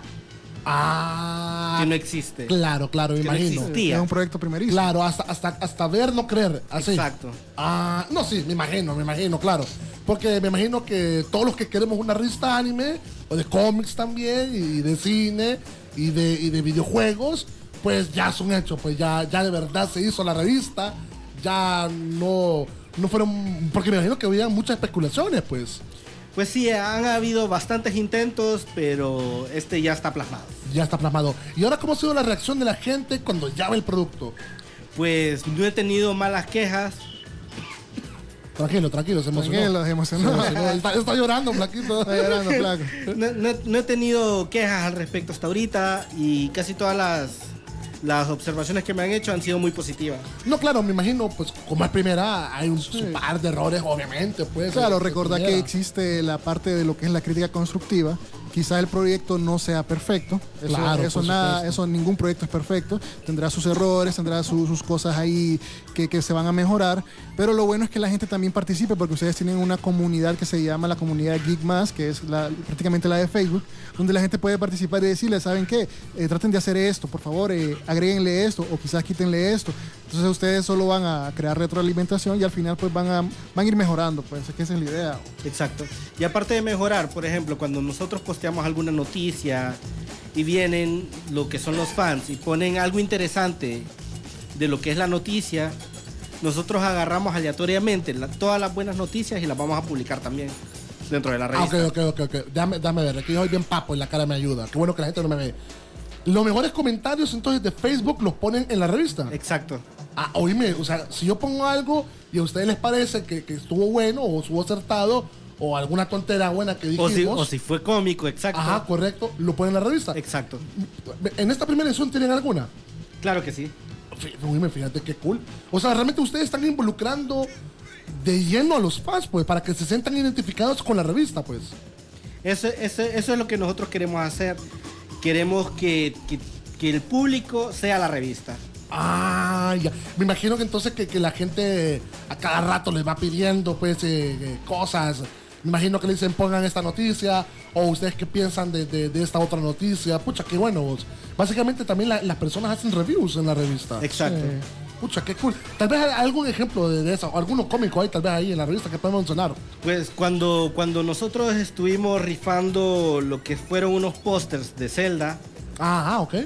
Que no existe. Claro, me imagino. No existía. Es un proyecto primerizo. Claro, hasta ver, no creer. Así. Exacto. No, sí, me imagino, claro. Porque me imagino que todos los que queremos una revista anime, o de cómics también, y de cine, y de videojuegos, pues ya es un hecho, pues ya de verdad se hizo la revista, ya no fueron, porque me imagino que había muchas especulaciones, pues. Pues sí, han habido bastantes intentos, pero ya está plasmado. Ya está plasmado. ¿Y ahora cómo ha sido la reacción de la gente cuando ya ve el producto? Pues no he tenido malas quejas. Tranquilo, se emocionó. Se emocionó. Está llorando, flaquito. Está llorando, flaco. No he tenido quejas al respecto hasta ahorita y casi todas las observaciones que me han hecho han sido muy positivas. No, claro, me imagino, pues como es primera, hay un par de errores, obviamente. Pues, claro, recordar que existe la parte de lo que es la crítica constructiva. Quizás el proyecto no sea perfecto. Eso ningún proyecto es perfecto. Tendrá sus errores, tendrá sus cosas ahí que se van a mejorar. Pero lo bueno es que la gente también participe, porque ustedes tienen una comunidad que se llama la comunidad Geek Más, que es prácticamente la de Facebook, donde la gente puede participar y decirle, ¿saben qué? Traten de hacer esto, por favor, agréguenle esto, o quizás quítenle esto. Entonces ustedes solo van a crear retroalimentación y al final pues van a ir mejorando, pues es que esa es la idea. Exacto. Y aparte de mejorar, por ejemplo, cuando nosotros posteamos alguna noticia y vienen lo que son los fans y ponen algo interesante de lo que es la noticia, nosotros agarramos aleatoriamente todas las buenas noticias y las vamos a publicar también dentro de la revista. Ok. Déjame ver, aquí yo soy bien papo y la cara me ayuda. Qué bueno que la gente no me ve. Los mejores comentarios entonces de Facebook los ponen en la revista. Exacto. Oíme, o sea, si yo pongo algo y a ustedes les parece que estuvo bueno o estuvo acertado o alguna tontera buena que dijimos. O si fue cómico, exacto. Ajá, correcto, lo ponen en la revista. Exacto. ¿En esta primera edición tienen alguna? Claro que sí. Oíme, fíjate qué cool. O sea, realmente ustedes están involucrando de lleno a los fans, pues, para que se sientan identificados con la revista, pues. Eso es lo que nosotros queremos hacer. Queremos que el público sea la revista. Ya. Me imagino que entonces que la gente a cada rato les va pidiendo pues cosas. Me imagino que le dicen pongan esta noticia o ustedes qué piensan de esta otra noticia. Pucha, qué bueno. Básicamente también las personas hacen reviews en la revista. Exacto. Pucha, qué cool. Tal vez algún ejemplo de eso, o alguno cómico hay tal vez ahí en la revista que podemos mencionar. Pues cuando nosotros estuvimos rifando lo que fueron unos pósters de Zelda. Ok.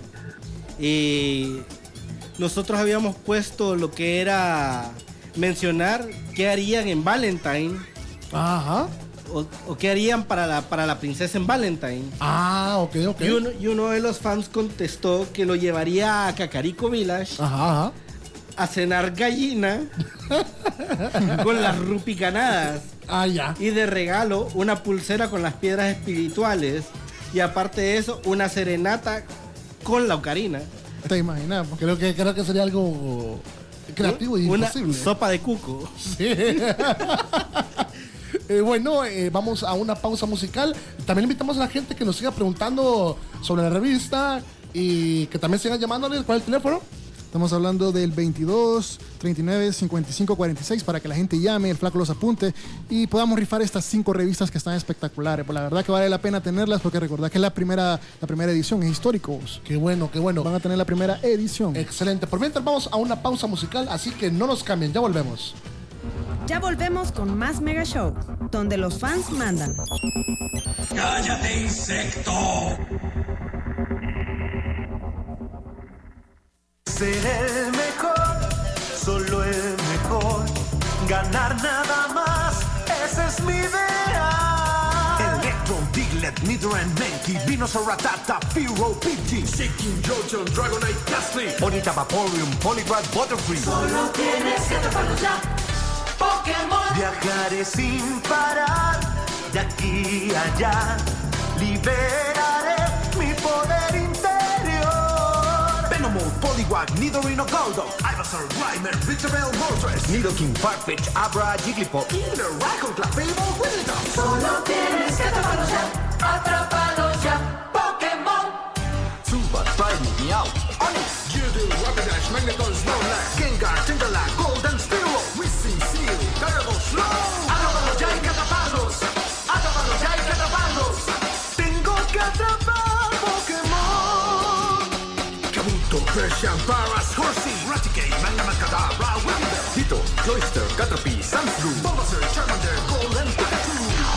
Nosotros habíamos puesto lo que era mencionar qué harían en Valentine. Ajá. O qué harían para la princesa en Valentine. Ok. Y uno de los fans contestó que lo llevaría a Kakariko Village. Ajá. A cenar gallina con las rupicanadas. Ya. Y de regalo una pulsera con las piedras espirituales. Y aparte de eso, una serenata con la ocarina. Te imaginas. Creo que sería algo creativo y imposible. Una sopa de cuco. Sí. Vamos a una pausa musical. También invitamos a la gente que nos siga preguntando sobre la revista y que también sigan llamándoles. ¿Cuál es el teléfono? Estamos hablando del 22 39 55 46 para que la gente llame, el flaco los apunte y podamos rifar estas 5 revistas que están espectaculares. Pues la verdad que vale la pena tenerlas porque recordad que es la primera edición, es histórico. Qué bueno. Van a tener la primera edición. Excelente. Por mientras vamos a una pausa musical, así que no nos cambien, ya volvemos. Ya volvemos con más Mega Show, donde los fans mandan. ¡Cállate, insecto! Ser el mejor, solo el mejor, ganar nada más, esa es mi idea. Nidoran, Mankey, Venusaur, Rattata, Fearow, Pidgey, Shaking, Jojo, Dragonite, Gastly, Bonita, Vaporeon, Poliwrath, Butterfree. Solo tienes que atraparlos ya. Pokémon. Viajaré sin parar, de aquí a allá. Liberaré mi poder interior. Venomoth, Poliwag, Nidorino, Golduck, Ivysaur, Grimer, Victreebel, Moltres, Nidoking, Farfetch, Abra, Jigglypuff, Kinder, Raikou, Clefable, Wigglytuff. Solo tienes que atraparlos ya. Atrápalos ya. Pokémon. Zubat, Primeape, Meowth, Onix, Geodude, Rapidash, Magneton, Snorlax, Gengar, Tentacle, Golden Spearow, Whizzing, Seal, Gyarados, Slow. Atrápalos ya, hay que atraparlos. Atrápalos ya, hay que atraparlos. Tengo que atrapar Pokémon. Kabuto, Persian, Paras, Horsey, Raticate, Magnemacadabra, Wiggler, Ditto, Cloyster, Caterpie, Sandshrew, Bulbasaur, Charmander, Golden Pikachu.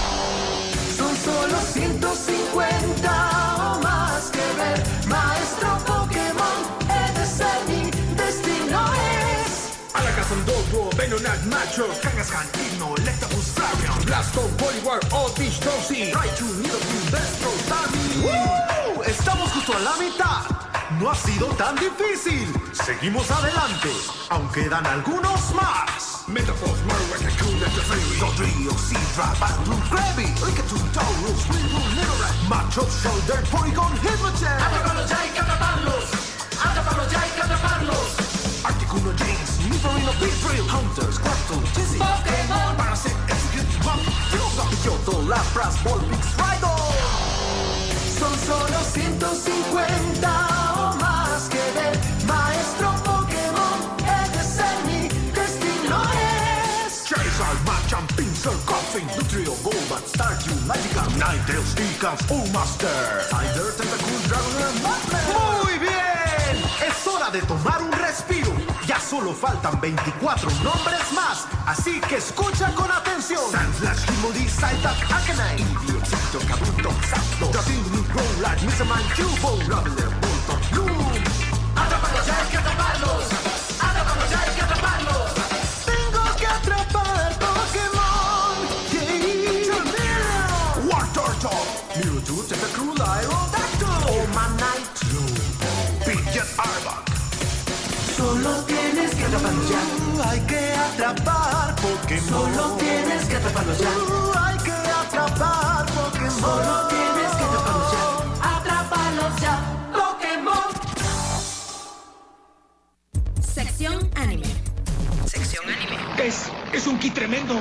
Son solo 150 o más que ver. Maestro Pokémon, eres mi destino es. Alakazam, Dodo, Venonat, Macho, Kangaskhan, Hypno, Electabuzz, Flareon, Blastoise, Poliwhirl, Oddish, Drowsy, Raichu, Nidoking, Destro, Starmie. Estamos justo a la mitad. No ha sido tan difícil. Seguimos adelante. Aún quedan algunos más. Metaphors, Marowak, Raccoon, Nectarfairy, Dodrio, Seadra, Battle, Krabby, Rikachu, Taurus, Winroom, Nidoran, Machop, Shoulder, Porygon, Hitmonchan. Atraparlos ya, hay que atraparlos. Atraparlos ya, hay que atraparlos. Articuno, James, Nidorino, Beedrill, Hunter, Squirtle, Chizzy, Pokémon, Parasect, Execute, Bump, Yoga, Pidgeotto, Lapras, Volpix, Rhydon. Son solo 150 o más que ver. Maestro Pokémon, eres mi destino es. Charizard, Machamp, Pinsir, Koffing, Nutrio, Golbat, Staryu, Magikarp, Ninetales, Picans, Master, Cider, Tentacool, Dragon, Mudman. ¡Muy bien! Es hora de tomar un respiro. Ya solo faltan 24 nombres más, así que escucha con atención. Sandslash, Himoli, Psyduck, Arcanine, Idioxito, Kabuto, Zapdos, Dratini, Growlithe, Mizamine, Cubone, Graveler, Voltorb, Gloom. ¡Atrápalos ya, hay que atraparlos! ¡Atrápalos ya, hay que atraparlos! ¡Tengo que atrapar Pokémon! ¡Yeah! Wartortle, Mewtwo, Tentacruel, Aerodactyl, Omanite, Pidgeot, Arbok. Solo tienes que atraparlos ya. Hay que atrapar Pokémon. Solo tienes que atraparlos ya. Hay que atrapar Pokémon. Solo tienes que atraparlos ya. Atrápalos ya. Pokémon. Sección anime. Sección anime. Es un kit tremendo.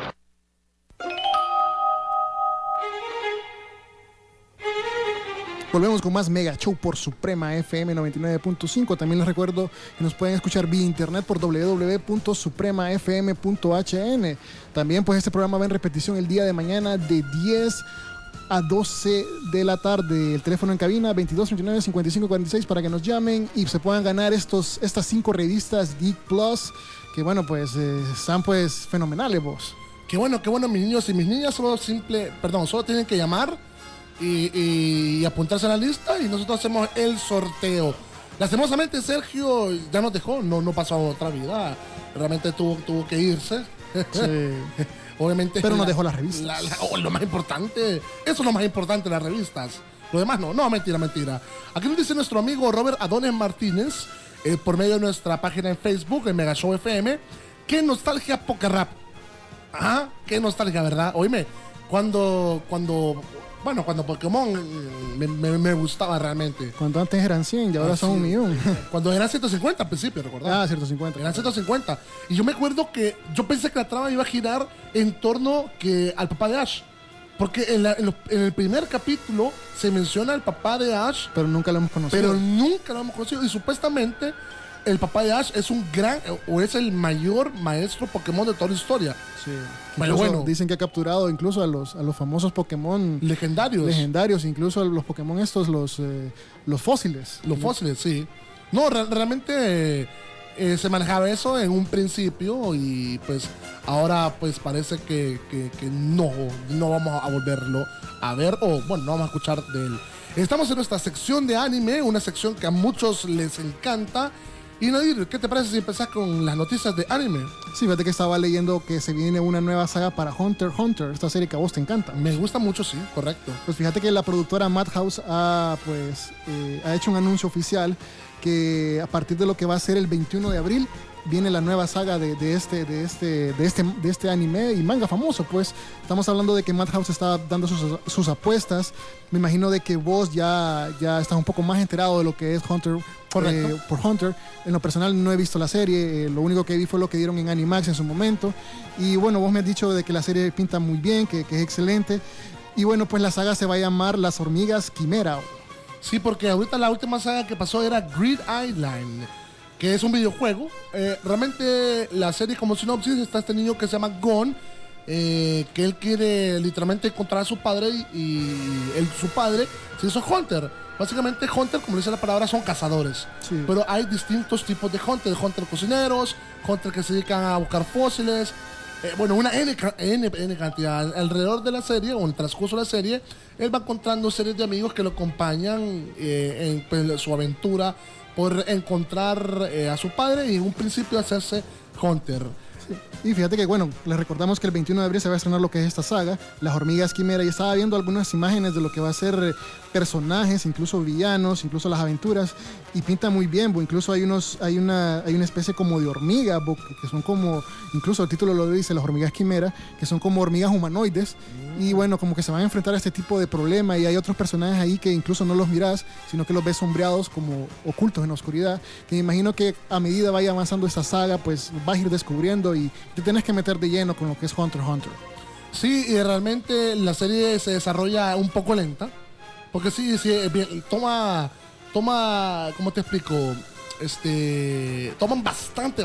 Volvemos con más Mega Show por Suprema FM 99.5. También les recuerdo que nos pueden escuchar vía internet por www.supremafm.hn. También pues este programa va en repetición el día de mañana de 10 a 12 de la tarde. El teléfono en cabina 2239-5546 para que nos llamen y se puedan ganar estas 5 revistas Geek Plus que bueno pues están pues fenomenales vos. Qué bueno mis niños y mis niñas solo tienen que llamar y apuntarse a la lista y nosotros hacemos el sorteo. Lastimosamente Sergio ya nos dejó, no pasó a otra vida, realmente tuvo que irse. Sí. Obviamente. Pero nos dejó las revistas. Lo más importante, eso es lo más importante, las revistas. Lo demás no, mentira. Aquí nos dice nuestro amigo Robert Adonis Martínez, por medio de nuestra página en Facebook, en Mega Show FM, qué nostalgia Pokerap. Ajá, qué nostalgia, ¿verdad? Oíme, cuando Pokémon me gustaba realmente. Cuando antes eran 100 y ahora son 1 millón. Cuando eran 150 al principio, ¿recordás? 150. Eran 150. Y yo me acuerdo que yo pensé que la trama iba a girar en torno al papá de Ash. Porque en el primer capítulo se menciona al papá de Ash. Pero nunca lo hemos conocido. Y supuestamente el papá de Ash es es el mayor maestro Pokémon de toda la historia. Sí. Bueno. Dicen que ha capturado incluso a los famosos Pokémon legendarios, incluso a los Pokémon los fósiles. Los fósiles, sí. No, realmente se manejaba eso en un principio y pues ahora pues parece que no vamos a volverlo a ver o bueno, no vamos a escuchar de él. Estamos en nuestra sección de anime, una sección que a muchos les encanta. Y Nadir, ¿qué te parece si empezás con las noticias de anime? Sí, fíjate que estaba leyendo que se viene una nueva saga para Hunter x Hunter, esta serie que a vos te encanta. Me gusta mucho, sí, correcto. Pues fíjate que la productora Madhouse ha hecho un anuncio oficial que a partir de lo que va a ser el 21 de abril viene la nueva saga de este anime y manga famoso. Pues estamos hablando de que Madhouse está dando sus apuestas. Me imagino de que vos ya estás un poco más enterado de lo que es Hunter por Hunter. En lo personal no he visto la serie, lo único que vi fue lo que dieron en Animax en su momento. Y bueno, vos me has dicho de que la serie pinta muy bien, que es excelente. Y bueno, pues la saga se va a llamar Las Hormigas Quimera. Sí, porque ahorita la última saga que pasó era Grid Island, que es un videojuego. Realmente la serie, como sinopsis, está este niño que se llama Gon, que él quiere literalmente encontrar a su padre y su padre se hizo Hunter. Básicamente Hunter, como dice la palabra, son cazadores. Sí. Pero hay distintos tipos de Hunter cocineros, Hunter que se dedican a buscar fósiles. Bueno, una N cantidad. Alrededor de la serie, o en el transcurso de la serie, él va encontrando series de amigos que lo acompañan en su aventura por encontrar a su padre y en un principio hacerse Hunter. Y fíjate que, bueno, les recordamos que el 21 de abril se va a estrenar lo que es esta saga, Las Hormigas Quimera, y estaba viendo algunas imágenes de lo que va a ser personajes, incluso villanos, incluso las aventuras, y pinta muy bien, incluso hay una especie como de hormiga, que son como, incluso el título lo dice, Las Hormigas Quimera, que son como hormigas humanoides, y bueno, como que se van a enfrentar a este tipo de problema, y hay otros personajes ahí que incluso no los mirás, sino que los ves sombreados, como ocultos en la oscuridad, que me imagino que a medida vaya avanzando esta saga, pues vas a ir descubriendo y te tienes que meter de lleno con lo que es Hunter x Hunter. Sí, y realmente la serie se desarrolla un poco lenta, porque sí, toma, ¿cómo te explico? Toman bastante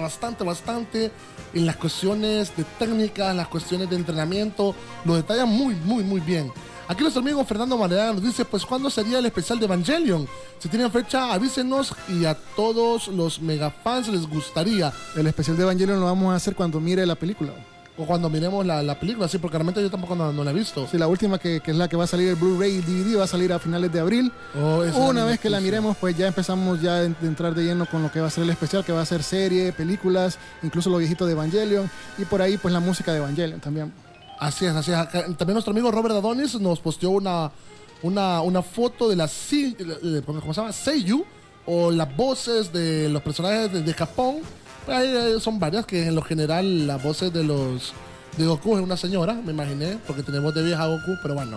en las cuestiones de técnica, en las cuestiones de entrenamiento, lo detallan muy bien. Aquí nuestro amigo Fernando Maledán nos dice, pues ¿cuándo sería el especial de Evangelion? Si tienen fecha, avísenos, y a todos los megafans les gustaría. El especial de Evangelion lo vamos a hacer cuando mire la película. O cuando miremos la película, sí, porque realmente yo tampoco no la he visto. Sí, la última que es la que va a salir, el Blu-ray y DVD, va a salir a finales de abril. Una vez que la miremos, pues ya empezamos ya a entrar de lleno con lo que va a ser el especial, que va a ser serie, películas, incluso los viejitos de Evangelion, y por ahí pues la música de Evangelion también. Así es. También nuestro amigo Robert Adonis nos posteó una foto de ¿cómo se llama? Seiyu, o las voces de los personajes de Japón. Son varias, que en lo general las voces de Goku es una señora, me imaginé, porque tenemos de vieja a Goku, pero bueno.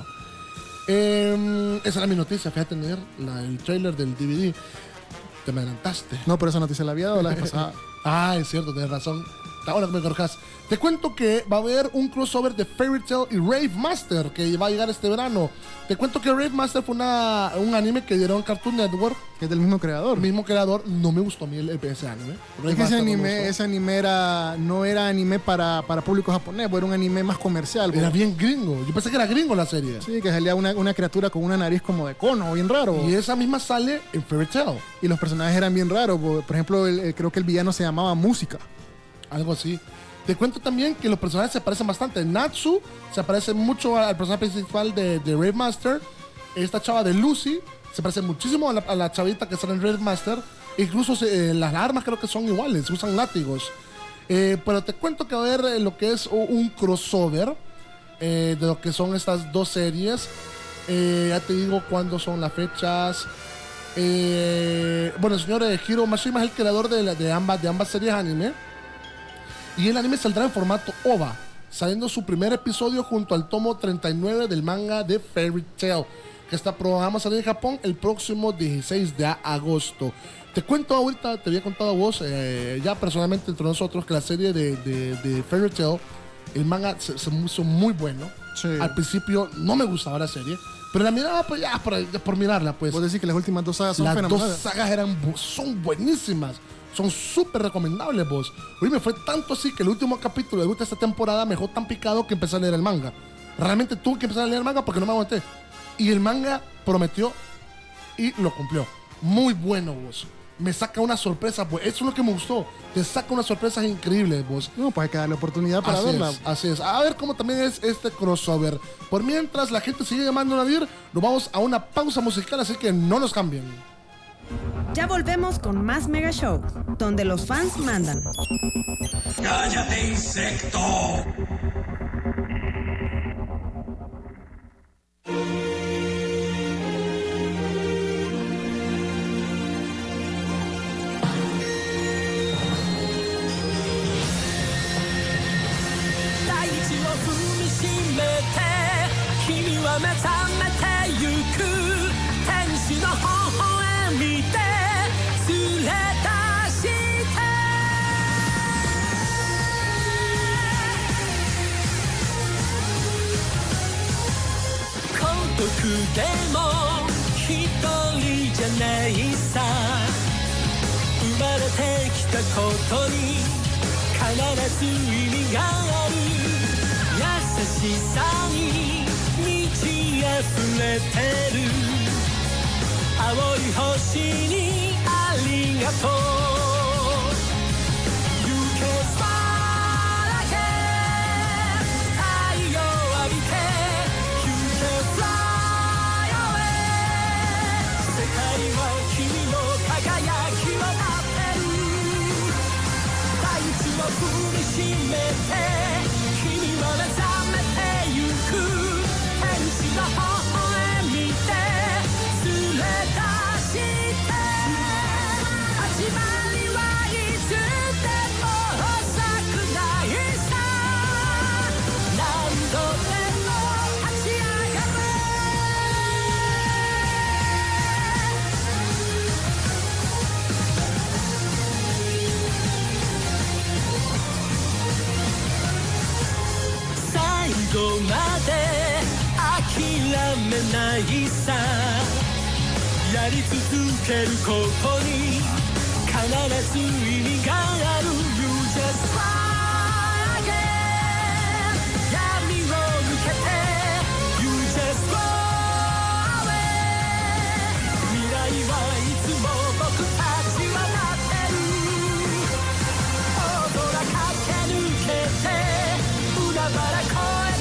Esa era mi noticia, fíjate, tener el trailer del DVD. Te me adelantaste. No, pero esa noticia la había dado la vez pasada. Es cierto, tienes razón. Ahora que me corjas. Te cuento que va a haber un crossover de Fairy Tail y Rave Master que va a llegar este verano. Te cuento que Rave Master fue un anime que dieron Cartoon Network. Que es del mismo creador. No me gustó a mí ese anime. Es que ese anime no era anime para público japonés, era un anime más comercial. Era bien gringo. Yo pensé que era gringo la serie. Sí, que salía una criatura con una nariz como de cono, bien raro. Y esa misma sale en Fairy Tail. Y los personajes eran bien raros. Por ejemplo, creo que el villano se llamaba Música. Algo así. Te cuento también que los personajes se parecen bastante. Natsu se parece mucho al personaje principal de Rave Master. Esta chava de Lucy se parece muchísimo a la chavita que sale en Rave Master. Incluso las armas creo que son iguales, usan látigos. Pero te cuento que va a haber lo que es un crossover de lo que son estas dos series. Ya te digo cuándo son las fechas. Bueno, el señor Hiro Mashima es el creador de ambas series anime. Y el anime saldrá en formato OVA, saliendo su primer episodio junto al tomo 39 del manga de Fairy Tail, que está programado a salir en Japón el próximo 16 de agosto. Te cuento ahorita, te había contado a vos, ya personalmente entre nosotros, que la serie de Fairy Tail, el manga se hizo muy bueno. Sí. Al principio no me gustaba la serie, pero la miraba pues ya por mirarla, pues. Vos decís que las últimas dos sagas son fenomenales. Las dos sagas son buenísimas. Son súper recomendables, vos. Hoy me fue tanto así que el último capítulo de esta temporada me dejó tan picado que empecé a leer el manga. Realmente tuve que empezar a leer el manga porque no me aguanté. Y el manga prometió y lo cumplió. Muy bueno, vos. Me saca una sorpresa, pues. Eso es lo que me gustó. Te saca unas sorpresas increíbles, vos. No, pues hay que darle oportunidad para verla. Así es. A ver cómo también es este crossover. Por mientras la gente sigue llamando a Nadir, nos vamos a una pausa musical, así que no nos cambien. Ya volvemos con más Mega Show, donde los fans mandan. ¡Cállate, insecto! でも一人じゃないさ生まれてきたことに必ず意味がある優しさに満ち溢れてる青い星にありがとう最後まで諦めないさやり続けることに必ず意味がある You just fly again 闇を抜けて You just go away 未来はいつも僕たちは待ってる大空駆け抜けて海原越え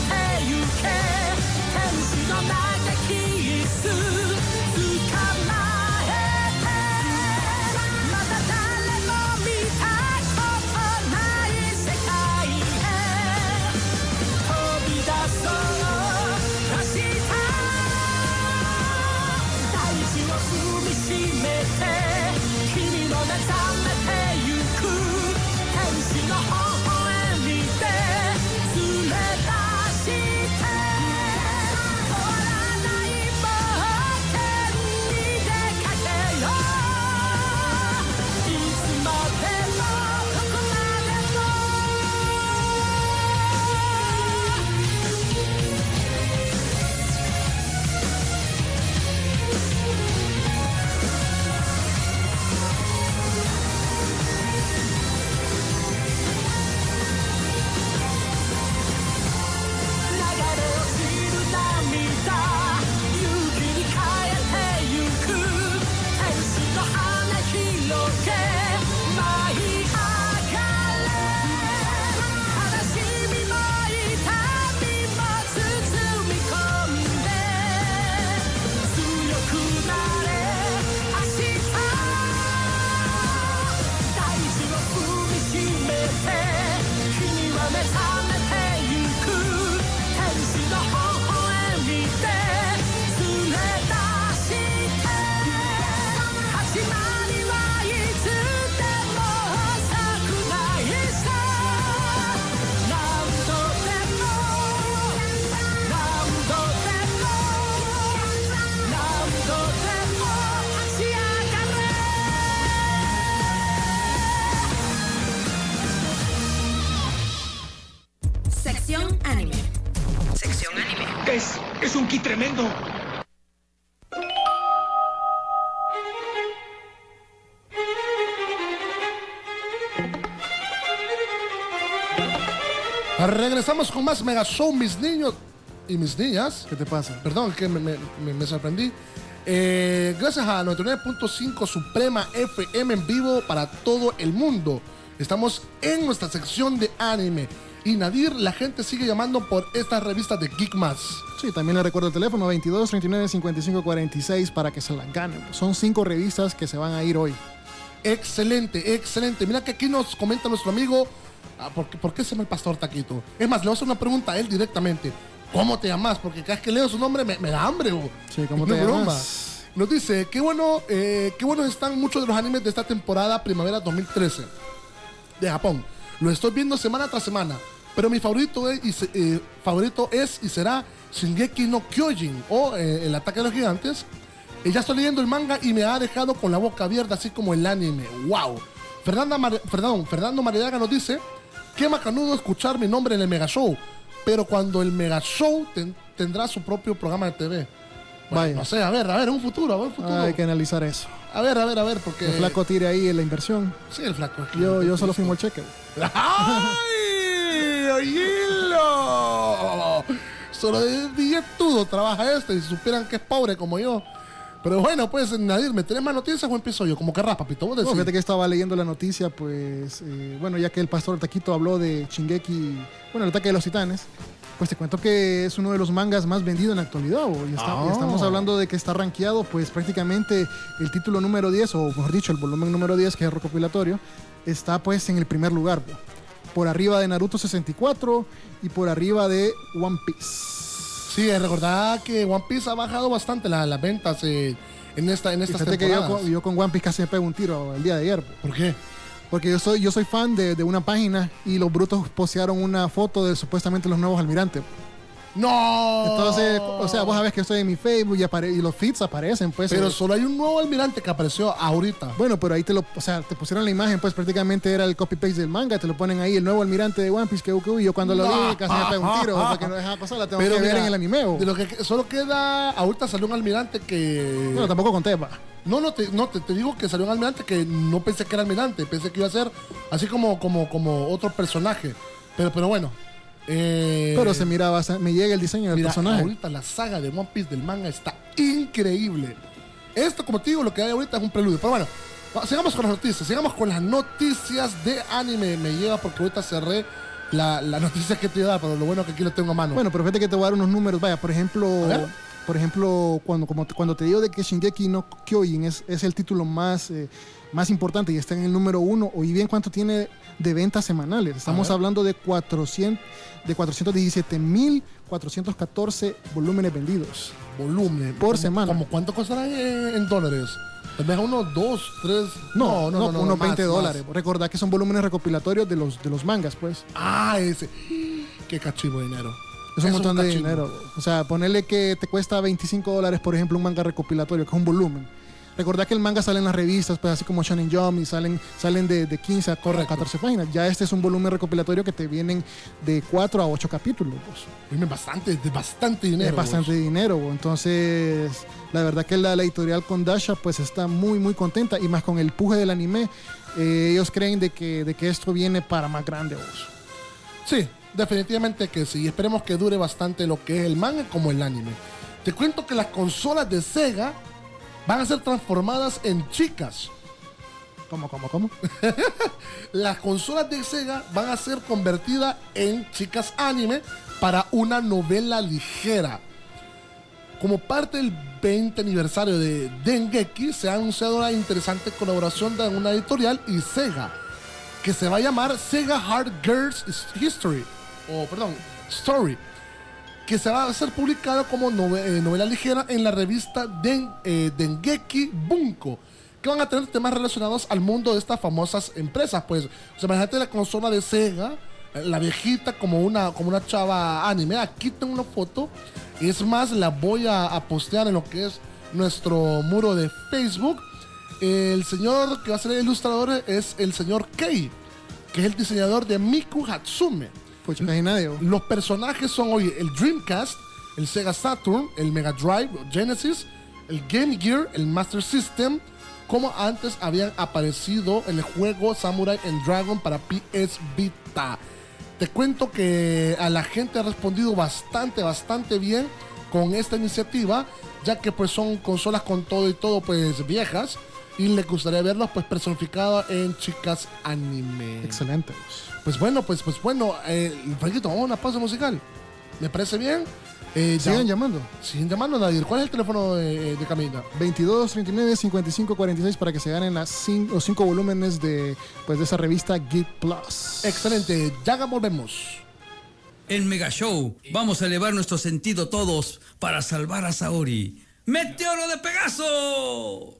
Es un ki tremendo. Regresamos con más Mega Show, mis niños y mis niñas. ¿Qué te pasa? Perdón, que me sorprendí. Gracias a 99.5 Suprema FM en vivo para todo el mundo. Estamos en nuestra sección de anime. y Nadir, la gente sigue llamando por estas revistas de Geek Más. Sí, también le recuerdo el teléfono 22 39 55 46 para que se las ganen. Son 5 revistas que se van a ir hoy. Excelente, excelente. Mira que aquí nos comenta nuestro amigo. ¿Por qué se llama el Pastor Taquito? Es más, le voy a hacer una pregunta a él directamente. ¿Cómo te llamas? Porque cada vez que leo su nombre me da hambre. Sí, ¿cómo te llamas? Nos dice, qué buenos están muchos de los animes de esta temporada primavera 2013 de Japón. Lo estoy viendo semana tras semana, pero mi favorito es y será Shingeki no Kyojin o El Ataque de los Gigantes. Ya estoy leyendo el manga y me ha dejado con la boca abierta, así como el anime. ¡Wow! Fernando Mariaga nos dice, qué macanudo escuchar mi nombre en el Mega Show, pero cuando el Mega Show tendrá su propio programa de TV. Bueno, vaya. No sé, a ver, en un futuro. Hay que analizar eso. A ver, porque... El flaco tire ahí en la inversión. Sí, el flaco. Yo solo firmo el cheque. ¡Ay! ¡Oílo! Solo de billetudo trabaja y si supieran que es pobre como yo. Pero bueno, pues, Nadir, ¿me tenés más noticias o empiezo yo? Como querrás, papito, vos decís. Fíjate que estaba leyendo la noticia, pues, bueno, ya que el Pastor Taquito habló de Shingeki, el Ataque de los Titanes, pues te cuento que es uno de los mangas más vendidos en la actualidad. Y estamos hablando de que está rankeado, pues, prácticamente el título número 10, o mejor dicho, el volumen número 10, que es el recopilatorio, está, pues, en el primer lugar, por arriba de Naruto 64 y por arriba de One Piece. Sí, recordad que One Piece ha bajado bastante las ventas en estas temporadas. Que yo con One Piece casi me pego un tiro el día de ayer. ¿Por qué? Porque yo soy fan de una página y los brutos postearon una foto de supuestamente los nuevos almirantes. ¡No! Entonces, o sea, vos sabés que estoy en mi Facebook y los feeds aparecen, pues. Pero solo hay un nuevo almirante que apareció ahorita. Bueno, pero ahí te pusieron la imagen, pues prácticamente era el copy-paste del manga, te lo ponen ahí, el nuevo almirante de One Piece, y yo cuando lo vi casi me pego un tiro, porque no dejaba pasar, la tengo que ver en el anime. De lo que solo queda, ahorita salió un almirante que... Bueno, tampoco conté, va. No, te digo que salió un almirante que no pensé que era almirante, pensé que iba a ser así como otro personaje. Pero bueno. Pero se miraba, me llega el diseño del personaje. Ahorita la saga de One Piece del manga está increíble. Esto, como te digo, lo que hay ahorita es un preludio. Pero bueno, sigamos con las noticias de anime. Me llega porque ahorita cerré la noticia que te iba a dar, pero lo bueno es que aquí lo tengo a mano. Bueno, pero fíjate que te voy a dar unos números. Vaya, por ejemplo, cuando te digo de que Shingeki no Kyojin es el título más importante y está en el número 1, oí bien cuánto tiene de ventas semanales. Estamos hablando de 417,414 volúmenes vendidos. Por semana. ¿Cómo cuánto costará en dólares? Tal vez unos 2, 3... No, unos $20. Recordad que son volúmenes recopilatorios de los mangas, pues. Ese. Qué cachivo de dinero. Es un montón de dinero. O sea, ponerle que te cuesta $25, por ejemplo, un manga recopilatorio, que es un volumen. Recordad que el manga sale en las revistas, pues así como Shonen Jump, y salen de 15 a 14 páginas. Ya este es un volumen recopilatorio que te vienen de 4 a 8 capítulos. Es bastante dinero. Es bastante dinero. Entonces, la verdad que la editorial Kodansha pues está muy, muy contenta, y más con el empuje del anime. Ellos creen de que esto viene para más grande. Sí, definitivamente que sí. Esperemos que dure bastante lo que es el manga como el anime. Te cuento que las consolas de Sega van a ser transformadas en chicas. ¿Cómo? Las consolas de Sega van a ser convertidas en chicas anime para una novela ligera. Como parte del 20 aniversario de Dengeki, se ha anunciado una interesante colaboración de una editorial y Sega, que se va a llamar Sega Hard Girls Story, que se va a ser publicada como novela ligera en la revista Dengeki Bunko, que van a tener temas relacionados al mundo de estas famosas empresas. Pues, o sea, imagínate la consola de Sega, la viejita como una chava anime. Aquí tengo una foto, y es más, la voy a postear en lo que es nuestro muro de Facebook. El señor que va a ser el ilustrador es el señor Kei, que es el diseñador de Miku Hatsume. Pues imagínate. Los personajes son hoy el Dreamcast, el Sega Saturn, el Mega Drive, Genesis, el Game Gear, el Master System, como antes habían aparecido en el juego Samurai and Dragon para PS Vita. Te cuento que a la gente ha respondido bastante bien con esta iniciativa, ya que pues son consolas con todo y todo pues viejas, y le gustaría verlos pues personificados en chicas anime. Excelente. Pues bueno, Franquito, vamos a una pausa musical. ¿Me parece bien? Siguen llamando, Nadir. ¿Cuál es el teléfono de Camila? 2239-5546 para que se ganen los 5 volúmenes de esa revista Geek Plus. Excelente, ya volvemos. El Mega Show, vamos a elevar nuestro sentido todos para salvar a Saori. ¡Meteoro de Pegaso!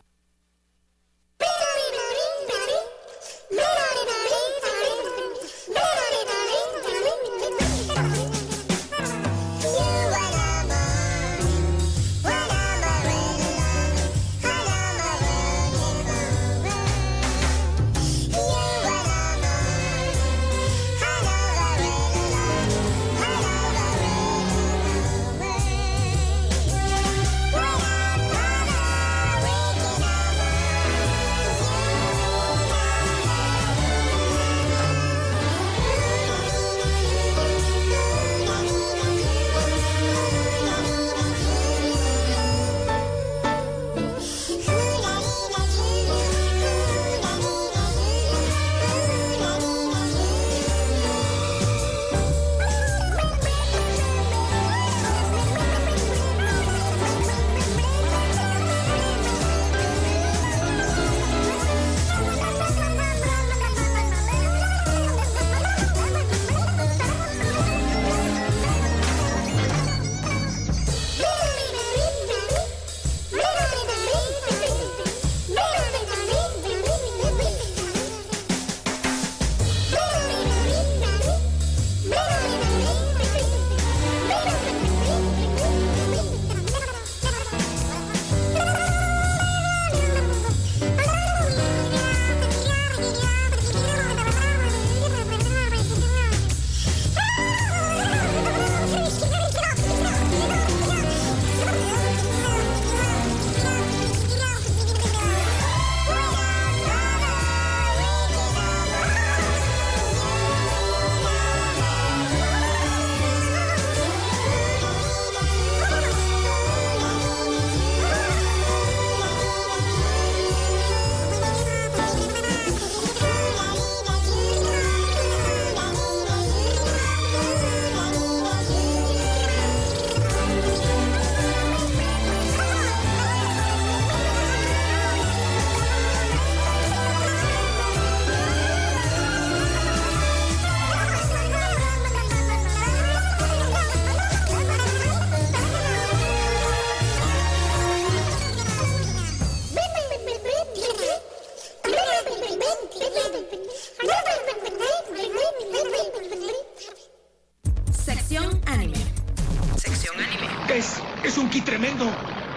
Es un ki tremendo.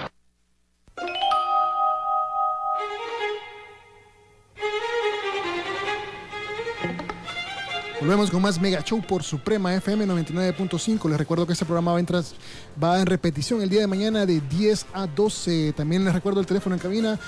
Volvemos con más Mega Show por Suprema FM 99.5. Les recuerdo que este programa va en repetición el día de mañana de 10 a 12. También les recuerdo el teléfono en cabina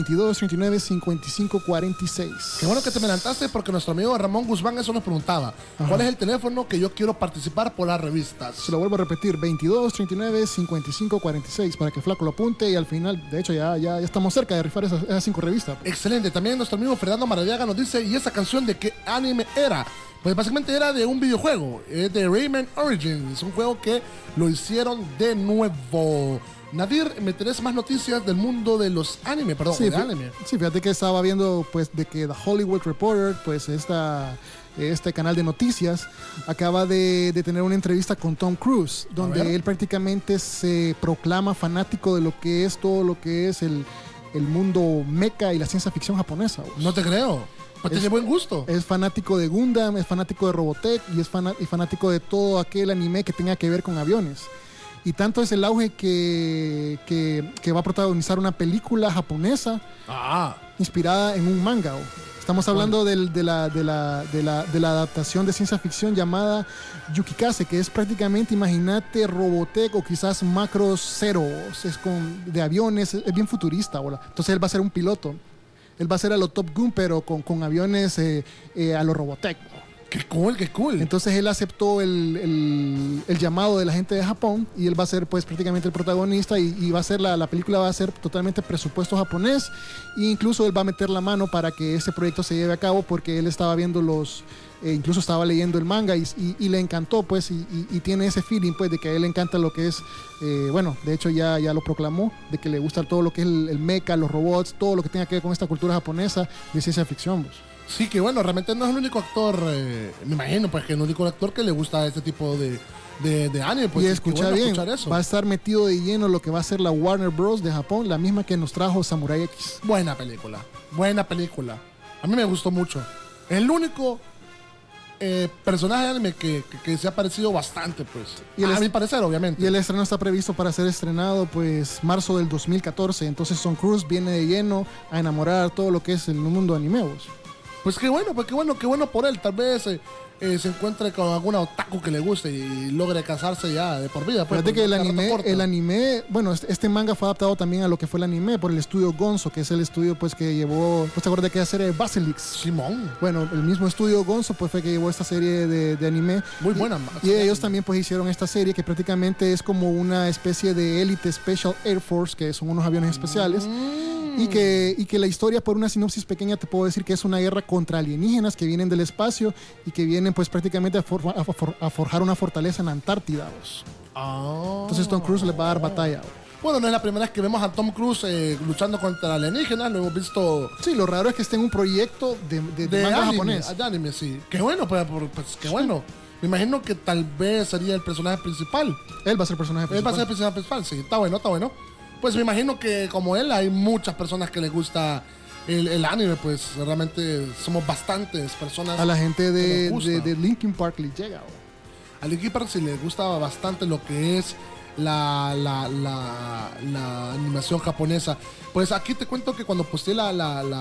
2239-5546. Qué bueno que te me adelantaste porque nuestro amigo Ramón Guzmán eso nos preguntaba. Ajá. ¿Cuál es el teléfono que yo quiero participar por las revistas? Se lo vuelvo a repetir, 2239-5546 para que Flaco lo apunte y al final, de hecho ya estamos cerca de rifar esas 5 revistas. Excelente. También nuestro amigo Fernando Maradiaga nos dice, ¿y esa canción de qué anime era? Pues básicamente era de un videojuego, es de Rayman Origins, un juego que lo hicieron de nuevo. Nadir, ¿me tenés más noticias del mundo de los anime? Perdón, sí, de anime. Sí, fíjate que estaba viendo pues de que The Hollywood Reporter, pues este canal de noticias, acaba de tener una entrevista con Tom Cruise, donde él prácticamente se proclama fanático de lo que es todo lo que es el mundo mecha y la ciencia ficción japonesa. No te creo. Tiene buen gusto. Es fanático de Gundam, es fanático de Robotech y es fanático de todo aquel anime que tenga que ver con aviones. Y tanto es el auge que va a protagonizar una película japonesa inspirada en un manga. Estamos hablando de la adaptación de ciencia ficción llamada Yukikase, que es prácticamente, imagínate, Robotech o quizás Macro Zero. Es de aviones, es bien futurista ahora. Entonces él va a ser un piloto. Él va a ser a lo Top Gun, pero con aviones a lo Robotech. Qué cool, qué cool. Entonces él aceptó el llamado de la gente de Japón y él va a ser pues prácticamente el protagonista y va a ser la película va a ser totalmente presupuesto japonés e incluso él va a meter la mano para que este proyecto se lleve a cabo porque él estaba viendo incluso estaba leyendo el manga y le encantó pues y tiene ese feeling pues de que a él le encanta lo que es bueno, de hecho ya lo proclamó de que le gusta todo lo que es el mecha, los robots, todo lo que tenga que ver con esta cultura japonesa de ciencia ficción pues. Sí, que bueno, realmente no es el único actor, me imagino, pues que es el único actor que le gusta este tipo de anime. Pues, y escucha bueno bien, eso. Va a estar metido de lleno lo que va a ser la Warner Bros. De Japón, la misma que nos trajo Samurai X. Buena película. A mí me gustó mucho. El único personaje de anime que se ha parecido bastante, pues. A mi parecer, obviamente. Y el estreno está previsto para ser estrenado, pues, marzo del 2014. Entonces Tom Cruise viene de lleno a enamorar todo lo que es el mundo anime, vos. Pues qué bueno por él. Tal vez se encuentre con alguna otaku que le guste y logre casarse ya de por vida. Pues, fíjate que el anime, bueno, este manga fue adaptado también a lo que fue el anime por el estudio Gonzo, que es el estudio pues que llevó, pues te acuerdas de aquella serie de Basilix. Simón. Bueno, el mismo estudio Gonzo pues fue que llevó esta serie de anime. Muy buena. Y ellos también pues hicieron esta serie que prácticamente es como una especie de Elite Special Air Force, que son unos aviones especiales. Y que la historia, por una sinopsis pequeña, te puedo decir que es una guerra contra alienígenas que vienen del espacio y que vienen pues prácticamente a forjar una fortaleza en Antártida. Entonces Tom Cruise les va a dar batalla. Bueno, no es la primera vez que vemos a Tom Cruise luchando contra alienígenas, lo hemos visto... Sí, lo raro es que esté en un proyecto de manga anime, japonés. De anime, sí. Qué bueno, pues qué bueno. Me imagino que tal vez sería el personaje principal. Él va a ser el personaje principal. Él va a ser el personaje principal, sí. Está bueno. Pues me imagino que como él hay muchas personas que les gusta el anime, pues realmente somos bastantes personas. A la gente de Linkin Park le llega. A Linkin Park sí le gusta bastante lo que es la animación japonesa. Pues aquí te cuento que cuando posteé la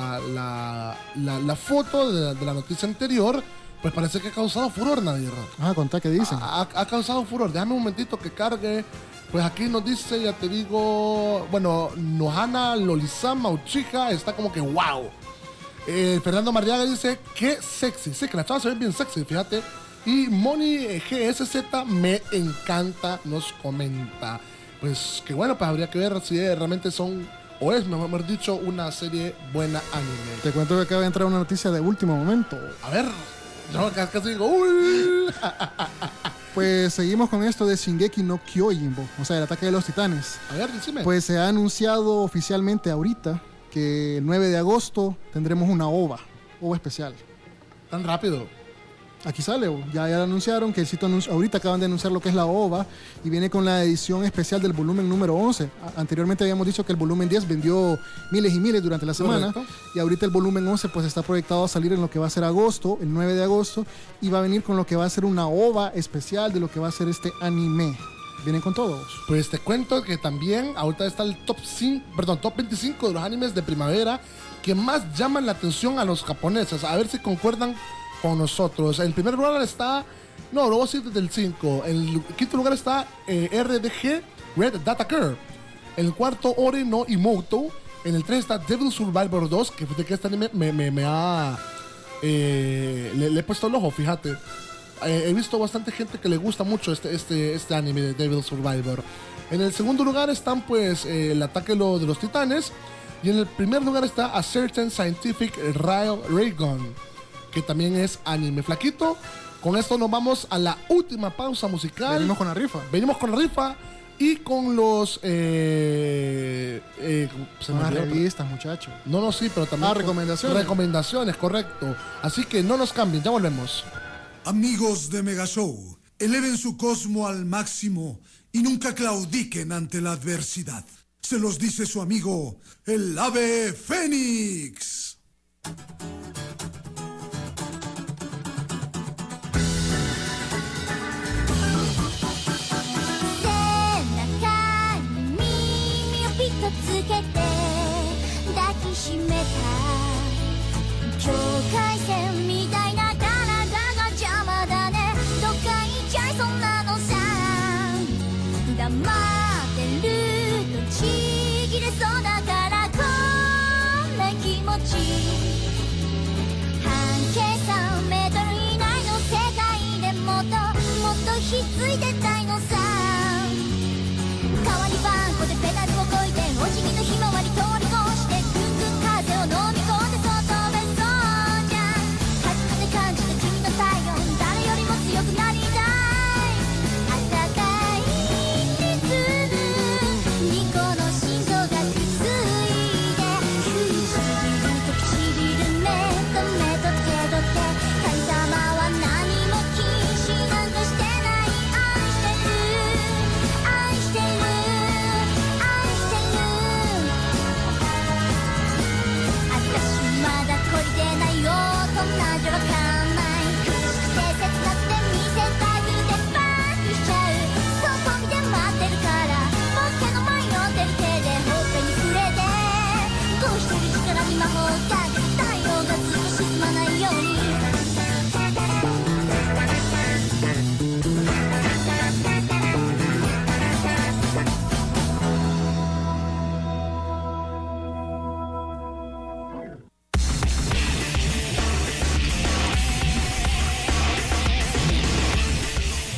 foto de la noticia anterior, pues parece que ha causado furor, Nadir. Contá, ¿qué dicen? Ha causado furor. Déjame un momentito que cargue. Pues aquí nos dice, ya te digo, bueno, Nohana Lolisama Uchiha está como que wow. Fernando Marriaga dice, qué sexy. Sí, que la chava se ve bien sexy, fíjate. Y Moni GSZ me encanta, nos comenta. Pues que bueno, pues habría que ver si realmente son, o es, mejor dicho, una serie buena anime. Te cuento que acaba de entrar una noticia de último momento. A ver, yo casi digo, uy. Pues seguimos con esto de Shingeki no Kyojin, o sea, el ataque de los titanes. A ver, decime. Pues se ha anunciado oficialmente ahorita que el 9 de agosto tendremos una OVA especial. ¿Tan rápido? Aquí sale, ya lo anunciaron, que el sitio ahorita acaban de anunciar lo que es la OVA y viene con la edición especial del volumen número 11. Anteriormente habíamos dicho que el volumen 10 vendió miles y miles durante la semana. Correcto. Y ahorita el volumen 11 pues está proyectado a salir en lo que va a ser agosto, el 9 de agosto, y va a venir con lo que va a ser una OVA especial de lo que va a ser este anime. Vienen con todos. Pues te cuento que también ahorita está el top 25 de los animes de primavera que más llaman la atención a los japoneses. A ver si concuerdan con nosotros. En primer lugar está, no, lo voy a decir desde el 5. En el quinto lugar está RDG, Red Data Curve. En el cuarto, Ore no Imoto. En el 3 está Devil Survivor 2, que fíjate que este anime me ha... le he puesto el ojo, fíjate. He visto bastante gente que le gusta mucho este anime de Devil Survivor. En el segundo lugar están pues el ataque de los titanes. Y en el primer lugar está A Certain Scientific Raygun, que también es anime. Flaquito, con esto nos vamos a la última pausa musical. Venimos con la rifa y con los revistas, muchachos. No, sí, pero también recomendaciones, correcto. Así que no nos cambien, ya volvemos. Amigos de Mega Show, eleven su cosmo al máximo y nunca claudiquen ante la adversidad. Se los dice su amigo, el Ave Fénix.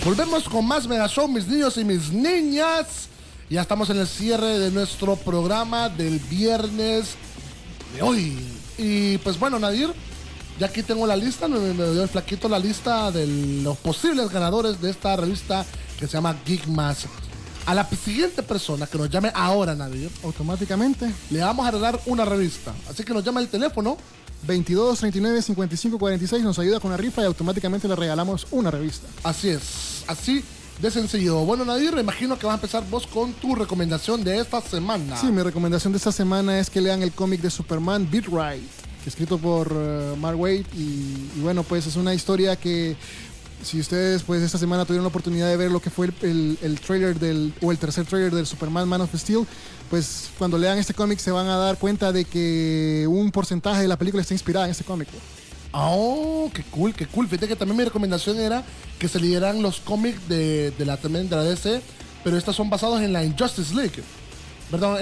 Volvemos con más Mega Show, mis niños y mis niñas. Ya estamos en el cierre de nuestro programa del viernes de hoy. Y pues bueno, Nadir, ya aquí tengo la lista, me dio el flaquito la lista de los posibles ganadores de esta revista que se llama Geekmas. A la siguiente persona que nos llame ahora, Nadir, automáticamente le vamos a regalar una revista. Así que nos llama el teléfono 22 39 55 46, nos ayuda con la rifa y automáticamente le regalamos una revista. Así es, así de sencillo. Bueno, Nadir, me imagino que vas a empezar vos con tu recomendación de esta semana. Sí, mi recomendación de esta semana es que lean el cómic de Superman Beat Right, que es escrito por Mark Waid y bueno, pues es una historia que si ustedes pues esta semana tuvieron la oportunidad de ver lo que fue el trailer el tercer trailer del Superman Man of Steel, pues cuando lean este cómic se van a dar cuenta de que un porcentaje de la película está inspirada en este cómic. Oh, qué cool, qué cool. Fíjate que también mi recomendación era que se leyeran los cómics de la DC, pero estos son basados en la Injustice League. Perdón,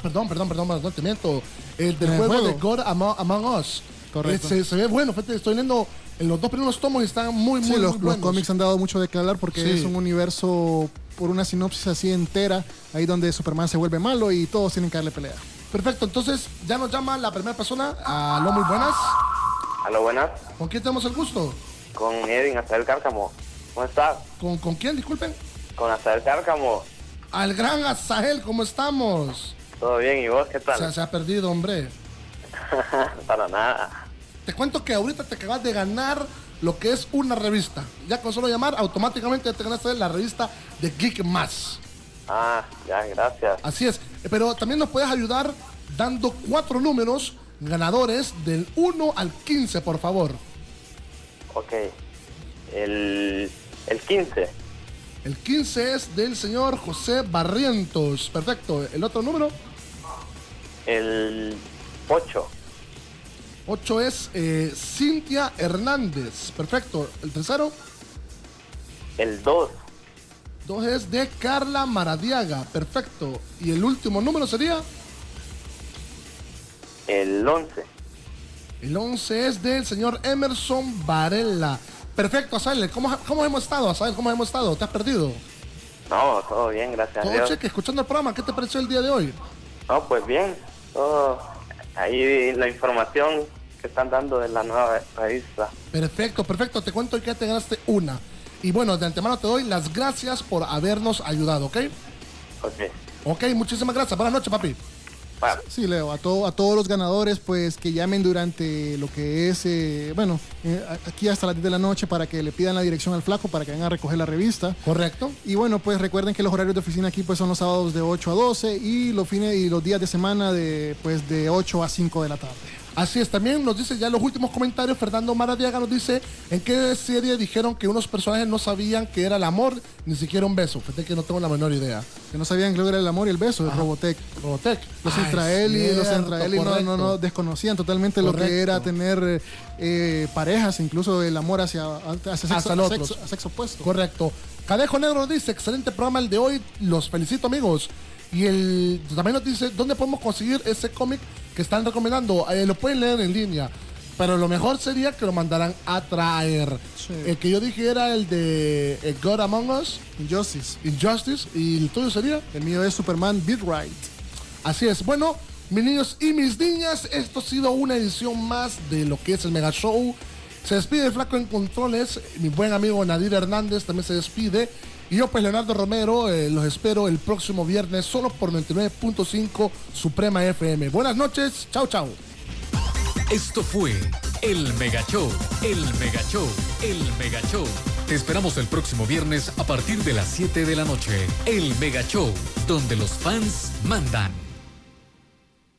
te miento. El del juego de God Among Us. Correcto. Se ve bueno, fíjate, estoy leyendo en los dos primeros tomos y están muy los buenos. cómics han dado mucho de qué hablar porque es un universo por una sinopsis así entera, ahí donde Superman se vuelve malo y todos tienen que darle pelea. Perfecto, entonces ya nos llama la primera persona. Aló, muy buenas. Aló, buenas. ¿Con quién tenemos el gusto? Con Edwin Azael Cárcamo. ¿Cómo estás? ¿Con quién, disculpen? Con Azael Cárcamo. Al gran Azael, ¿cómo estamos? Todo bien, ¿y vos qué tal? Se ha perdido, hombre. Para nada. Te cuento que ahorita te acabas de ganar lo que es una revista. Ya con solo llamar, automáticamente te ganaste la revista de Geekmas. Ah, ya, gracias. Así es. Pero también nos puedes ayudar dando 4 números ganadores del 1 al 15, por favor. Ok. El 15. El 15 es del señor José Barrientos. Perfecto. ¿El otro número? El 8. 8 es Cintia Hernández. Perfecto. ¿El tercero? El 2. 2 es de Carla Maradiaga. Perfecto. ¿Y el último número sería? El 11. El 11 es del señor Emerson Varela. Perfecto, Azael. ¿Cómo hemos estado, Azael? ¿Cómo hemos estado? ¿Te has perdido? No, todo bien, gracias a Dios. Todo cheque, escuchando el programa. ¿Qué te pareció el día de hoy? No, pues bien. Todo ahí la información que están dando de la nueva revista. Perfecto, perfecto. Te cuento que ya te ganaste una. Y bueno, de antemano te doy las gracias por habernos ayudado, ¿ok? Ok, muchísimas gracias. Buenas noches, papi. Sí, Leo, a todos los ganadores, pues que llamen durante lo que es, aquí hasta las 10 de la noche para que le pidan la dirección al flaco para que vengan a recoger la revista. Correcto. Y bueno, pues recuerden que los horarios de oficina aquí pues son los sábados de 8 a 12 y los fines y los días de semana de 8 a 5 de la tarde. Así es, también nos dice ya los últimos comentarios, Fernando Maradiaga nos dice en qué serie dijeron que unos personajes no sabían que era el amor, ni siquiera un beso. Fíjate que no tengo la menor idea. Que no sabían que era el amor y el beso, es Robotech. Los Intraeli no desconocían totalmente lo que era tener parejas, incluso el amor hacia sexo opuesto. Correcto. Cadejo Negro nos dice, excelente programa el de hoy, los felicito, amigos. Y también nos dice, ¿dónde podemos conseguir ese cómic que están recomendando? Lo pueden leer en línea, pero lo mejor sería que lo mandaran a traer. Sí. El que yo dije era el de God Among Us. Injustice. ¿Y el tuyo sería? El mío es Superman Beat Right. Así es. Bueno, mis niños y mis niñas, esto ha sido una edición más de lo que es el Mega Show. Se despide el flaco en controles. Mi buen amigo Nadir Hernández también se despide. Y yo, pues, Leonardo Romero, los espero el próximo viernes solo por 99.5 Suprema FM. Buenas noches, chao, chao. Esto fue El Mega Show, El Mega Show, El Mega Show. Te esperamos el próximo viernes a partir de las 7 de la noche. El Mega Show, donde los fans mandan.